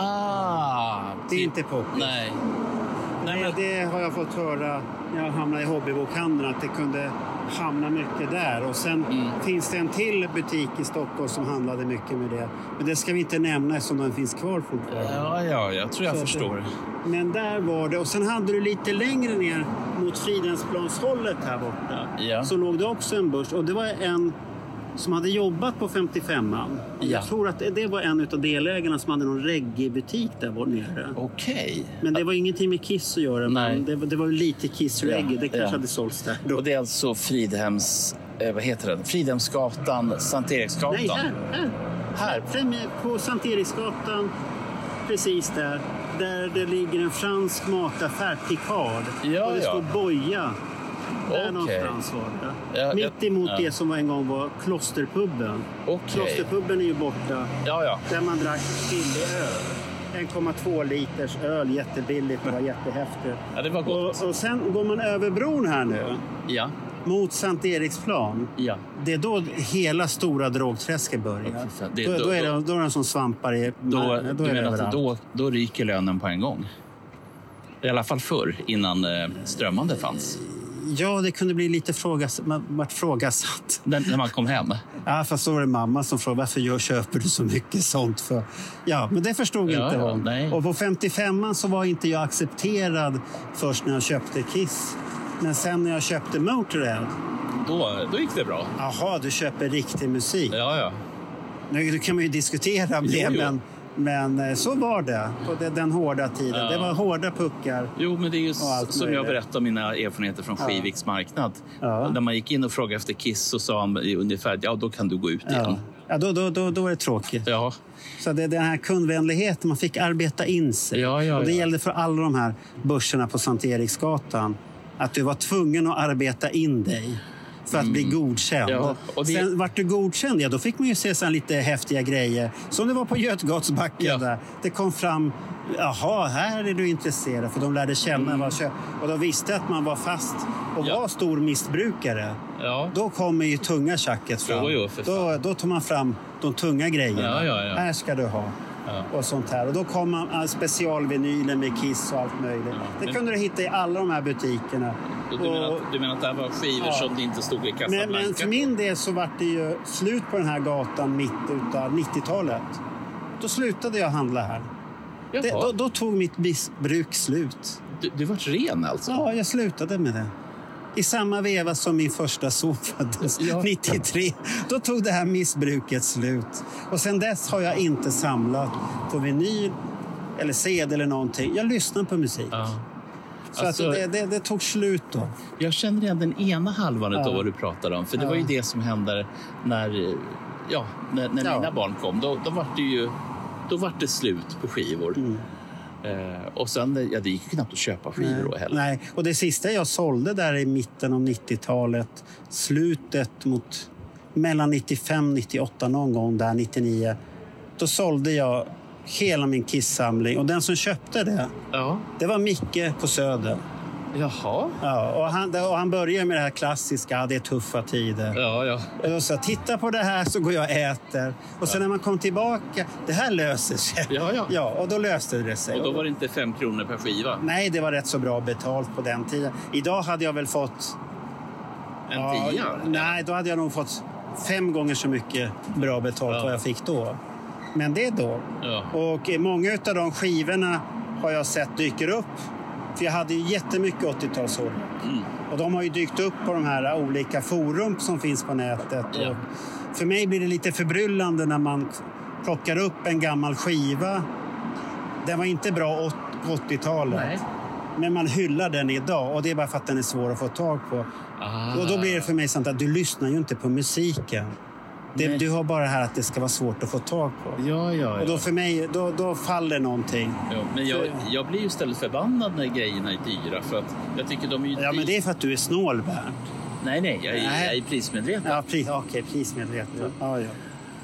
ah! Det är inte poppis. Nej. Nej, men... Det har jag fått höra när jag hamnade i hobbybokhandeln att det kunde hamna mycket där. Och sen mm. finns det en till butik i Stockholm som handlade mycket med det. Men det ska vi inte nämna eftersom den finns kvar fortfarande. Ja, ja, jag tror jag Så förstår. Det, men där var det. Och sen hade du lite längre ner mot Fridhemsplanshållet här borta. Ja. Så låg det också en börs. Och det var en som hade jobbat på femtiofemman. Ja. Jag tror att det var en av delägarna som hade någon reggae-butik där var nere. Okej. Okay. Men det var ingenting med Kiss att göra. Nej. Men det, det var lite Kiss-reggae. Ja. Det kanske ja. hade sålts där. Då. Och det är alltså Fridhems... Eh, vad heter den? Fridhemsgatan, Sankt Eriksgatan. Nej, här. Här. här. På Sankt Eriksgatan, precis där. Där det ligger en fransk mataffär, Picard. Ja, och det ja. står Boja. Där okay. någonstans var det. Ja, Mitt emot ja. det som var en gång var Klosterpubben. Okay. Klosterpubben är ju borta. Ja, ja. Där man drack billig öl. en komma två liters öl, jättebilligt. Det var jättehäftigt. Ja, det var gott. Och, och sen går man över bron här nu. Ja. Mot Sankt Eriksplan. Ja. Det är då hela stora drogträsket börjar. Det, då, då, då, är det, då är det som svampar i... Då, då, då, är det att då, då ryker lönen på en gång. I alla fall förr, innan eh, strömmande fanns. Ja, det kunde bli lite frågas, man vart frågasatt. Den, när man kom hem? Ja, fast då var det mamma som frågade varför jag köper du så mycket sånt för. Ja, men det förstod ja, inte hon. Ja, och på femtiofemman så var inte jag accepterad först när jag köpte Kiss. Men sen när jag köpte Motörhead. Då, då gick det bra. Jaha, du köper riktig musik. Ja, ja. Nu kan man ju diskutera med det, men... Men så var det på den hårda tiden. Ja. Det var hårda puckar. Jo, men det är ju som möjligt. Jag berättade om mina erfarenheter från ja. Skiviks marknad. Ja. När man gick in och frågade efter Kiss så sa han ungefär, ja då kan du gå ut ja. igen. Ja, då, då, då, då är det tråkigt. Ja. Så det är den här kundvänligheten, man fick arbeta in sig. Ja, ja, och det ja. gällde för alla de här börserna på Sankt Eriksgatan. Att du var tvungen att arbeta in dig. För att mm. bli godkänd. Ja, och det... Sen vart du godkänd, ja, då fick man ju se så lite häftiga grejer. Som det var på Götgatsbacken ja. där. Det kom fram, jaha, här är du intresserad. För de lärde känna mm. vad köp. Och de visste att man var fast och ja. var stor missbrukare. Ja. Då kommer ju tunga tjacket fram. Jo, jo, då, då tar man fram de tunga grejerna. Ja, ja, ja. Här ska du ha. Ja. Och sånt här. Och då kom man specialvinylen med Kiss och allt möjligt. Ja. Det kunde du hitta i alla de här butikerna. Du menar, att, du menar att det här var skivor ja. som det inte stod i Casablanca? Men, men för min del så var det ju slut på den här gatan mitt utav nittiotalet. Då slutade jag handla här. Det, då, då tog mitt missbruk slut. Du, du var ren alltså? Ja, jag slutade med det. I samma veva som min första son föddes, ja. nittiotre. Då tog det här missbruket slut. Och sen dess har jag inte samlat på vinyl eller C D eller någonting. Jag lyssnar på musik. Ja. Så alltså, att det, det, det tog slut då. Jag känner igen den ena halvan ja. av vad du pratar om. För det ja. var ju det som hände när, ja, när, när ja. mina barn kom. Då, då var det ju då var det slut på skivor. Mm. Eh, och sen, ja, det gick knappt att köpa skivor nej, då heller. Nej, och det sista jag sålde där i mitten av nittiotalet, slutet mot mellan nittiofem nittioåtta någon gång där nittionio, då sålde jag hela min Kiss-samling. Och den som köpte det, ja. det var Micke på Söder. Jaha. Ja, och han, och han började med det här klassiska, det är tuffa tider. Ja, ja. Och så titta på det här så går jag och äter. Och sen ja. när man kom tillbaka, det här löser sig. Ja, ja. Ja, och då löste det sig. Och då var det inte fem kronor per skiva? Nej, det var rätt så bra betalt på den tiden. Idag hade jag väl fått... En ja, tia? Nej, då hade jag nog fått fem gånger så mycket bra betalt ja. vad jag fick då. Men det är då. Ja. Och många av de skivorna har jag sett dyker upp. För jag hade ju jättemycket åttiotalshår. Mm. Och de har ju dykt upp på de här olika forum som finns på nätet. Ja. Och för mig blir det lite förbryllande när man plockar upp en gammal skiva. Den var inte bra på åttiotalet. Nej. Men man hyllar den idag. Och det är bara för att den är svår att få tag på. Ah. Och då blir det för mig sånt att du lyssnar ju inte på musiken. Det, du har bara det här att det ska vara svårt att få tag på. Ja, ja, ja. Och då för mig, då, då faller någonting. Ja, men jag, jag blir ju istället förbannad när grejerna är dyra. För att jag tycker de är ju Ja, men det är för att du är snål, Bernt. Nej, nej, jag är, nej. Jag är prismedveten. Ja, pris, okej, prismedveten. Ja. Ja, ja.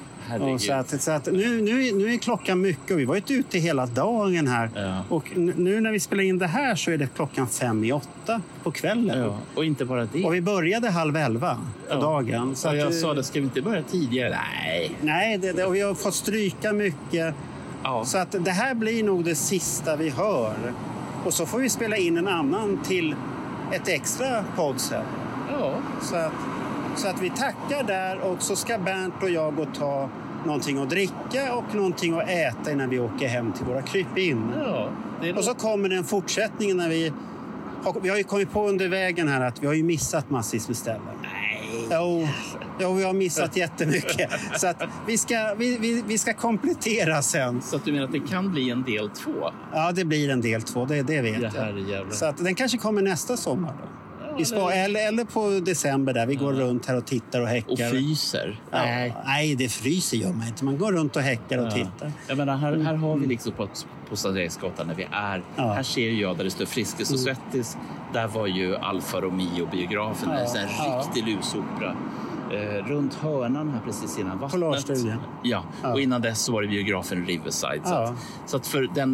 Och så att, så att nu, nu, nu är klockan mycket och vi var ju ute hela dagen här. Ja. Och nu när vi spelar in det här så är det klockan fem i åtta på kvällen. Ja. Och inte bara det. Och vi började halv elva på ja. dagen. Så ja, jag att, sa det, ska vi inte börja tidigare? Nej. Nej, det, det, och vi har fått stryka mycket. Ja. Så att det här blir nog det sista vi hör. Och så får vi spela in en annan till ett extra poddset. Ja. Så att, så att vi tackar där och så ska Bernt och jag gå och ta någonting att dricka och någonting att äta innan vi åker hem till våra krypin. Ja, det är och så kommer det en fortsättning när vi... Vi har ju kommit på under vägen här att vi har ju missat massvis med ställen. Nej. Jo, jo, vi har missat jättemycket. Så att vi ska, vi, vi, vi ska komplettera sen. Så att du menar att det kan bli en del två? Ja, det blir en del två, det, det vet det här jag. jävla... Så att den kanske kommer nästa sommar då. I spa, eller, eller på december där vi går ja. runt här och tittar och häckar. Och fryser. Ja, nej. nej, det fryser gör man inte. Man går runt och häckar och ja. tittar. Jag menar, här, här har vi liksom på, på Staderingsgatan när vi är. Ja. Här ser jag där det står Friskis och Svettis. Mm. Där var ju Alfa Romeo-biografen. Ja. En ja. riktig lusopera. Eh, runt hörnan här precis innan vattnet. Polarstudion. Ja. ja, och innan dess så var det biografen Riverside. Så, ja. att, så att för den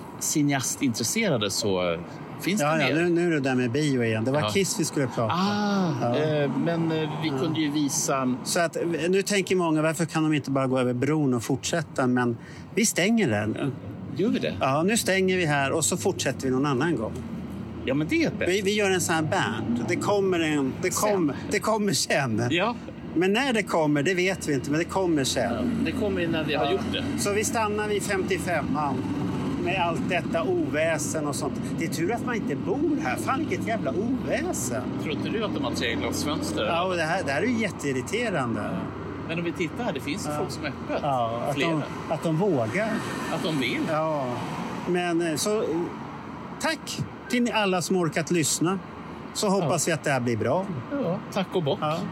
cineastintresserade så... Finns ja, det ja, nu, nu är det där med bio igen. Det var ja. Kiss vi skulle prata om. Ah, ja. eh, men eh, vi ja. kunde ju visa... Så att, nu tänker många, varför kan de inte bara gå över bron och fortsätta? Men vi stänger den nu. Gör vi det? Ja, nu stänger vi här och så fortsätter vi någon annan gång. Ja, men det är bättre. Vi, vi gör en sån här band. Det kommer, en, det kom, det kommer sen. Ja. Men när det kommer, det vet vi inte. Men det kommer sen. Ja, det kommer när vi har ja. gjort det. Så vi stannar vid femtiofemman. Med allt detta oväsen och sånt. Det är tur att man inte bor här. Fan, vilket jävla oväsen. Tror inte du att de har treglasfönster? Ja, och det här, det här är ju jätteirriterande. Ja. Men om vi tittar här, det finns ju ja. folk som är öppet. Ja, att de, att de vågar. Att de vill. Ja, men så tack till alla som orkat lyssna. Så hoppas ja. vi att det här blir bra. Ja, tack och bock. Ja.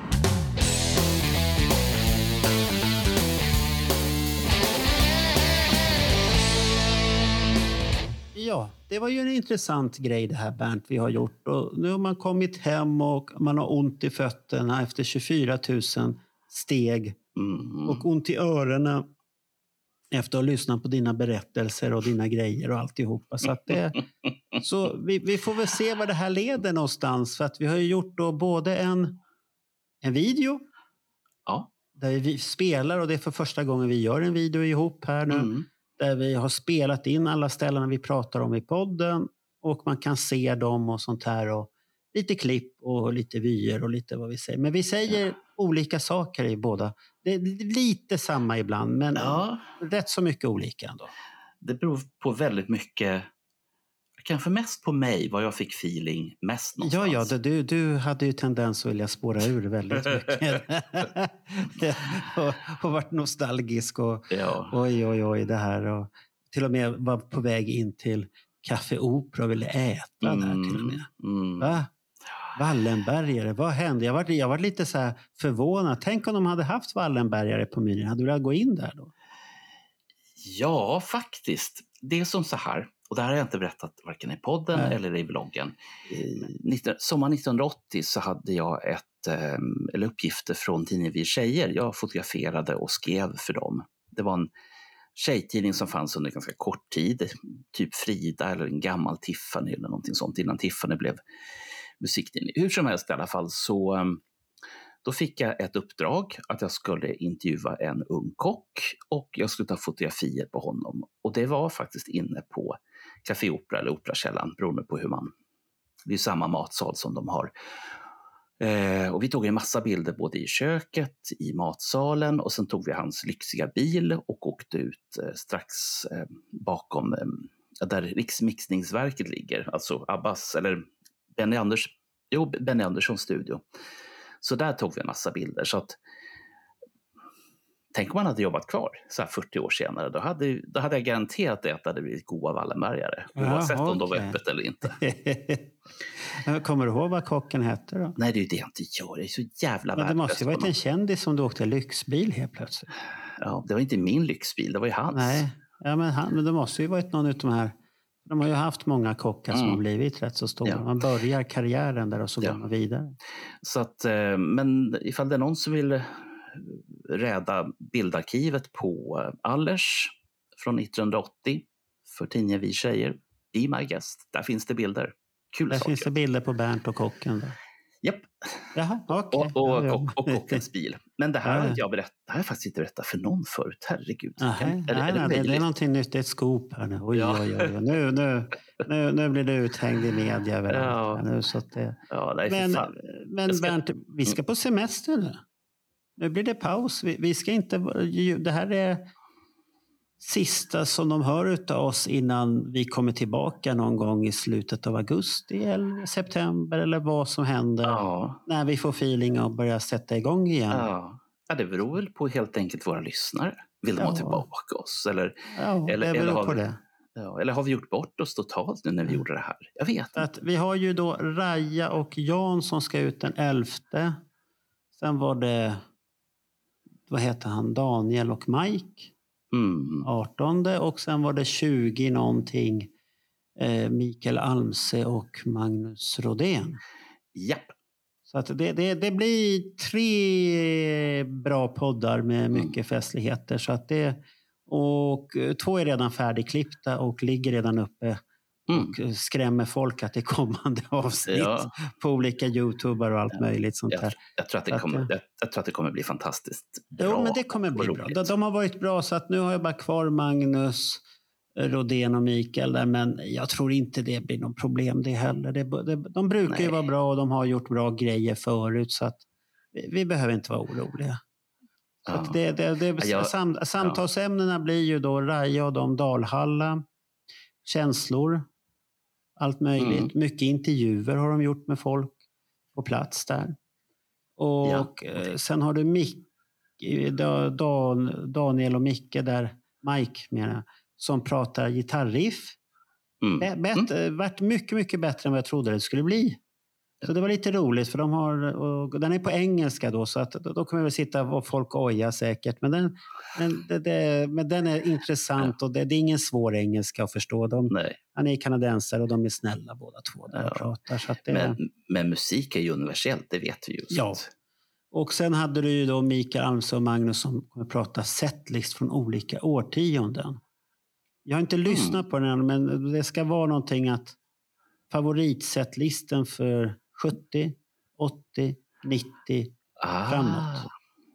Ja, det var ju en intressant grej det här, Bernt, vi har gjort. Och nu har man kommit hem och man har ont i fötterna efter tjugofyra tusen steg. Mm. Och ont i öronen efter att ha lyssnat på dina berättelser och dina grejer och alltihopa. Så, att det, så vi, vi får väl se vad det här leder någonstans. För att vi har ju gjort då både en, en video. Ja. Där vi spelar och det är för första gången vi gör en video ihop här nu. Mm. Där vi har spelat in alla ställena vi pratar om i podden. Och man kan se dem och sånt här. Och lite klipp och lite vyer och lite vad vi säger. Men vi säger ja. olika saker i båda. Det är lite samma ibland. Men ja. rätt så mycket olika ändå. Det beror på väldigt mycket. Kanske mest på mig. Vad jag fick feeling mest någonstans. Ja, ja. Du, du hade ju tendens att vilja spåra ur väldigt mycket. och, och varit nostalgisk. Och ja. oj, oj, oj. Det här. Och till och med var på väg in till Café Opera och ville äta mm. där till och med. Mm. Va? Wallenbergare, vad hände? Jag var, jag var lite så här förvånad. Tänk om de hade haft Wallenbergare på menyn. Hade du velat gå in där då? Ja, faktiskt. Det är som så här. Och det här har jag inte berättat varken i podden Nej. eller i vloggen. Sommar nittonhundraåttio så hade jag ett, eller uppgifter från tidningen Vi Tjejer. Jag fotograferade och skrev för dem. Det var en tjejtidning som fanns under ganska kort tid. Typ Frida eller en gammal Tiffany eller någonting sånt. Innan Tiffany blev musiktidning. Hur som helst i alla fall så då fick jag ett uppdrag att jag skulle intervjua en ung kock och jag skulle ta fotografier på honom. Och det var faktiskt inne på Café Opera eller Operakällan, beroende på hur man... Det är samma matsal som de har. Eh, och vi tog en massa bilder både i köket, i matsalen och sen tog vi hans lyxiga bil och åkte ut eh, strax eh, bakom eh, där Riksmixningsverket ligger. Alltså Abbas, eller Benny Anders, jo, Benny Anderssons studio. Så där tog vi en massa bilder. Så att tänk om man hade jobbat kvar så här fyrtio år senare. Då hade, då hade jag garanterat att det hade blivit goda Wallenbergare. Oavsett Jaha, om de var okej. öppet eller inte. Kommer du ihåg vad kocken hette då? Nej, det är ju det jag inte gör. Det är så jävla Men det måste ju värdelöst. varit en kändis som du åkte lyxbil helt plötsligt. Ja, det var inte min lyxbil, det var ju hans. Nej, ja, men, han, men det måste ju varit någon av de här. De har ju haft många kockar som Mm. har blivit rätt så stora. Ja. Man börjar karriären där och så Ja. går man vidare. Så att, eh, men ifall det är någon som vill rädda bildarkivet på Allers från nittonhundraåttio för tidningen Vi Tjejer, Be My Guest, där finns det bilder. Kul Där saker. finns det bilder på Bernt och kocken. Där. Japp. Jaha, okej. Och, och, Ja, ja. och, och kockens bil. Men det här Ja, har ja. inte jag berättat, det här har jag faktiskt inte berättat för någon förut. Herregud. Nej, Kan- är, nej, det- är nej, det det, det är möjligt? någonting nytt. Det är ett scoop här nu. Oj, Ja. oj, oj, oj. Nu, nu, nu, nu blir det uthängd i media överallt. Ja. Här nu, så att det... Ja, nej, för Men, fan. men Jag ska- Bernt, vi ska på semester nu. Nu blir det paus. Vi, vi ska inte... Det här är sista som de hör utav oss innan vi kommer tillbaka någon gång i slutet av augusti eller september eller vad som händer. Ja, När vi får feeling och börjar sätta igång igen. ja. ja, det beror väl på helt enkelt våra lyssnare. Vill de Ja. ha tillbaka oss? Eller, Ja, eller, det eller, beror har på vi, det. ja, eller har vi gjort bort oss totalt nu när vi gjorde det här? Jag vet inte. Att vi har ju då Raja och Jan som ska ut den elfte. Sen var det, vad heter han, Daniel och Mike. Mm. artonde och sen var det tjugo någonting eh, Mikael Almse och Magnus Rodén. Japp. Så att det, det, det blir tre bra poddar med mycket Mm. festligheter. Så att det, och eh, två är redan färdigklippta och ligger redan uppe Mm. och skrämmer folk att det är kommande avsnitt Ja. på olika YouTuber och allt Ja. möjligt sånt Jag, här. jag, tror att det Så att, kommer, eh, jag, jag tror att det kommer bli fantastiskt bra. Jo, men det kommer bli och bra. roligt. De, de har varit bra så att nu har jag bara kvar Magnus, Rodén och Mikael där, men jag tror inte det blir någon problem det heller. Det, det, de brukar ju Nej. vara bra och de har gjort bra grejer förut så att vi, vi behöver inte vara oroliga. Så Ja. att det, det, det, Ja, jag- sam, samtalsämnena blir ju då Raja och de Dalhalla, känslor, allt möjligt. Mm. Mycket intervjuer har de gjort med folk på plats där. Och Ja. eh, sen har du Mick, Da- Dan, Daniel och Micke där, Mike menar jag, som pratar gitarriff. Mm. Mm. Bet, Vart mycket, mycket bättre än vad jag trodde det skulle bli. Så det var lite roligt för de har, och den är på engelska då så att då kommer vi sitta och folk oja säkert. Men den, den, det, det, men den är intressant och det, det är ingen svår engelska att förstå. De, Nej. han är kanadensare och de är snälla båda två där och Ja. pratar. Så att det, Men, men musik är ju universellt, det vet vi ju. Så Ja. att- Och sen hade du ju då Mikael Almse och Magnus som kommer prata setlist från olika årtionden. Jag har inte lyssnat på den än, men det ska vara någonting att favoritsetlisten för sjuttio, åttio, nittio ah, framåt.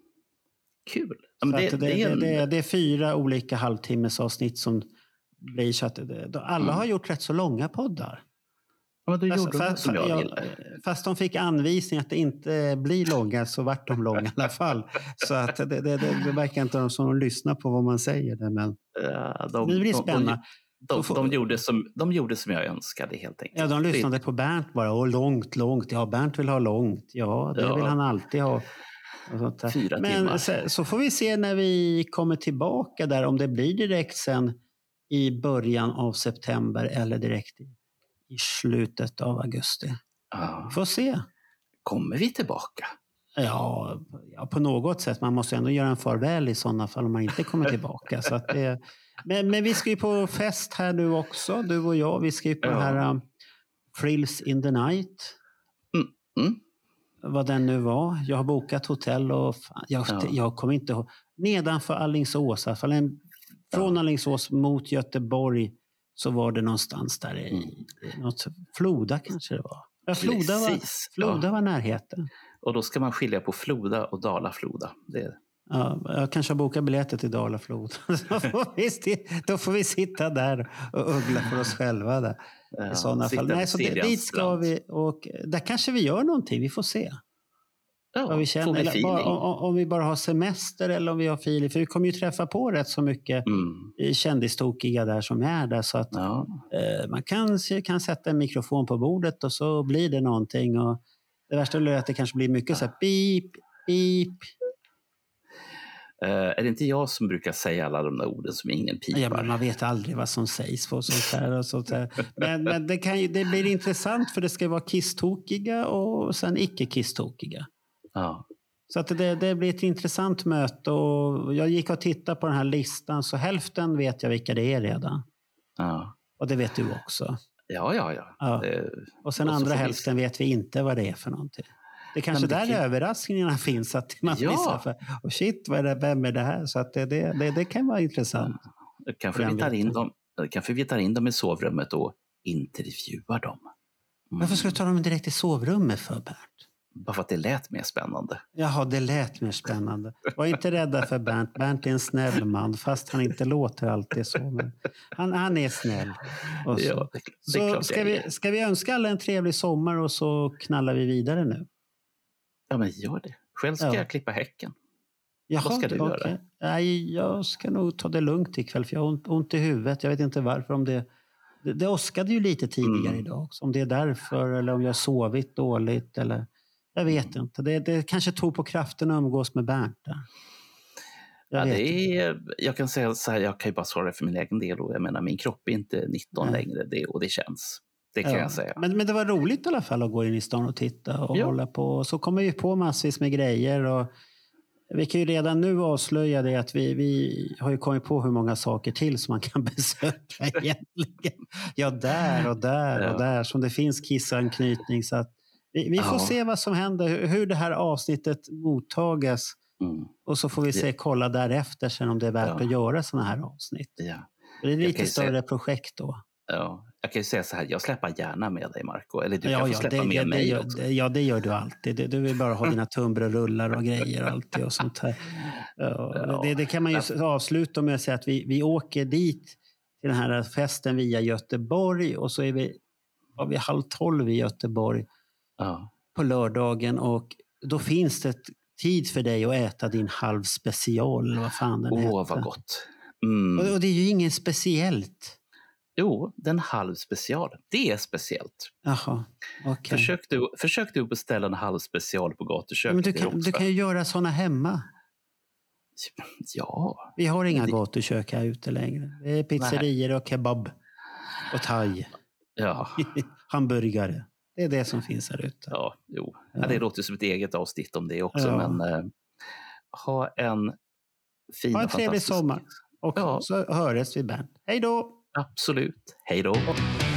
Kul. Ja, men Så det, att det, det, det, är en, det, det är fyra olika halvtimmesavsnitt som blir så att det, alla Mm. har gjort rätt så långa poddar. ja, men då Fast, gjorde de fast, som jag ja, ville. fast de fick anvisning att det inte blir långa så vart de långa i alla fall. Så att det, det, det, det verkar inte som de lyssnar på vad man säger. Där, men Ja, de, det blir de- spännande. De, Då de, får- de, gjorde som, de gjorde som jag önskade helt enkelt. Ja, de lyssnade på Bernt bara. Åh, långt, långt. Ja, Bernt vill ha långt. Ja, det Ja. vill han alltid ha. Och sånt där. Fyra Men timmar. så, så får vi se när vi kommer tillbaka där om det blir direkt sen i början av september eller direkt i, i slutet av augusti. Ja. Vi får se. Kommer vi tillbaka? Ja, ja, på något sätt. Man måste ändå göra en farväl i sådana fall om man inte kommer tillbaka. Så att det, men, men vi ska ju på fest här nu också, du och jag. Vi ska ju på Ja. det här um, Frills in the Night. Mm. Mm. Vad den nu var. Jag har bokat hotell och fan, jag, Ja. jag kommer inte ihåg. Nedanför Alingsås, i alla fall en, från Alingsås mot Göteborg så var det någonstans där i, Mm. i något, Floda kanske det var. Ja, Floda var, Precis, Floda ja. var närheten. Och då ska man skilja på Floda och Dala-Floda. Det, Ja, jag kanske har bokat biljetter till Dalaflod. Då får vi, sti- då får vi sitta där och uggla för oss själva. Där, ja, i sådana sitta fall. vid Nej, så det, Siljans dit ska strand. vi. Och där kanske vi gör någonting. Vi får se Ja, vad vi får känner. vi Eller bara, feeling? om, om vi bara har semester eller om vi har feeling. För vi kommer ju träffa på rätt så mycket Mm. kändistokiga där som är där. Så att Ja. eh, man kan, kan sätta en mikrofon på bordet och så blir det någonting. Och det värsta är att det kanske blir mycket så här pip, pip. Uh, är det inte jag som brukar säga alla de där orden som ingen pipar? Ja, men man vet aldrig vad som sägs på sånt här och sånt här. Men, men det, kan ju, det blir intressant för det ska vara kisstokiga och sen icke kisstokiga. Ja. Så att det, det blir ett intressant möte och jag gick och tittade på den här listan så hälften vet jag vilka det är redan. Ja. Och det vet du också. Ja, ja, ja. ja. Det, och sen och andra hälften vi... vet vi inte vad det är för någonting. Det kanske Nej, det där kan... överraskningarna finns. Att man ja. för, och shit, vad är det, vem är det här? Så att det, det, det, det kan vara intressant. Ja. Kanske, vi tar in dem, kanske vi tar in dem i sovrummet och intervjuar dem. Mm. Varför ska du ta dem direkt i sovrummet för, Bernt? Bara för att det lät mer spännande. Jaha, det lät mer spännande. Var inte rädda för Bernt. Bernt är en snäll man, fast han inte låter alltid så. Men han, han är snäll. Och så ja, det, det så ska, vi, ska vi önska alla en trevlig sommar och så knallar vi vidare nu? Ja, men gör det. Själv ska ja. jag klippa häcken. Jaha, Vad ska du okay. göra? Nej, jag ska nog ta det lugnt ikväll för jag har ont, ont i huvudet. Jag vet inte varför. Om det, det, det åskade ju lite tidigare mm. idag. Om det är därför eller om jag har sovit dåligt eller... Jag vet inte. Det, det kanske tog på kraften att umgås med Bernt där. Jag, ja, det är, jag kan säga så här, jag kan ju bara svara för min egen del. Och jag menar, min kropp är inte nitton Nej. längre det, och det känns. Det kan ja. jag säga. Men, men det var roligt i alla fall att gå in i stan och titta och ja. hålla på. Så kommer vi på massvis med grejer. Och vi kan ju redan nu avslöja det att vi, vi har ju kommit på hur många saker till som man kan besöka egentligen. Ja, där och där ja. och där. Som det finns kissanknytning så att Vi, vi får ja. se vad som händer, hur, hur det här avsnittet mottagas. Mm. Och så får vi se, kolla därefter sen om det är värt ja. att göra såna här avsnitt. Ja. Det är lite större säga, projekt då. Ja. Jag kan ju säga så här, jag släpper gärna med dig Marco. Eller du ja, kan få ja, släppa det, med det, mig det gör, också. Det, ja, det gör du alltid. Du, du vill bara ha dina tunnbrödsrullar och grejer alltid och sånt här. Ja, ja. Det, det kan man ju ja. avsluta med att säga att vi, vi åker dit till den här festen via Göteborg och så är vi, var vi halv tolv i Göteborg. Ja. På lördagen och då finns det tid för dig att äta din halv special. Vad fan den Åh, heter. oh, vad gott. Mm. Och, och det är ju ingen speciellt. Jo, den halv special. Det är speciellt. Jaha, okej. Okay. Försök du, försök du beställa en halv special på gatuköket. Men du kan, du kan ju göra såna hemma. Ja. Vi har inga det... gatukök här ute längre. Det är pizzerior Nej. och kebab och thai. Ja. Hamburgare. Det är det som finns här ute. Ja, jo. Ja. Det låter som ett eget avsnitt om det också. Ja. Men eh, ha en fin ha en och trevlig sommar. Och ja. så höres vi, Bernt. Hej då! Absolut. Hej då!